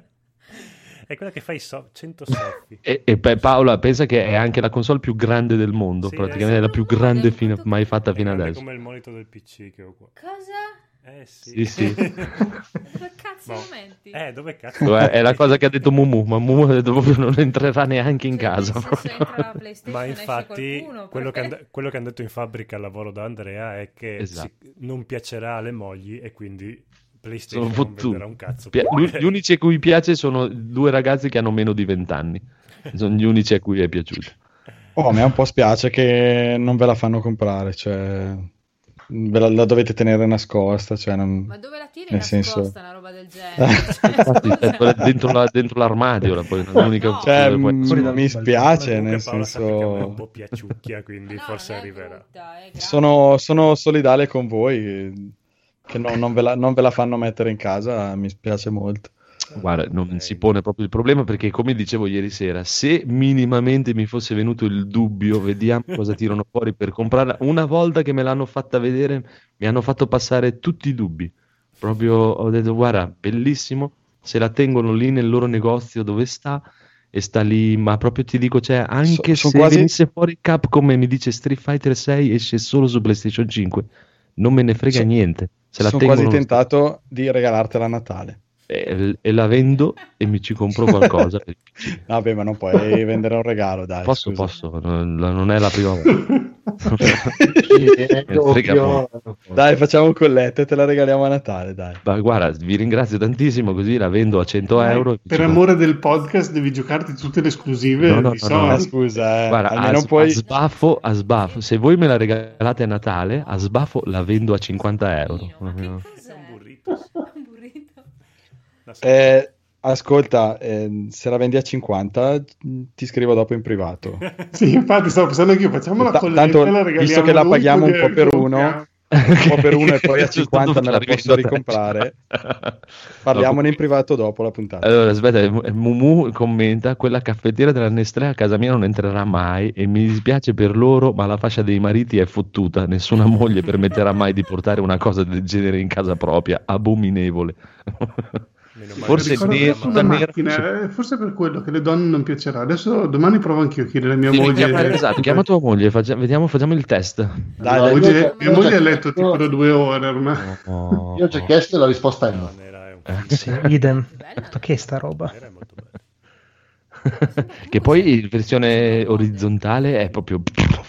È quella che fa i so- cento soffi. E, e poi Paola pensa che è anche la console più grande del mondo, Sì, praticamente è la più grande fino, mai fatta fino È adesso. come il monitor del P C che ho qua. Cosa? Eh sì. Sì, sì. Dove cazzo No. lo metti? Eh, dove cazzo? Guarda, è la cosa che ha detto Mumu, ma Mumu ha detto proprio non entrerà neanche in Cioè, casa. nel senso, entra la PlayStation, Ma esce infatti qualcuno, quello, che perché- han- quello che hanno detto in fabbrica al lavoro da Andrea è che Esatto. si- non piacerà alle mogli e quindi Sono PlayStation non fottuti. venderà un cazzo. Pia- perché- Gli unici a cui piace sono due ragazzi che hanno meno di vent'anni. Sono gli unici a cui è piaciuto. Oh, a me un po' spiace che non ve la fanno comprare, cioè ve la, la dovete tenere nascosta, cioè non... Ma dove la tiri nel nascosta senso- una roba del genere? Cioè, Infatti, scusa. è quella dentro, la- dentro l'armadio, la, poi, l'unica No. Cioè, poi- m- fuori dal- mi spiace, Comunque nel Paola sappi che a me è un senso... po' piaciucchia, quindi No, forse non è arriverà. brutta, è grande. Sono, sono solidale con voi, che, che non, non ve la, non ve la fanno mettere in casa, mi spiace molto. Guarda, non si pone proprio il problema perché, come dicevo ieri sera, se minimamente mi fosse venuto il dubbio, vediamo cosa tirano fuori per comprarla, una volta che me l'hanno fatta vedere, mi hanno fatto passare tutti i dubbi. Proprio ho detto, guarda, bellissimo, se la tengono lì nel loro negozio dove sta, e sta lì, ma proprio ti dico, cioè, anche So- son se quasi- venisse fuori Capcom e mi dice Street Fighter sei esce solo su PlayStation cinque, non me ne frega So- niente. Se la Sono tengono quasi tentato di regalartela a Natale. e, e la vendo e mi ci compro qualcosa per il P C. Vabbè, ma non puoi vendere un regalo, dai. Posso, scusa. posso, non, non è la prima volta. È Me ne frega doppio. poco. Dai, facciamo colletta e te la regaliamo a Natale, dai. Ma guarda, vi ringrazio tantissimo, così la vendo a cento euro. e mi Per ci amore del podcast devi giocarti tutte le esclusive No, no, di no, Sony. no. Eh, scusa, eh. Guarda, almeno a, poi... a sbaffo, a sbaffo, se voi me la regalate a Natale, a sbaffo la vendo a cinquanta euro. Ma che È cos'è? un burrito. Un burrito. No, sì. Eh, ascolta, eh, se la vendi a cinquanta ti scrivo dopo in privato. Sì, infatti stavo pensando anch'io, facciamo la Ta- colletta tanto, e la regaliamo visto che la l'ultimo paghiamo un che po' per uno, compriamo. un po' per uno e poi a Giusto, cinquanta dopo me la la posso rivendo a te. ricomprare. Parliamone in privato dopo la puntata. Allora, aspetta, Mumu commenta: quella caffettiera della Nestlé a casa mia non entrerà mai e mi dispiace per loro, ma la fascia dei mariti è fottuta. Nessuna moglie permetterà mai di portare una cosa del genere in casa propria. Abominevole. Meno male Forse che Ricordo nero, adesso da una nero, macchina, eh, forse per quello che alle donne non piacerà. Adesso domani provo anch'io a chiedere a mia Devi moglie. chiamare- esatto, chiama tua moglie, faccia- vediamo, facciamo il test. Dai, Mia dai, moglie, io- mia moglie io- ha letto tipo da due ore ormai. Oh, Io ho già chiesto e la risposta è no. no, nera è un eh, sì. Idem. Bella. Ma che è sta roba? nera è molto bello. Che poi in versione orizzontale è proprio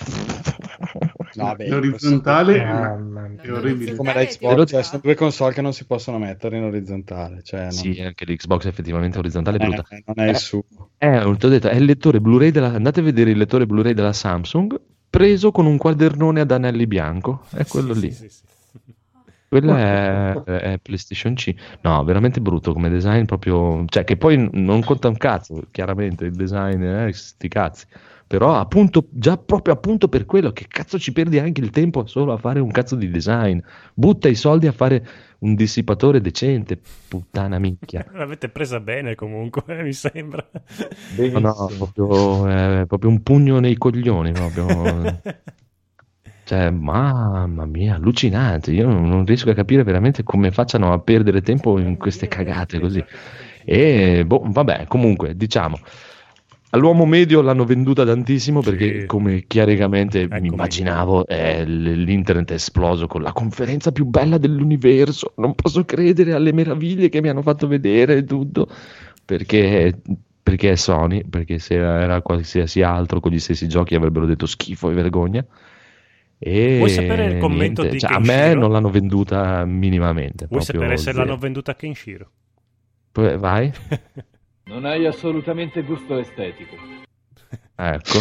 No, vabbè, L'orizzontale è, Mamma mia. è orribile. come la Te lo Xbox, dico. cioè, sono due console che non si possono mettere in orizzontale, cioè non, sì, anche l'Xbox è effettivamente orizzontale è non brutta. è, non è il suo. È, t'ho detto, è il lettore Blu-ray della, andate a vedere il lettore Blu-ray della Samsung preso con un quadernone ad anelli bianco, è quello lì. Sì, sì, sì. Quella è, è PlayStation C. No, veramente brutto come design, proprio, cioè che poi non conta un cazzo, chiaramente il design, eh, sti cazzi. Però appunto, già proprio appunto per quello, che cazzo ci perdi anche il tempo solo a fare un cazzo di design? Butta i soldi a fare un dissipatore decente, puttana minchia. L'avete presa bene comunque, eh, mi sembra. No, no, proprio, eh, proprio un pugno nei coglioni, proprio. Cioè, mamma mia, allucinante. Io non non riesco a capire veramente come facciano a perdere tempo in queste cagate così. E boh, vabbè, comunque, diciamo, all'uomo medio l'hanno venduta tantissimo perché, Sì. come chiaramente mi Eccomi. immaginavo, eh, l- l'internet è esploso con la conferenza più bella dell'universo. Non posso credere alle meraviglie che mi hanno fatto vedere e tutto. Perché, perché è Sony, perché se era qualsiasi altro con gli stessi giochi avrebbero detto schifo e vergogna. E Vuoi sapere il commento niente, di cioè, a Kenshiro? me non l'hanno venduta minimamente. Vuoi proprio sapere se zero. l'hanno venduta a Kenshiro? Poi- Vai. Non hai assolutamente gusto estetico. Ecco.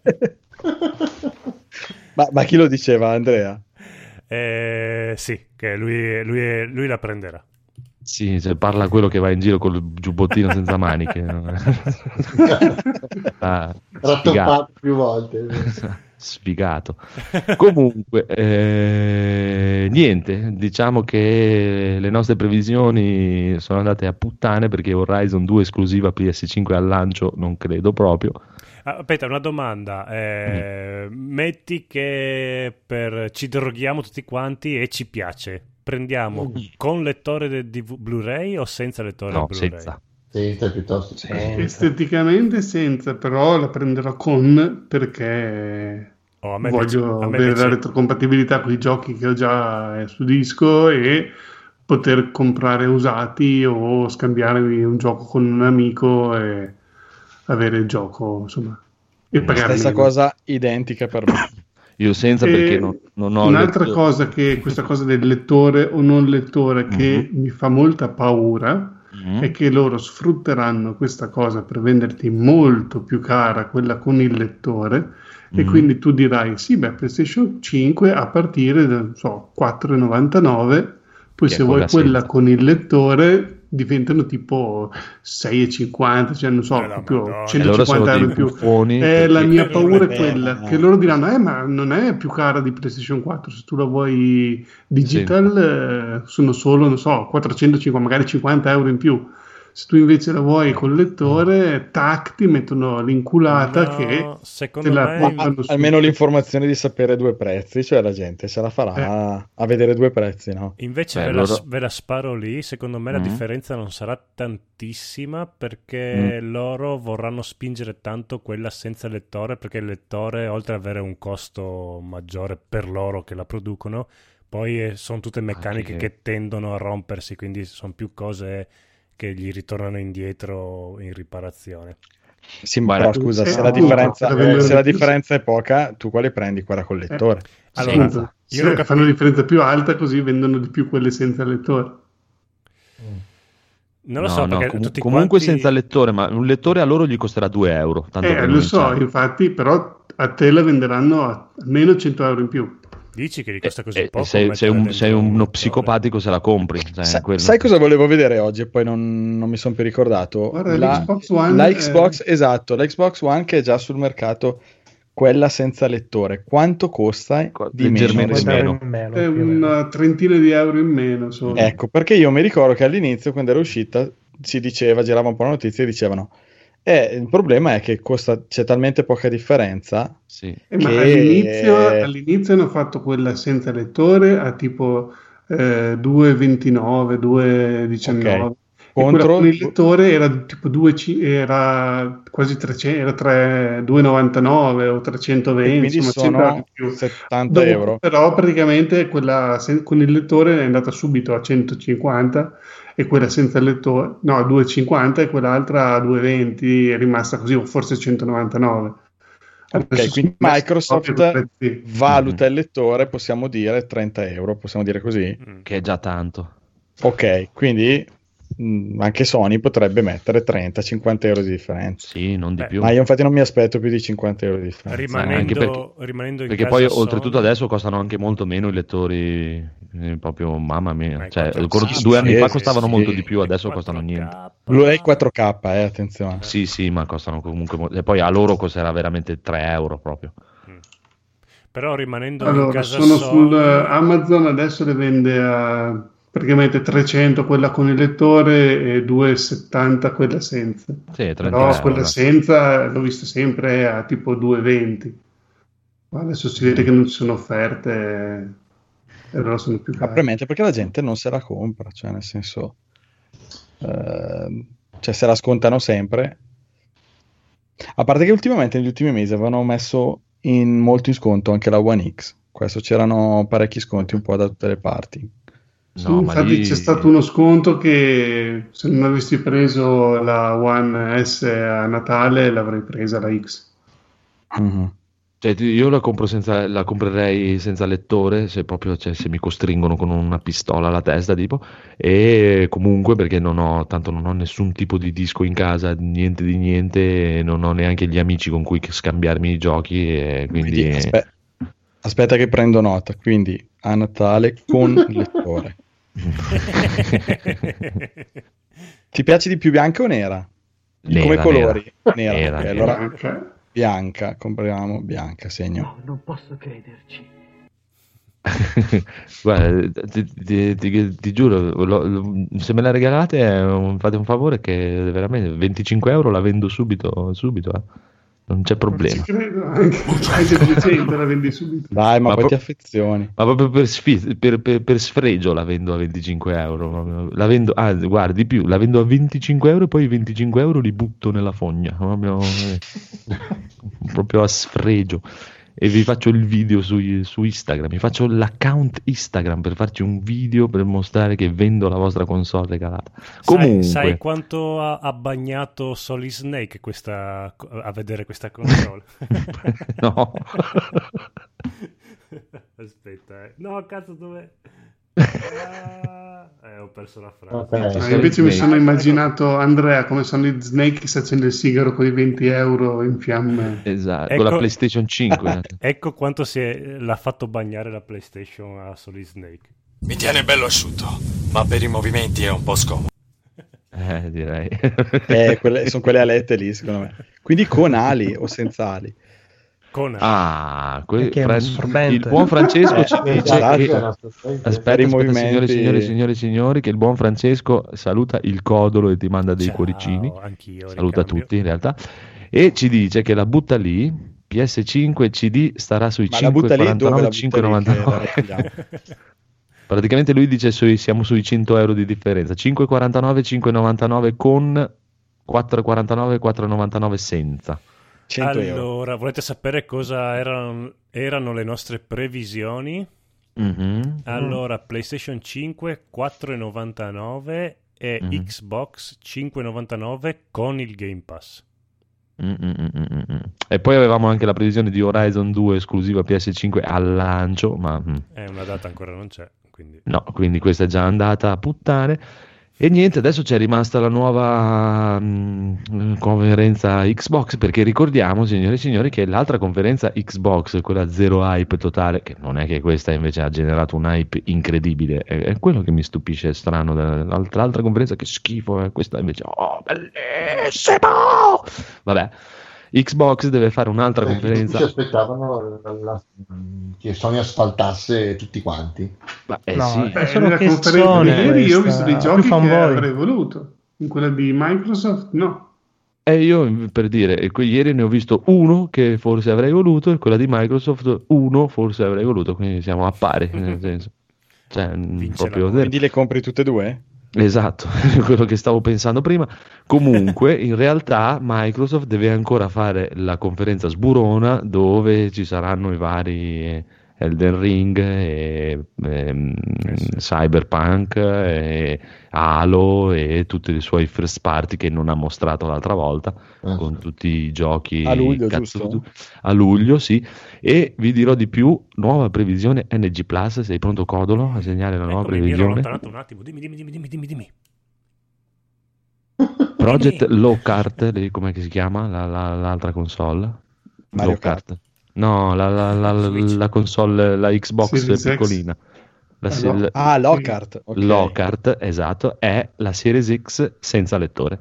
ma, ma chi lo diceva, Andrea? Eh, sì, che lui, lui, lui la prenderà. Sì, cioè, parla quello che va in giro col giubbottino senza maniche. Ah, Rattoppato sfigato. più volte. Sfigato. Comunque, eh, niente, diciamo che le nostre previsioni sono andate a puttane perché Horizon due esclusiva P S cinque al lancio non credo proprio. Ah, aspetta, una domanda. Eh, metti che per, ci droghiamo tutti quanti e ci piace. Prendiamo con lettore del D V Blu-ray o senza lettore No, Blu-ray? senza. Senza piuttosto. Eh, Esteticamente senza, però la prenderò con perché Oh, a me voglio piace- a me avere piace- la retrocompatibilità con i giochi che ho già eh, su disco e poter comprare usati o scambiarmi un gioco con un amico e avere il gioco, insomma, e pagare Stessa meno. cosa identica per me. Io senza E perché non, non ho un'altra letto- cosa che questa cosa del lettore o non lettore che Mhm. mi fa molta paura Mhm. è che loro sfrutteranno questa cosa per venderti molto più cara quella con il lettore e Mhm. quindi tu dirai sì, beh, PlayStation cinque a partire da non so, quattro e novantanove, poi Che se è vuoi quella quella senza. con il lettore diventano tipo sei e cinquanta, cioè non so, Eh, no, proprio Madonna. E loro sono centocinquanta euro dei in più. buffoni Eh, la perché- mia che paura è non è quella vero. che loro diranno eh ma non è più cara di PlayStation quattro, se tu la vuoi digital eh, sono solo non so quattrocentocinquanta, magari cinquanta euro in più. Se tu invece la vuoi col lettore tac ti mettono l'inculata No, che secondo te la me- pompano Ma su. almeno l'informazione di sapere due prezzi, cioè la gente se la farà a vedere due prezzi, no? Invece Beh, ve, la, loro- ve la sparo lì, secondo me la Mm. differenza non sarà tantissima perché Mm. loro vorranno spingere tanto quella senza lettore perché il lettore oltre ad avere un costo maggiore per loro che la producono poi eh, sono tutte meccaniche Anche- che tendono a rompersi, quindi sono più cose che gli ritornano indietro in riparazione. Sì, ma Guarda, però scusa, eh, se, la appunto, differenza, per vendere se la più- differenza è poca, tu quale prendi? Quella col lettore. Allora, Appunto, io se non capisco- fanno differenza più alta così vendono di più quelle senza lettore. Non lo No, so no, perché comu- tutti comunque quanti... senza lettore, ma un lettore a loro gli costerà due euro. Tanto Eh, per lo so, cominciare. infatti, però a te la venderanno a almeno cento euro in più. Dici che gli costa così E- e poco sei, mettere sei un- dentro sei un uno lettore? psicopatico se la compri. Cioè, Sa- quello- sai cosa volevo vedere oggi e poi non, non mi sono più ricordato? Guarda, la, l'Xbox One, la eh, Xbox, esatto, la Xbox One che è già sul mercato, quella senza lettore. Quanto costa Qua- di meno? leggermente rispetto- meno. in meno, È più o meno. una trentina di euro in meno solo. Ecco, perché io mi ricordo che all'inizio, quando era uscita, si diceva, girava un po' la notizia e dicevano eh, il problema è che costa, c'è talmente poca differenza. Sì. Eh, ma che- all'inizio, all'inizio hanno fatto quella senza lettore a tipo eh, due e ventinove, due e diciannove. Ok. E quella Contro- con il lettore era tipo due, era quasi trecento, era tre- due e novantanove o trecentoventi, E quindi insomma, cento euro in sono più. settanta Dopo, euro. però praticamente quella sen- con il lettore è andata subito a centocinquanta e quella senza il lettore, no, a due e cinquanta e quell'altra a due e venti, è rimasta così, o forse centonovantanove. Ok, Adesso quindi sono Microsoft proprio prezzi. valuta il lettore, possiamo dire trenta euro, possiamo dire così? Mm. Che è già tanto. Ok, quindi mh, anche Sony potrebbe mettere trenta cinquanta euro di differenza. Sì, non di Beh, più. Ma io infatti non mi aspetto più di cinquanta euro di differenza. Rimanendo, anche perché- rimanendo in Perché casa poi Sony- oltretutto adesso costano anche molto meno i lettori, eh, proprio mamma mia. Ma Cioè, quattro K, cor- due anni sì, fa sì, costavano sì. molto di più, E adesso quattro K. costano niente. Blu-ray quattro K, eh, attenzione. Sì, sì, ma costano comunque molto. E poi a loro costerà veramente tre euro proprio. Però rimanendo in Allora, casa sono Sony... sul Amazon, adesso le vende a praticamente trecento quella con il lettore e due e settanta quella senza. Sì, trenta Però euro. quella senza l'ho vista sempre a tipo due e venti. Ma adesso si vede che non ci sono offerte e allora sono più Ma care. probabilmente perché la gente non se la compra, cioè nel senso, ehm, cioè se la scontano sempre. A parte che ultimamente negli ultimi mesi avevano messo in molto in sconto anche la One X. Questo c'erano parecchi sconti un po' da tutte le parti. Sì, No, ma infatti lì- c'è stato uno sconto che se non avessi preso la One S a Natale l'avrei presa la X. Mhm. Cioè, ti- io la compro senza, la comprerei senza lettore, se proprio, cioè, se mi costringono con una pistola alla testa, tipo, e comunque perché non ho, tanto non ho nessun tipo di disco in casa, niente di niente, e non ho neanche gli amici con cui scambiarmi i giochi, e quindi... Quindi, aspe- aspetta che prendo nota, quindi a Natale con lettore. Ti piace di più bianca o nera? Nera, Come colori? nera. Nera, Nera, ok, nera. allora Bianca. bianca, compriamo bianca, segno. Non posso crederci. Guarda, ti, ti- ti- ti giuro, lo- lo- se me la regalate è un- fate un favore che veramente venticinque euro la vendo subito, subito, eh. Non c'è problema. Ci credo, anche, anche duecento la vendi subito. Dai, ma, Ma poi pro- ti affezioni. Ma proprio per, sfi- per, per- per sfregio la vendo a venticinque euro. La vendo, ah, guarda, di più, la vendo a venticinque euro e poi i venticinque euro li butto nella fogna. Proprio, eh, proprio a sfregio. E vi faccio il video su, su Instagram. Vi faccio l'account Instagram per farci un video per mostrare che vendo la vostra console regalata. Comunque, Sai, sai quanto ha, ha bagnato Solid Snake questa, a vedere questa console? no. Aspetta, eh. No, cazzo, dov'è? Ah, eh, ho perso la frase. Ok. Ah, invece mi sono immaginato Andrea come Solid Snake che si accende il sigaro con i venti euro in fiamme. Esatto, Ecco- con la PlayStation cinque. Ecco quanto si è, l'ha fatto bagnare la PlayStation a Solid Snake. Mi tiene bello asciutto, ma per i movimenti è un po' scomodo. Eh, direi. Eh, quelle- sono quelle alette lì, secondo me. Quindi con ali o senza ali? Con Ah, que- Perché è un Fran- assorbente. il buon Francesco ci Eh, dice esatto, che... era- Aspetta, Per i aspetta, movimenti- signore, signore, signore, signori, che il buon Francesco saluta il Codolo e ti manda dei Ciao, cuoricini. anch'io Saluta ricambio. tutti in realtà. E ci dice che la butta lì, P S cinque C D starà sui Ma la butta lì dove la cinque butta lì che la novantanove. raccogliamo? Praticamente lui dice sui- siamo sui cento euro di differenza. cinque e quarantanove, cinque e novantanove con, quattro e quarantanove e quattro e novantanove senza. cento euro. Allora, volete sapere cosa erano, erano le nostre previsioni? Mhm. Allora, PlayStation cinque quattro e novantanove e Mhm. Xbox cinque e novantanove con il Game Pass. Mm, mm, mm, mm, mm. E poi avevamo anche la previsione di Horizon due esclusiva P S cinque al lancio, ma mm, Eh, una data ancora non c'è, quindi... no, quindi questa è già andata a puttane. E niente, adesso c'è rimasta la nuova mm, conferenza Xbox, perché ricordiamo, signore e signori, che l'altra conferenza Xbox, quella zero hype totale, che non è che questa invece ha generato un hype incredibile, è, è quello che mi stupisce, è strano, dall'altra l'altra conferenza che schifo, eh, questa invece, oh, bellissimo! Vabbè, Xbox deve fare un'altra Eh, conferenza. Ci aspettavano la- la- che Sony asfaltasse tutti quanti. Ma, eh, No, sì. è Eh, solo nella che conferenza Sony di ieri io ho questa- visto dei più giochi che fanboy. avrei voluto. In quella di Microsoft no. E io per dire, e que- ieri ne ho visto uno che forse avrei voluto, e quella di Microsoft uno forse avrei voluto, quindi siamo a pari, nel senso. Cioè, mm, Vince proprio la- zero. Quindi le compri tutte e due? Esatto, quello che stavo pensando prima. Comunque, in realtà Microsoft deve ancora fare la conferenza sburona dove ci saranno i vari eh, Elden Ring, e, ehm, Cyberpunk, e Halo e tutti i suoi first party che non ha mostrato l'altra volta, Eh, con sì. tutti i giochi A luglio, cazzo- giusto? a luglio, sì. E vi dirò di più, nuova previsione N G Plus. Sei pronto, Codolo, a segnare la nuova Eccomi, mi ero previsione? allontanato un attimo, dimmi, dimmi, dimmi, dimmi, dimmi, dimmi. Project Dimmi. Lockhart, lì com'è che si chiama la- la- l'altra console? Mario Lockhart. No, la, la- la- Switch. la console, la Xbox Series X. piccolina. La, se- Allora. la- Ah, Lockhart. ok. Lockhart, esatto, è la Series X senza lettore.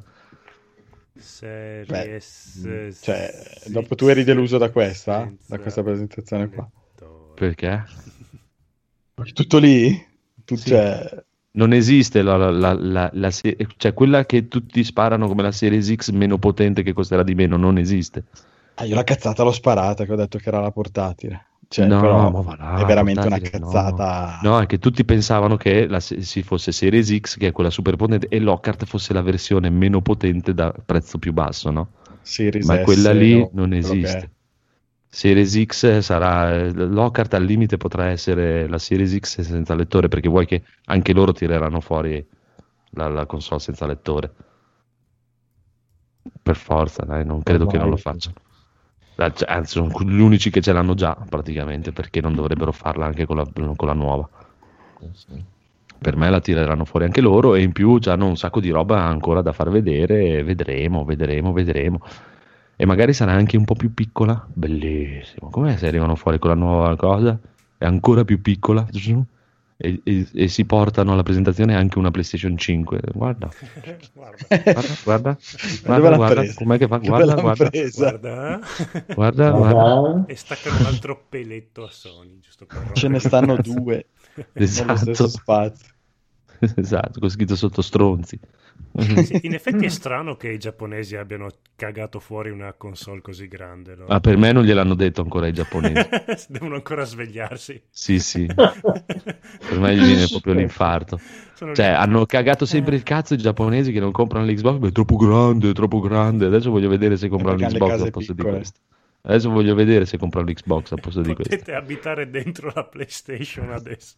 Series, Beh, Cioè, sì, dopo tu eri deluso da questa? senza Da questa presentazione qua? lettore. Perché? Tutto lì? Tu, Sì. cioè, Non esiste la, la- la- la- la se- cioè quella che tutti sparano come la Series X meno potente che costerà di meno, non esiste. ah, io la cazzata l'ho sparata che ho detto che era la portatile. Cioè, No, però ma va là, è veramente una portatile, no. cazzata. No, è che tutti pensavano che la, se- si fosse Series X, che è quella super potente, e Lockhart fosse la versione meno potente da prezzo più basso, no? Series Ma S quella lì o non quello che esiste. è. Series X sarà Lockhart, al limite potrà essere la Series X senza lettore, perché vuoi che anche loro tireranno fuori la, la console senza lettore. Per forza, dai, non credo che non lo facciano. Anzi, sono gli unici che ce l'hanno già praticamente, perché non dovrebbero farla anche con la, con la nuova. Per me la tireranno fuori anche loro, e in più hanno un sacco di roba ancora da far vedere. Vedremo, vedremo, vedremo. E magari sarà anche un po' più piccola. Bellissimo. Com'è se arrivano fuori con la nuova cosa? È ancora più piccola. E, e, e si portano alla presentazione anche una PlayStation cinque. Guarda, guarda, guarda, guarda, guarda com'è che fa? Guarda, guarda, Guarda, guarda, guarda. E staccano un altro peletto a Sony, giusto per Ce ne stanno due. Esatto. Nello stesso spazio. Esatto, con scritto sotto stronzi. Sì, in effetti è strano che i giapponesi abbiano cagato fuori una console così grande, no? Ah, per me non gliel'hanno detto ancora i giapponesi. Devono ancora svegliarsi. Sì, sì. Per me gli viene proprio l'infarto. Sono Cioè, lì. hanno cagato sempre il cazzo i giapponesi che non comprano l'Xbox, ma è troppo grande, è troppo grande. Adesso voglio vedere se comprano perché hanno le l'Xbox case al posto di piccole. questo. Adesso voglio vedere se comprano l'Xbox al posto di questo. Potete abitare dentro la PlayStation adesso.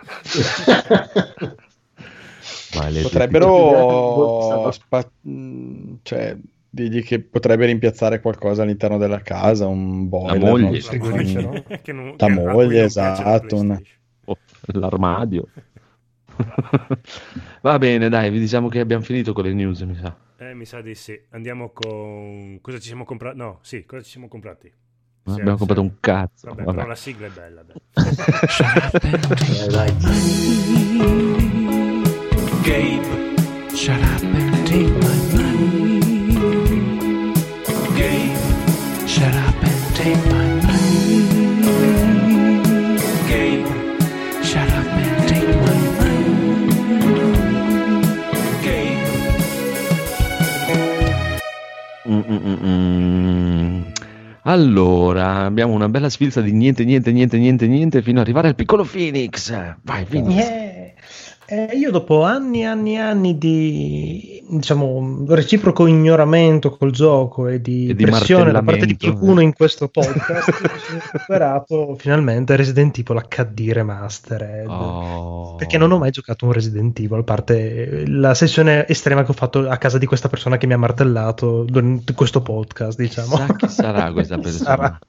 Maledetti. Potrebbero spa- mh, cioè digli che potrebbe rimpiazzare qualcosa all'interno della casa, un boiler, La moglie. non so, Frigorifero. un- Che non- la che- a cui non moglie, piace la esatto, un- PlayStation. Oh, l'armadio. Va bene, dai, vi diciamo che abbiamo finito con le news, mi sa. Eh, mi sa di sì. Andiamo con... Cosa ci siamo comprati? No, sì, cosa ci siamo comprati? Non Se- abbiamo se- comprato un cazzo. Vabbè, Vabbè. però la sigla è bella. Dai. Gabe, shut up and take my money. Gabe, shut up and take my money. Gabe, shut up and take my money. Gabe. Mm, mm, mm, mm. Allora, abbiamo una bella sfilza di niente, niente, niente, niente, niente, fino ad arrivare al piccolo Phoenix. Vai, Phoenix. Yeah. Eh, io dopo anni e anni e anni di, diciamo, reciproco ignoramento col gioco e di, E di pressione da parte di martellamento. qualcuno in questo podcast, mi sono recuperato finalmente Resident Evil acca di Remastered. Oh. Perché non ho mai giocato un Resident Evil, a parte la sessione estrema che ho fatto a casa di questa persona che mi ha martellato durante questo podcast, diciamo. Chissà chi sarà questa Chi persona. sarà?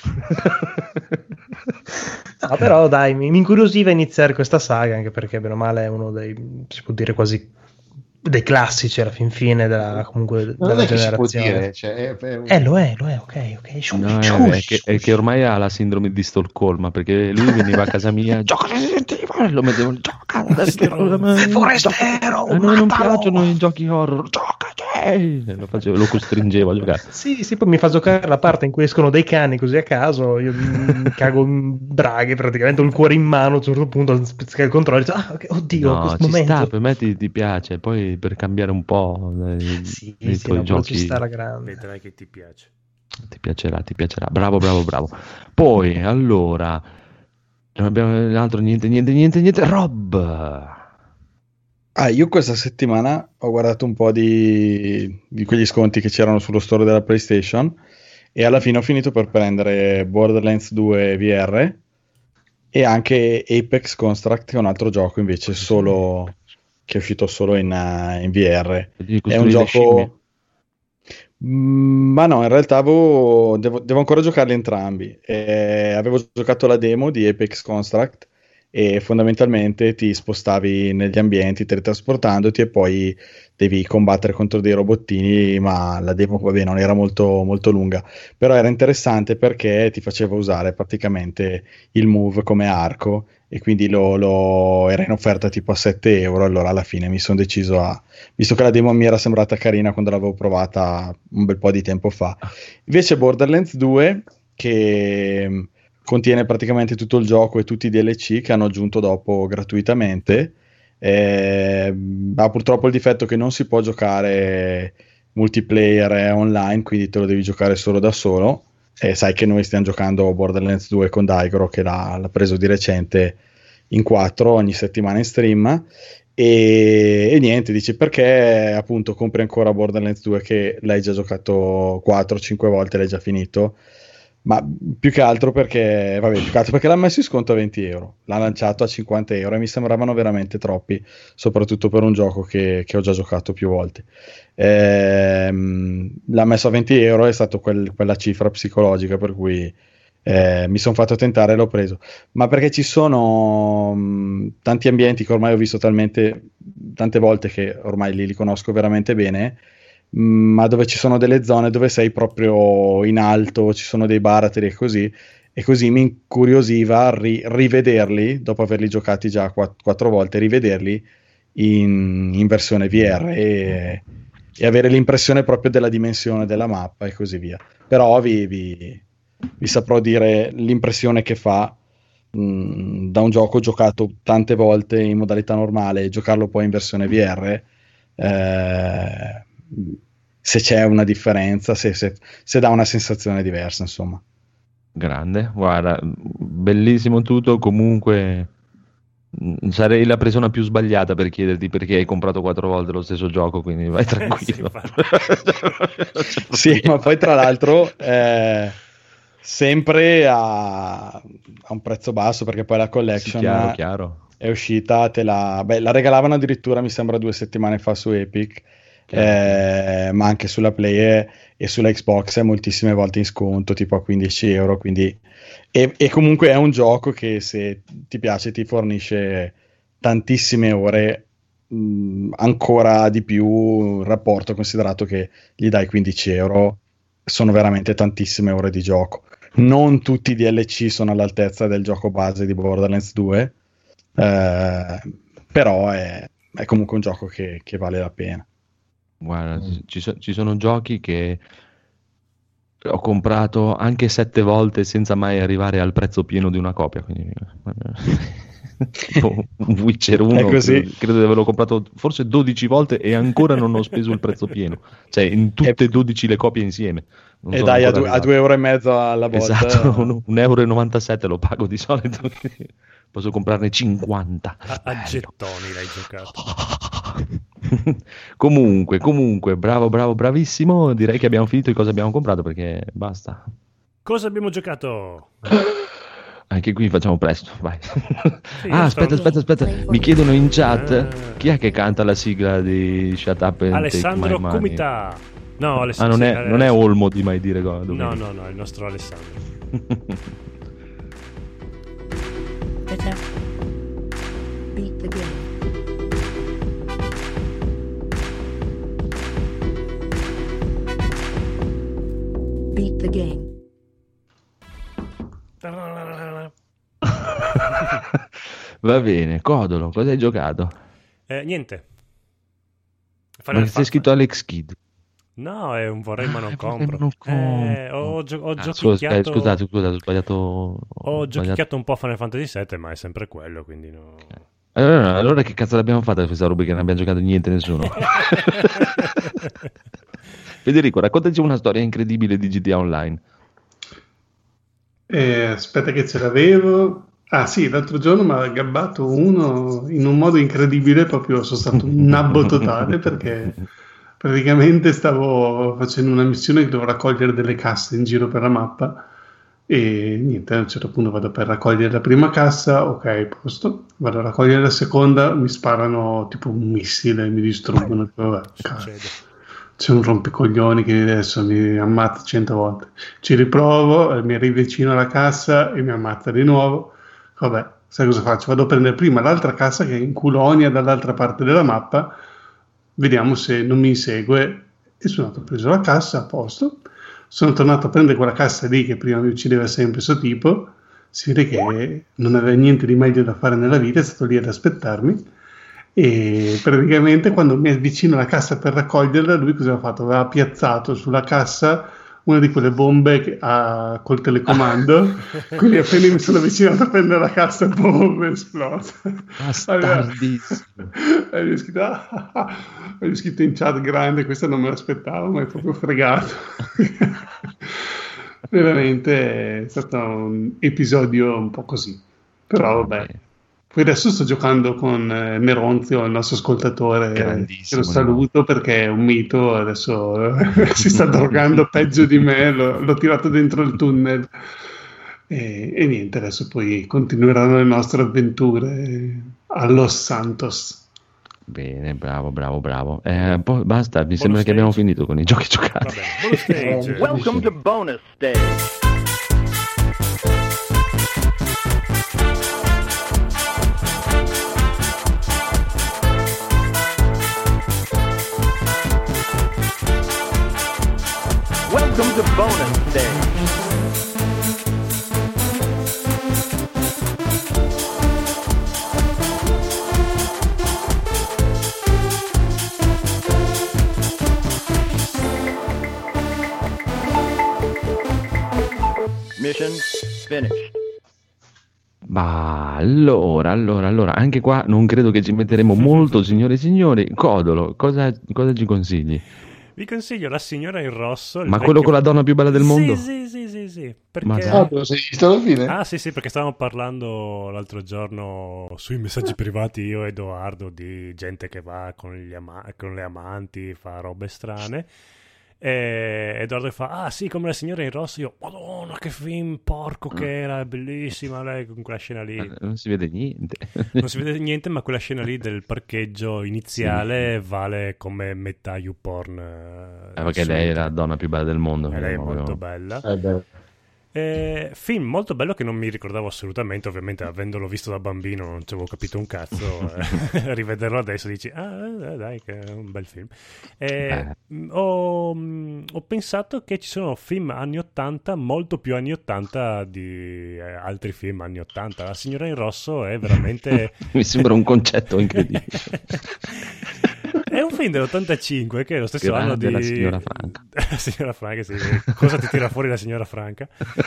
No, però dai, mi, mi incuriosiva iniziare questa saga, anche perché bene o male è uno dei, si può dire quasi dei classici alla fin fine della, comunque, Non della è che si può generazione. dire, cioè, è- è un- Eh, lo è, lo è, ok, ok. Shush, No, è, shush, è che, è che ormai ha la sindrome di Stoccolma, perché lui veniva a casa mia, gioca Resident Evil, lo mettevo, gioca Resident Evil, Forestero, a noi non matalo! piacciono i giochi horror, gioca te! Lo, facevo, lo costringevo a giocare. Sì, sì, poi mi fa giocare la parte in cui escono dei cani così a caso, io mi cago in braghe, praticamente ho il cuore in mano, a un certo punto spizzicare il controllo e dico, ah, ok, oddio, No, questo ci momento. sta, per me ti, ti piace, poi per cambiare un po' dei, Sì, dei sì, tuoi no, quello giochi ci sta la grande. Vedrai che ti piace. ti piacerà, ti piacerà. Bravo, bravo, bravo. Poi, allora, non abbiamo altro, niente, niente, niente, niente. Rob! Ah, io questa settimana ho guardato un po' di, di quegli sconti che c'erano sullo store della PlayStation e alla fine ho finito per prendere Borderlands due V R e anche Apex Construct, che è un altro gioco invece solo che è uscito solo in, uh, in V R. Devi È un costruire le scimmie. gioco... Mm, ma no, in realtà avevo- devo, devo ancora giocarli entrambi. Eh, avevo giocato la demo di Apex Construct e fondamentalmente ti spostavi negli ambienti teletrasportandoti e poi devi combattere contro dei robottini, ma la demo vabbè, non era molto, molto lunga, però era interessante perché ti faceva usare praticamente il move come arco e quindi lo, lo- era in offerta tipo a sette euro, allora alla fine mi sono deciso a, visto che la demo mi era sembrata carina quando l'avevo provata un bel po' di tempo fa. Invece Borderlands due, che mh, contiene praticamente tutto il gioco e tutti i D L C che hanno aggiunto dopo gratuitamente, eh, ha purtroppo il difetto che non si può giocare multiplayer eh, online, quindi te lo devi giocare solo da solo. E sai che noi stiamo giocando Borderlands due con Daigoro, che l'ha, l'ha preso di recente in quattro ogni settimana in stream. E, e niente, dici perché appunto compri ancora Borderlands due che l'hai già giocato quattro cinque volte, l'hai già finito. Ma più che altro perché, vabbè, più che altro perché l'ha messo in sconto a venti euro, l'ha lanciato a cinquanta euro e mi sembravano veramente troppi, soprattutto per un gioco che, che ho già giocato più volte. Ehm, l'ha messo a venti euro, è stata quel, quella cifra psicologica per cui eh, mi sono fatto tentare e l'ho preso. Ma perché ci sono mh, tanti ambienti che ormai ho visto talmente tante volte che ormai li, li conosco veramente bene, mh, ma dove ci sono delle zone dove sei proprio in alto, ci sono dei baratri e così, e così mi incuriosiva ri- rivederli, dopo averli giocati già quatt- quattro volte, rivederli in, in versione V R e, e avere l'impressione proprio della dimensione della mappa e così via. Però vi, vi, vi saprò dire l'impressione che fa mh, da un gioco giocato tante volte in modalità normale e giocarlo poi in versione V R, eh, se c'è una differenza, se, se, se dà una sensazione diversa, insomma. Grande, guarda, bellissimo tutto. Comunque mh, sarei la persona più sbagliata per chiederti perché hai comprato quattro volte lo stesso gioco, quindi vai tranquillo. Sì, ma poi tra l'altro eh, sempre a, a un prezzo basso, perché poi la collection Sì, chiaro, chiaro. è uscita, te la, beh, la regalavano addirittura mi sembra due settimane fa su Epic, eh, ma anche sulla Play e, e sulla Xbox è moltissime volte in sconto, tipo a quindici euro, quindi e, e comunque è un gioco che se ti piace ti fornisce tantissime ore, mh, ancora di più il rapporto, considerato che gli dai quindici euro, sono veramente tantissime ore di gioco. Non tutti i D L C sono all'altezza del gioco base di Borderlands due, eh, però è, è comunque un gioco che, che vale la pena. Guarda, ci, so- ci sono giochi che ho comprato anche sette volte senza mai arrivare al prezzo pieno di una copia, quindi tipo un Witcher uno È così. credo, credo di averlo comprato forse dodici volte e ancora non ho speso il prezzo pieno, cioè in tutte e dodici le copie insieme. Non E sono dai, a, ancora due, a arrivato. due euro e mezzo alla volta. Esatto, un, un euro e novantasette lo pago di solito, quindi posso comprarne cinquanta. A, a gettoni l'hai giocato. Comunque, comunque, bravo, bravo, bravissimo. Direi che abbiamo finito di cosa abbiamo comprato perché basta. Cosa abbiamo giocato? Anche qui facciamo presto, vai. Sì, ah, aspetta, stavo- aspetta, aspetta. Mi chiedono in chat Ah. chi è che canta la sigla di Shut Up and Alessandro Take My Money? Comità. No, Ah, Alessandro. non sì, è, non è Olmo di Mai Dire Go. No, no, no, è il nostro Alessandro. Beat the game. Beat the game. Va bene, Codolo, cosa hai giocato? Eh, niente. Ma Final che sei Fa- scritto Alex Kidd? No, è un vorrei ma non Ah, vorrei compro. ma non compro. Eh, ho, gio- ho Ah, scusa, giochicchiato... eh, scusate, scusate, ho sbagliato. Ho sbagliato. giochicchiato un po' Final Fantasy sette, ma è sempre quello, quindi no. Allora, allora che cazzo l'abbiamo fatta questa rubrica? Non abbiamo giocato niente nessuno. Federico, raccontaci una storia incredibile di G T A Online. Eh, aspetta che ce l'avevo. Ah sì, l'altro giorno mi ha gabbato uno in un modo incredibile, proprio sono stato un nabbo totale perché praticamente stavo facendo una missione che dovevo raccogliere delle casse in giro per la mappa e niente, a un certo punto vado per raccogliere la prima cassa, ok, posto, vado a raccogliere la seconda, mi sparano tipo un missile, mi distruggono, vabbè, cazzo. C'è un rompicoglioni che adesso mi ammazza cento volte. Ci riprovo, eh, mi rivicino alla cassa e mi ammazza di nuovo. Vabbè, sai cosa faccio? Vado a prendere prima l'altra cassa che è in Culonia dall'altra parte della mappa, vediamo se non mi insegue. E sono andato, ho preso la cassa, a posto. Sono tornato a prendere quella cassa lì che prima mi uccideva sempre questo tipo. Si vede che non aveva niente di meglio da fare nella vita, è stato lì ad aspettarmi. E praticamente quando mi avvicino alla cassa per raccoglierla, lui cosa aveva fatto? Aveva piazzato sulla cassa una di quelle bombe che ha col telecomando, quindi appena mi sono avvicinato a prendere la cassa, boom, è esplosa. Bastardissimo. E gli ho scritto, ah, ah, ah. E gli ho scritto in chat grande, questa non me l'aspettavo, ma è proprio fregato. Veramente è stato un episodio un po' così, però vabbè. Poi adesso sto giocando con eh, Meronzio, il nostro ascoltatore, che lo saluto perché è un mito, adesso eh, si sta drogando peggio di me, l'ho, l'ho tirato dentro il tunnel e, e niente, adesso poi continueranno le nostre avventure a Los Santos. Bene, bravo, bravo, bravo. Eh, poi basta, mi Bonus sembra stage. che abbiamo finito con i giochi giocati. Va bene, bonus stage. Welcome to bonus stage. Welcome to bonus stage. Mission finished. Ma allora, allora, allora, anche qua non credo che ci metteremo molto, signore e signori. Codolo, cosa, cosa ci consigli? Vi consiglio La signora in rosso. il Ma vecchio- quello con la donna più bella del mondo? Sì, sì, sì, sì, sì. Perché... Ma Ah, te lo sei visto alla fine? Ah sì sì, perché stavamo parlando l'altro giorno sui messaggi privati io e Edoardo di gente che va con, gli ama- con le amanti, fa robe strane, e Edoardo fa ah sì, come La signora in rosso. Io madonna che film porco che era, è bellissima lei con quella scena lì. Non si vede niente. Non si vede niente, ma quella scena lì del parcheggio iniziale vale come metà YouPorn. Eh, perché lei è la donna più bella del mondo. E lei è proprio. molto bella. Eh, beh. Eh, film molto bello che non mi ricordavo assolutamente, ovviamente avendolo visto da bambino non ci avevo capito un cazzo. eh, rivederlo adesso dici ah eh, dai che è un bel film. Eh, mh, ho, mh, ho pensato che ci sono film anni ottanta molto più anni ottanta di eh, altri film anni ottanta. La signora in rosso è veramente Mi sembra un concetto incredibile. è un film dell'ottantacinque che è lo stesso Grande anno di la signora Franca. La signora Franca, sì. Cosa ti tira fuori la signora Franca?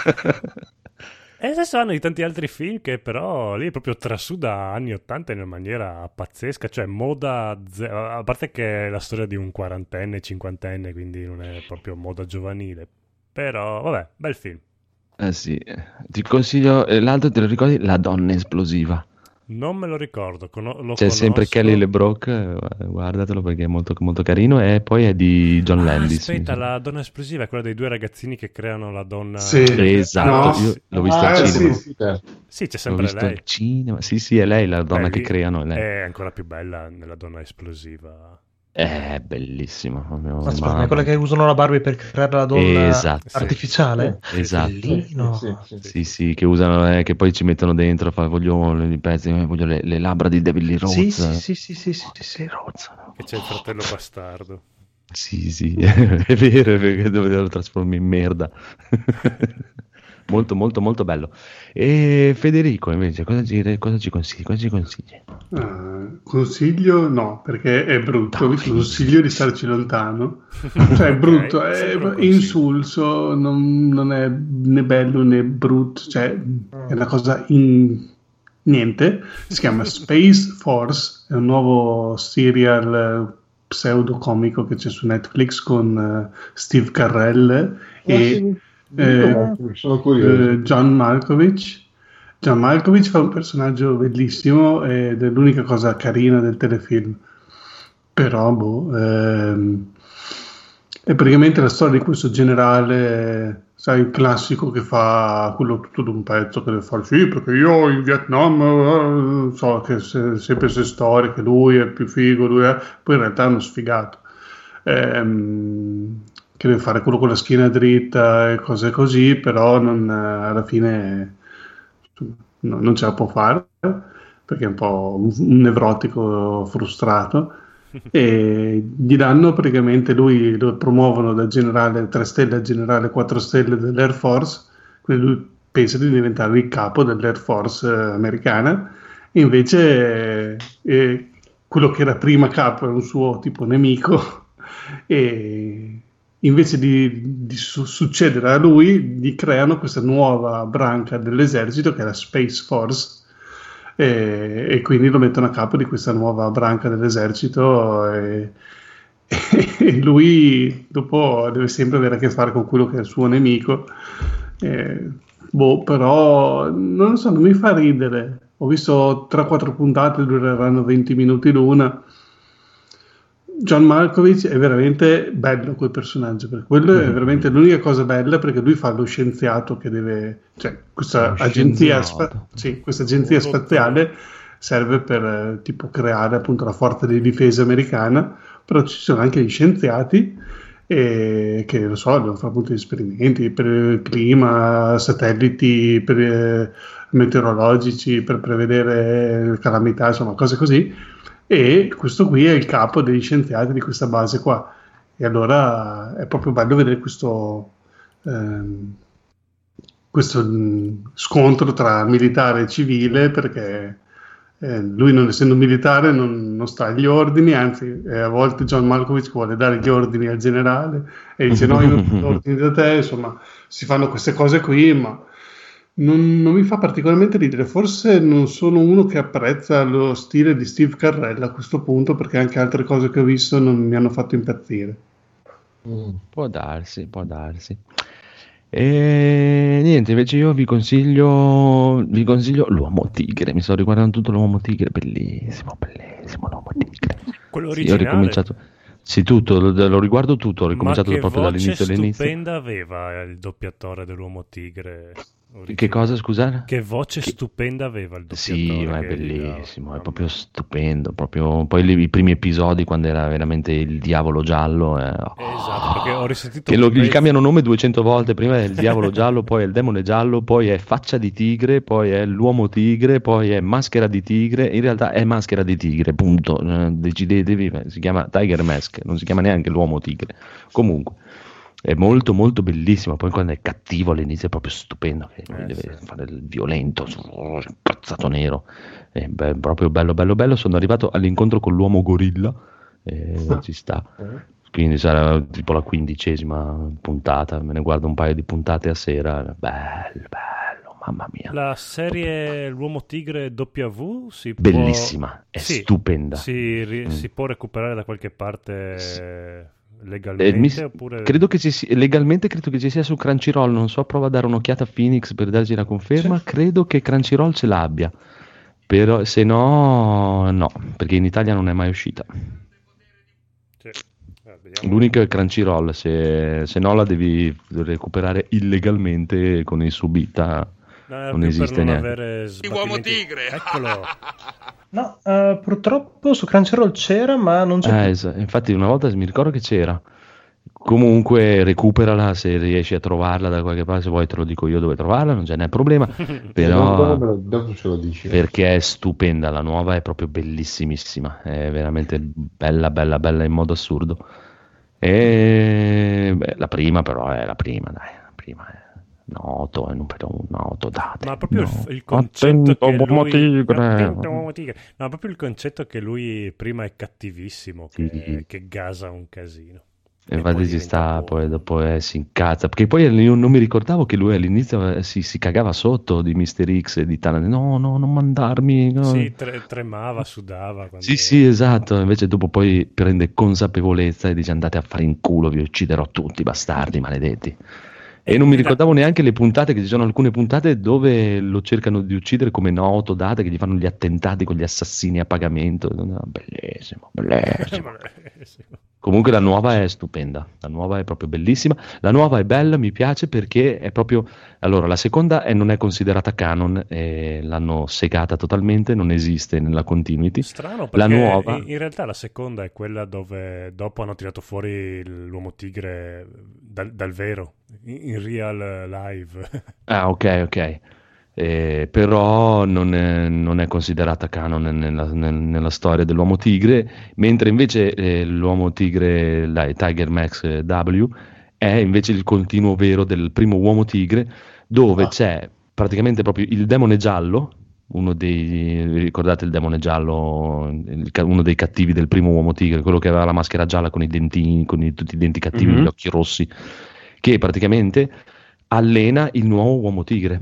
È lo stesso anno di tanti altri film che però lì proprio trasuda anni ottanta in una maniera pazzesca, cioè moda ze- a parte che è la storia di un quarantenne, cinquantenne, quindi non è proprio moda giovanile, però vabbè, bel film. Eh sì, ti consiglio, eh, l'altro te lo ricordi? La donna esplosiva. Non me lo ricordo, cono- lo C'è sempre conosco. Kelly LeBrock, eh, guardatelo perché è molto, molto carino, e poi è di John Ah, Landis. aspetta, mi sa. la donna esplosiva è quella dei due ragazzini che creano la donna. Sì. Esatto, No. io l'ho visto Ah, al sì, cinema. sì, certo. Sì, c'è L'ho sempre visto lei. al cinema. Sì, sì, è lei la donna Beh, che lì creano, è lei. È ancora più bella nella donna esplosiva. È bellissimo. proprio, Ma scusa, mamma è quella che usano la Barbie per creare la donna Esatto. artificiale? Esatto. Bellino. Sì, sì, sì. Sì, sì, che usano, eh, che poi ci mettono dentro, fa, voglio i pezzi, eh, voglio le, le labbra di David Lee Rhodes. Sì, sì, sì, sì, sì, sì, sì. Che c'è il fratello bastardo. Sì, sì, è vero, perché dove lo trasformi in merda. Molto, molto, molto bello. E Federico, invece, cosa ci, cosa ci consigli? Cosa ci consigli? Uh, consiglio no, perché è brutto. Vi consiglio di starci lontano. Cioè, è brutto, Ok, è sempre un consiglio. insulso, non, non è né bello né brutto, cioè è una cosa in niente. Si chiama Space Force, è un nuovo serial eh, pseudo-comico che c'è su Netflix con eh, Steve Carell e eh, Sono curioso. eh, John Malkovich. John Malkovich fa un personaggio bellissimo ed è l'unica cosa carina del telefilm. Però, boh, ehm, è praticamente la storia di questo generale, sai, il classico che fa quello tutto d'un pezzo, che deve fare sì, perché io in Vietnam eh, so che se, sempre queste storie, che lui è più figo, lui è... poi in realtà è uno sfigato. Ehm, che deve fare quello con la schiena dritta e cose così, però non, alla fine no, non ce la può fare perché è un po' un, un nevrotico frustrato e gli danno praticamente, lui lo promuovono da generale tre stelle a generale quattro stelle dell'Air Force, quindi lui pensa di diventare il capo dell'Air Force eh, americana, e invece eh, quello che era prima capo è un suo tipo nemico e invece di, di su- succedere a lui, gli creano questa nuova branca dell'esercito che è la Space Force e, e quindi lo mettono a capo di questa nuova branca dell'esercito e, e lui dopo deve sempre avere a che fare con quello che è il suo nemico. E, boh, però non lo so, non mi fa ridere. Ho visto tre quattro puntate, dureranno venti minuti l'una. John Malkovich è veramente bello quel personaggio, perché quello è veramente l'unica cosa bella, perché lui fa lo scienziato che deve, cioè questa Lo agenzia, scienziato. spa- sì, questa agenzia spaziale serve per eh, tipo creare appunto la forza di difesa americana, però ci sono anche gli scienziati e che lo so, devono fare appunto esperimenti per il clima, satelliti per, eh, meteorologici per prevedere calamità, insomma cose così, e questo qui è il capo degli scienziati di questa base qua, e allora è proprio bello vedere questo ehm, questo mh, scontro tra militare e civile, perché eh, lui, non essendo militare, non, non sta agli ordini, anzi eh, a volte John Malkovich vuole dare gli ordini al generale e dice no, io non do ordini da te, insomma si fanno queste cose qui, ma non, non mi fa particolarmente ridere. Forse non sono uno che apprezza lo stile di Steve Carell a questo punto, perché anche altre cose che ho visto non mi hanno fatto impazzire. Mm, può darsi, può darsi. E niente, invece io vi consiglio vi consiglio l'Uomo Tigre. Mi sto riguardando tutto l'Uomo Tigre, bellissimo, bellissimo l'Uomo Tigre. Quello Sì, originale. ho ricominciato. Sì, tutto, lo, lo riguardo tutto, ho ricominciato Ma che proprio voce dall'inizio all'inizio. stupenda aveva il doppiatore dell'Uomo Tigre originale. Che cosa, scusate? Che voce Che- stupenda aveva il doppiatore. Sì, ma è che gli dava. bellissimo, è proprio stupendo. Proprio... Poi li- i primi episodi, quando era veramente il diavolo giallo, eh, Esatto, perché ho risentito che lo, un gli pezzo- cambiano nome duecento volte. Prima è il diavolo giallo, poi è il demone giallo, poi è faccia di tigre, poi è l'uomo tigre, poi è maschera di tigre. In realtà è maschera di tigre, punto. Eh, decidetevi, si chiama Tiger Mask, non si chiama neanche l'uomo tigre. Comunque è molto molto bellissimo. Poi quando è cattivo all'inizio è proprio stupendo, che lui Eh, deve fare il violento, impazzato nero. È be- proprio bello bello bello. Sono arrivato all'incontro con l'uomo gorilla, e ci sta. Quindi sarà tipo la quindicesima puntata, me ne guardo un paio di puntate a sera. Bello, bello, mamma mia. La serie L'Uomo Tigre W si può... Bellissima, è Sì, stupenda. Si, ri- Mm. si può recuperare da qualche parte Eh, legalmente mi- oppure... credo che ci sia, legalmente credo che ci sia su Crunchyroll, non so, prova a dare un'occhiata a Phoenix per darci la conferma. Credo che Crunchyroll ce l'abbia, però se no no, perché in Italia non è mai uscita. Sì. Eh, vediamo. L'unico è Crunchyroll, se, se no la devi recuperare illegalmente con il Subita, No, era non più esiste per non neanche. avere sbattimenti. Eccolo. No, eh, purtroppo su Crunchyroll c'era, ma non c'è Eh, più. es- infatti una volta mi ricordo che c'era. Comunque recuperala se riesci a trovarla da qualche parte, se vuoi te lo dico io dove trovarla, non ce n'è problema, però Dopo, dopo ce lo dici. perché è stupenda, la nuova è proprio bellissimissima, è veramente bella bella bella in modo assurdo. E beh, la prima però è la prima, dai, la prima è noto, è numero uno, noto, date. Ma proprio il, no. f- il concetto Attento, che uomo lui... tigre. Attento, uomo tigre. No, proprio il concetto che lui prima è cattivissimo, che, Sì. che gasa un casino. E E infatti poi ci diventa sta, buono. poi dopo eh, si incazza, perché poi io non mi ricordavo che lui all'inizio eh, si, si cagava sotto di mister X e di Tana, no, no, non mandarmi. No. Sì, tre- tremava, sudava. Quando... Sì, sì, esatto, invece dopo poi prende consapevolezza e dice andate a fare in culo, vi ucciderò tutti, bastardi, maledetti. E non mi ricordavo neanche le puntate, che ci sono alcune puntate dove lo cercano di uccidere come noto, date, che gli fanno gli attentati con gli assassini a pagamento. No, bellissimo, bellissimo. Comunque la nuova è stupenda, la nuova è proprio bellissima, la nuova è bella, mi piace perché è proprio, allora la seconda è, non è considerata canon, eh, l'hanno segata totalmente, non esiste nella continuity. Strano La perché nuova, in, in realtà la seconda è quella dove dopo hanno tirato fuori l'uomo tigre dal, dal vero, in, in real live. ah ok ok, eh, però non è, non è considerata canon nella, nel- nella storia dell'uomo tigre, mentre invece eh, l'uomo tigre, la Tiger Max eh, W, è invece il continuo vero del primo uomo tigre, dove Ah. c'è praticamente proprio il demone giallo, uno dei, vi ricordate il demone giallo, il ca- uno dei cattivi del primo uomo tigre, quello che aveva la maschera gialla con i denti, con i- tutti i denti cattivi, Mhm. gli occhi rossi, che praticamente allena il nuovo uomo tigre.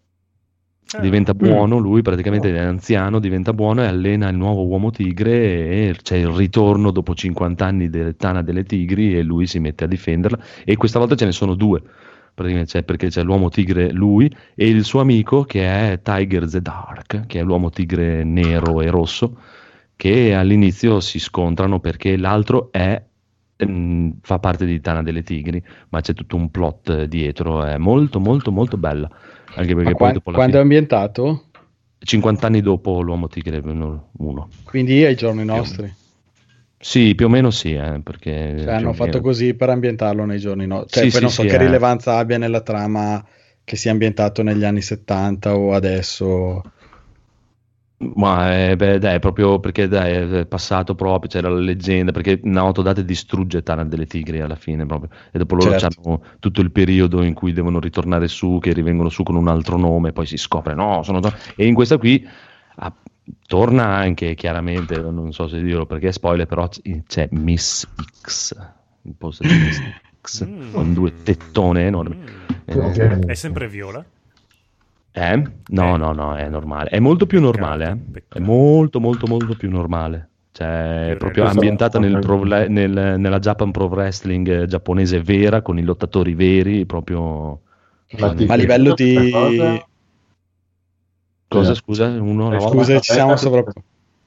Ah. Diventa Mm. buono, lui praticamente è anziano, diventa buono e allena il nuovo uomo tigre e c'è il ritorno dopo cinquanta anni del Tana delle Tigri e lui si mette a difenderla e questa volta ce ne sono due, praticamente c'è, perché c'è l'uomo tigre lui e il suo amico che è Tiger the Dark, che è l'uomo tigre nero e rosso, che all'inizio si scontrano perché l'altro è mm, fa parte di Tana delle Tigri, ma c'è tutto un plot dietro, è molto molto molto bella, anche perché Ma poi qua- dopo la quando è fine... ambientato? cinquanta anni dopo l'Uomo Tigre uno. Quindi ai giorni nostri. Sì, più o meno sì, eh, perché Cioè, più hanno o fatto meno. così per ambientarlo nei giorni nostri. Cioè, Sì, poi sì, non so sì, che eh. rilevanza abbia nella trama che sia ambientato negli anni settanta o adesso. Ma eh, beh, dai, proprio perché dai, è passato proprio, c'era la leggenda, perché Naoto Date distrugge Tana delle Tigri alla fine proprio, e dopo loro Certo. hanno tutto il periodo in cui devono ritornare su, che rivengono su con un altro nome, poi si scopre, no, sono... to-" E in questa qui ah, torna anche, chiaramente, non so se dirlo perché è spoiler, però c- c'è Miss X, il posto di Miss X, Mm. con due tettone enormi. Mm. Eh, È sempre viola? eh? No, no, no, è normale. È molto più normale, eh. È molto, molto, molto più normale. Cioè, è proprio realistico. ambientata nel pro- nel- nella Japan Pro Wrestling eh, giapponese vera, con i lottatori veri, proprio... Ma a livello di... Cosa, scusa? Uno alla Eh, volta? scusa, ci siamo sovrapposti.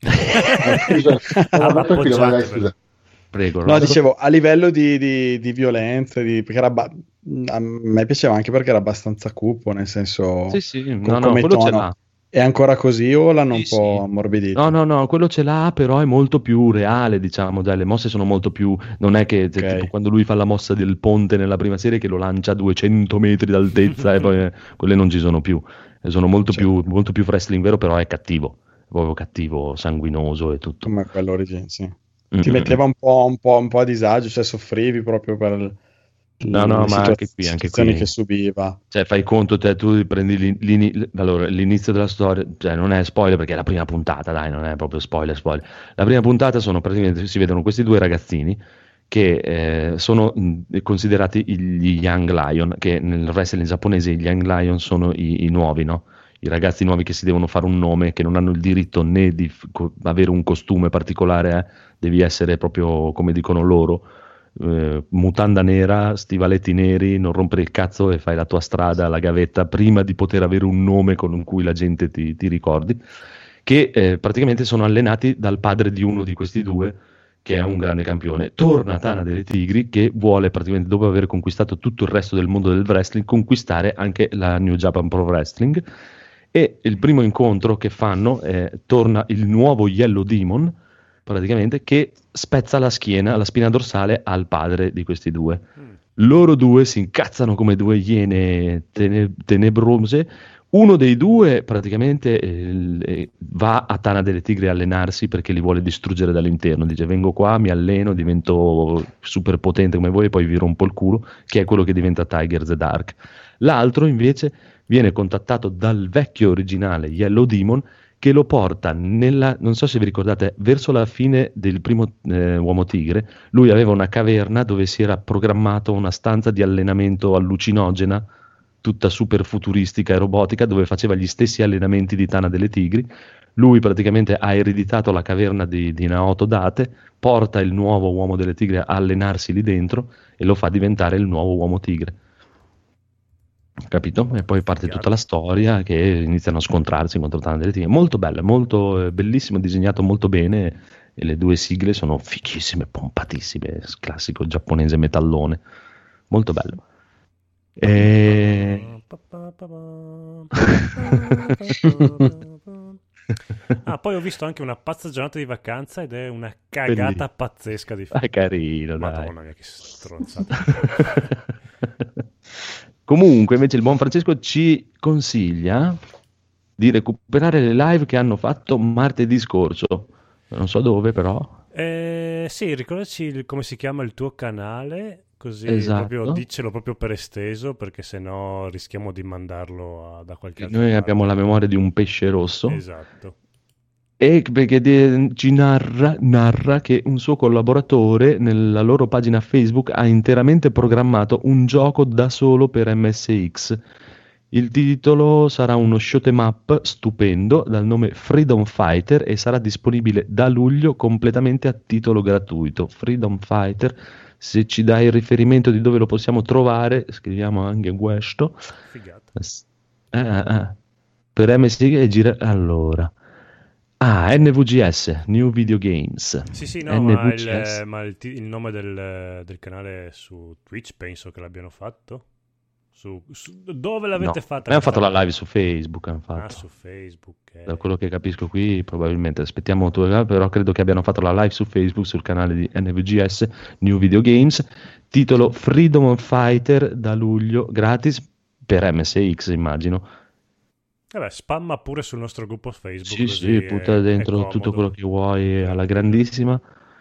Ah, ma appoggiate, vai, scusa. Prego. No, Roberto. dicevo, a livello di, di, di violenza, di, perché era ba- a me piaceva anche perché era abbastanza cupo, nel senso, Sì, sì, co- no, no, come quello ce tono. l'ha. È ancora così o l'hanno un po' ammorbidito? No, no, no, quello ce l'ha, però è molto più reale, diciamo, dai, le mosse sono molto più... Non è che cioè, Ok. tipo quando lui fa la mossa del ponte nella prima serie che lo lancia a duecento metri d'altezza e poi eh, quelle non ci sono più. E sono molto, più, molto più wrestling vero, però è cattivo, è proprio cattivo, sanguinoso e tutto. Come quello origine, sì. Mm, Ti mm, metteva un po', un po', un po' a disagio, cioè soffrivi proprio per l- No, no, le ma situa- anche qui, anche situazioni qui. che subiva. Cioè, fai conto, te, tu prendi l'in- l'ini- allora, l'inizio della storia, cioè non è spoiler perché è la prima puntata, dai, non è proprio spoiler, spoiler. La prima puntata sono praticamente, si vedono questi due ragazzini che eh, sono mh, considerati gli Young Lion, che nel wrestling giapponese i Young Lion sono i, i nuovi, no? I ragazzi nuovi che si devono fare un nome, che non hanno il diritto né di f- co- avere un costume particolare, eh, devi essere proprio come dicono loro. Eh, mutanda nera, stivaletti neri, non rompere il cazzo e fai la tua strada alla gavetta prima di poter avere un nome con cui la gente ti, ti ricordi, che eh, praticamente sono allenati dal padre di uno di questi due, che è un grande campione. Torna Tana delle Tigri, che vuole praticamente, dopo aver conquistato tutto il resto del mondo del wrestling, conquistare anche la New Japan Pro Wrestling, e il primo incontro che fanno è, torna il nuovo Yellow Demon, praticamente, che spezza la schiena, la spina dorsale al padre di questi due. Loro due si incazzano come due iene tene- tenebrose. Uno dei due praticamente eh, eh, va a Tana delle Tigri a allenarsi perché li vuole distruggere dall'interno. Dice: vengo qua, mi alleno, divento super potente come voi e poi vi rompo il culo, che è quello che diventa Tiger the Dark. L'altro invece viene contattato dal vecchio originale Yellow Demon, che lo porta nella, non so se vi ricordate, verso la fine del primo eh, Uomo Tigre. Lui aveva una caverna dove si era programmato una stanza di allenamento allucinogena, tutta super futuristica e robotica, dove faceva gli stessi allenamenti di Tana delle Tigri. Lui praticamente ha ereditato la caverna di, di Naoto Date, porta il nuovo Uomo delle Tigre a allenarsi lì dentro e lo fa diventare il nuovo Uomo Tigre. Capito? E poi parte tutta la storia che iniziano a scontrarsi contro Tana delle Tigre. Molto bella, molto eh, bellissimo, disegnato molto bene, e le due sigle sono fichissime, pompatissime, classico giapponese metallone. Molto bello. E... Ah, poi ho visto anche una pazza giornata di vacanza ed è una cagata Bellissimo. pazzesca di Ah, è carino, dai. Madonna mia, che stronzata. Comunque, invece, il buon Francesco ci consiglia di recuperare le live che hanno fatto martedì scorso. Non so dove, però. Eh, sì, ricordaci il- come si chiama il tuo canale, così Esatto. proprio diccelo proprio per esteso, perché sennò rischiamo di mandarlo a- da qualche altra Noi parte. abbiamo la memoria di un pesce rosso. Esatto. E perché de- ci narra, narra che un suo collaboratore nella loro pagina Facebook ha interamente programmato un gioco da solo per M S X. Il titolo sarà uno shoot 'em up stupendo dal nome Freedom Fighter e sarà disponibile da luglio completamente a titolo gratuito. Freedom Fighter, se ci dai il riferimento di dove lo possiamo trovare, scriviamo anche questo. Figata. Eh, eh, eh. Per M S X e gira... Allora... Ah, N V G S, New Video Games. Sì, sì, no, ma, N V G S. il, ma il, ti- il nome del, del canale su Twitch penso che l'abbiano fatto. Su, su- dove l'avete No, fatta? noi hanno fatto questa- la live su Facebook, hanno Ah, fatto. su Facebook. eh. Da quello che capisco qui, probabilmente aspettiamo tu, però credo che abbiano fatto la live su Facebook sul canale di N V G S New Video Games, titolo Freedom Fighter da luglio, gratis per M S X, immagino. Vabbè, spamma pure sul nostro gruppo Facebook. Sì, così sì, è- butta è dentro comodo. tutto quello che vuoi alla grandissima.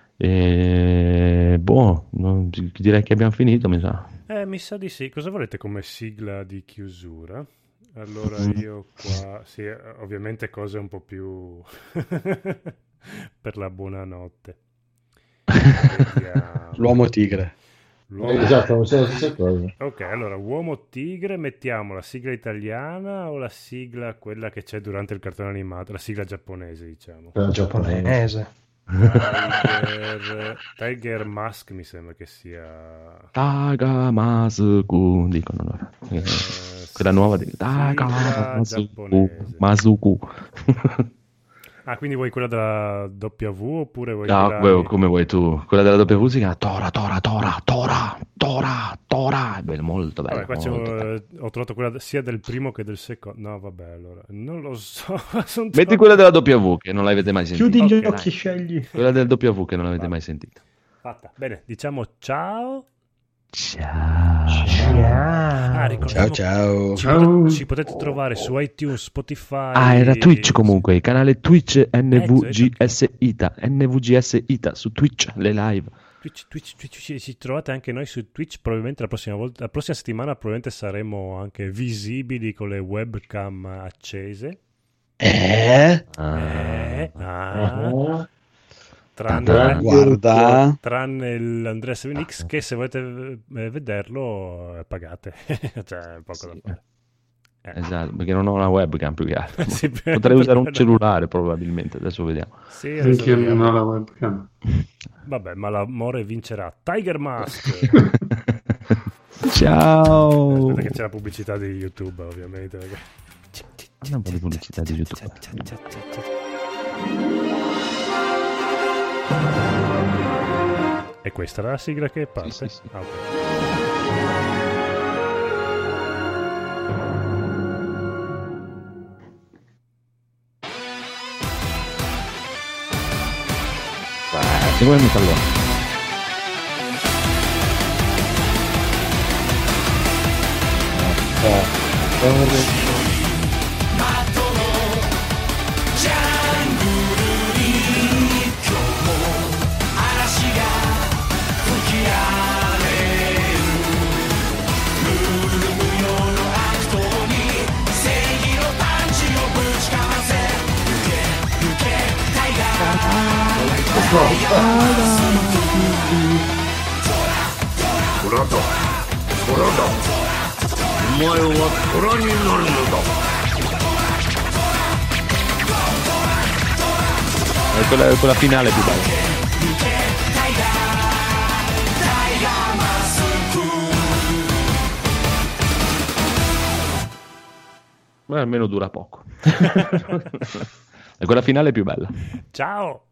E boh, non- direi che abbiamo finito, mi sa. Eh, mi sa di sì. Cosa volete come sigla di chiusura? Allora Mm. io qua, sì, eh, ovviamente cose un po' più per la buonanotte. Vediamo. L'uomo tigre. L'uomo- Eh, esatto, non c'è la stessa cosa. Ok, allora, Uomo Tigre, mettiamo la sigla italiana o la sigla quella che c'è durante il cartone animato, la sigla giapponese, diciamo. Quella giapponese. Giapponese. Tiger, Tiger Mask mi sembra che sia... Tagamasuku, dicono loro. Eh, Eh, quella nuova di sigla Tagamasuku, giapponese. Masuku. Ah, quindi vuoi quella della W oppure vuoi Ah, quella come, di- come vuoi tu. Quella della W si chiama Tora, Tora, Tora, Tora, Tora, Tora. È bello, molto bello. Vabbè, qua c'è- molto bello. eh, ho trovato quella sia del primo che del secondo. No, vabbè, allora, non lo so. son Metti troppo- quella della W che non l'avete mai sentita. Chiudi gli Ok, occhi e scegli. Quella del W che non l'avete mai sentita. Fatta. Bene, diciamo ciao. Ciao. Ah, ricordiamo Ciao ciao. Ci, Ciao. potete, ci potete trovare su iTunes, Spotify. Ah, era Twitch comunque, il canale Twitch N V G Ecco, S Ita, N V G S Ita su Twitch, le live. Twitch, Twitch, Twitch, ci, ci trovate anche noi su Twitch. Probabilmente la prossima volta, la prossima settimana, probabilmente saremo anche visibili con le webcam accese. Eh? Eh, ah. Ah. Tranne, Guarda. tranne l'Andrea sette X che se volete eh, vederlo eh, pagate. Cioè, è poco da fare. Eh. Esatto, perché non ho una webcam più che altro. Sì, Potrei usare un no. cellulare probabilmente, adesso vediamo. Sì, adesso Anche io non vediamo. ho la webcam. Vabbè, ma l'amore vincerà. Tiger Mask. Ciao. Aspetta che c'è la pubblicità di YouTube, ovviamente. Perché... Guarda un po' di pubblicità di YouTube. E questa era la sigla che parte? Sì, sì, sì. Ah, ok. Vai, segui il metallone. È quella, quella finale più bella. Ma almeno dura poco. È quella finale più bella. Ciao!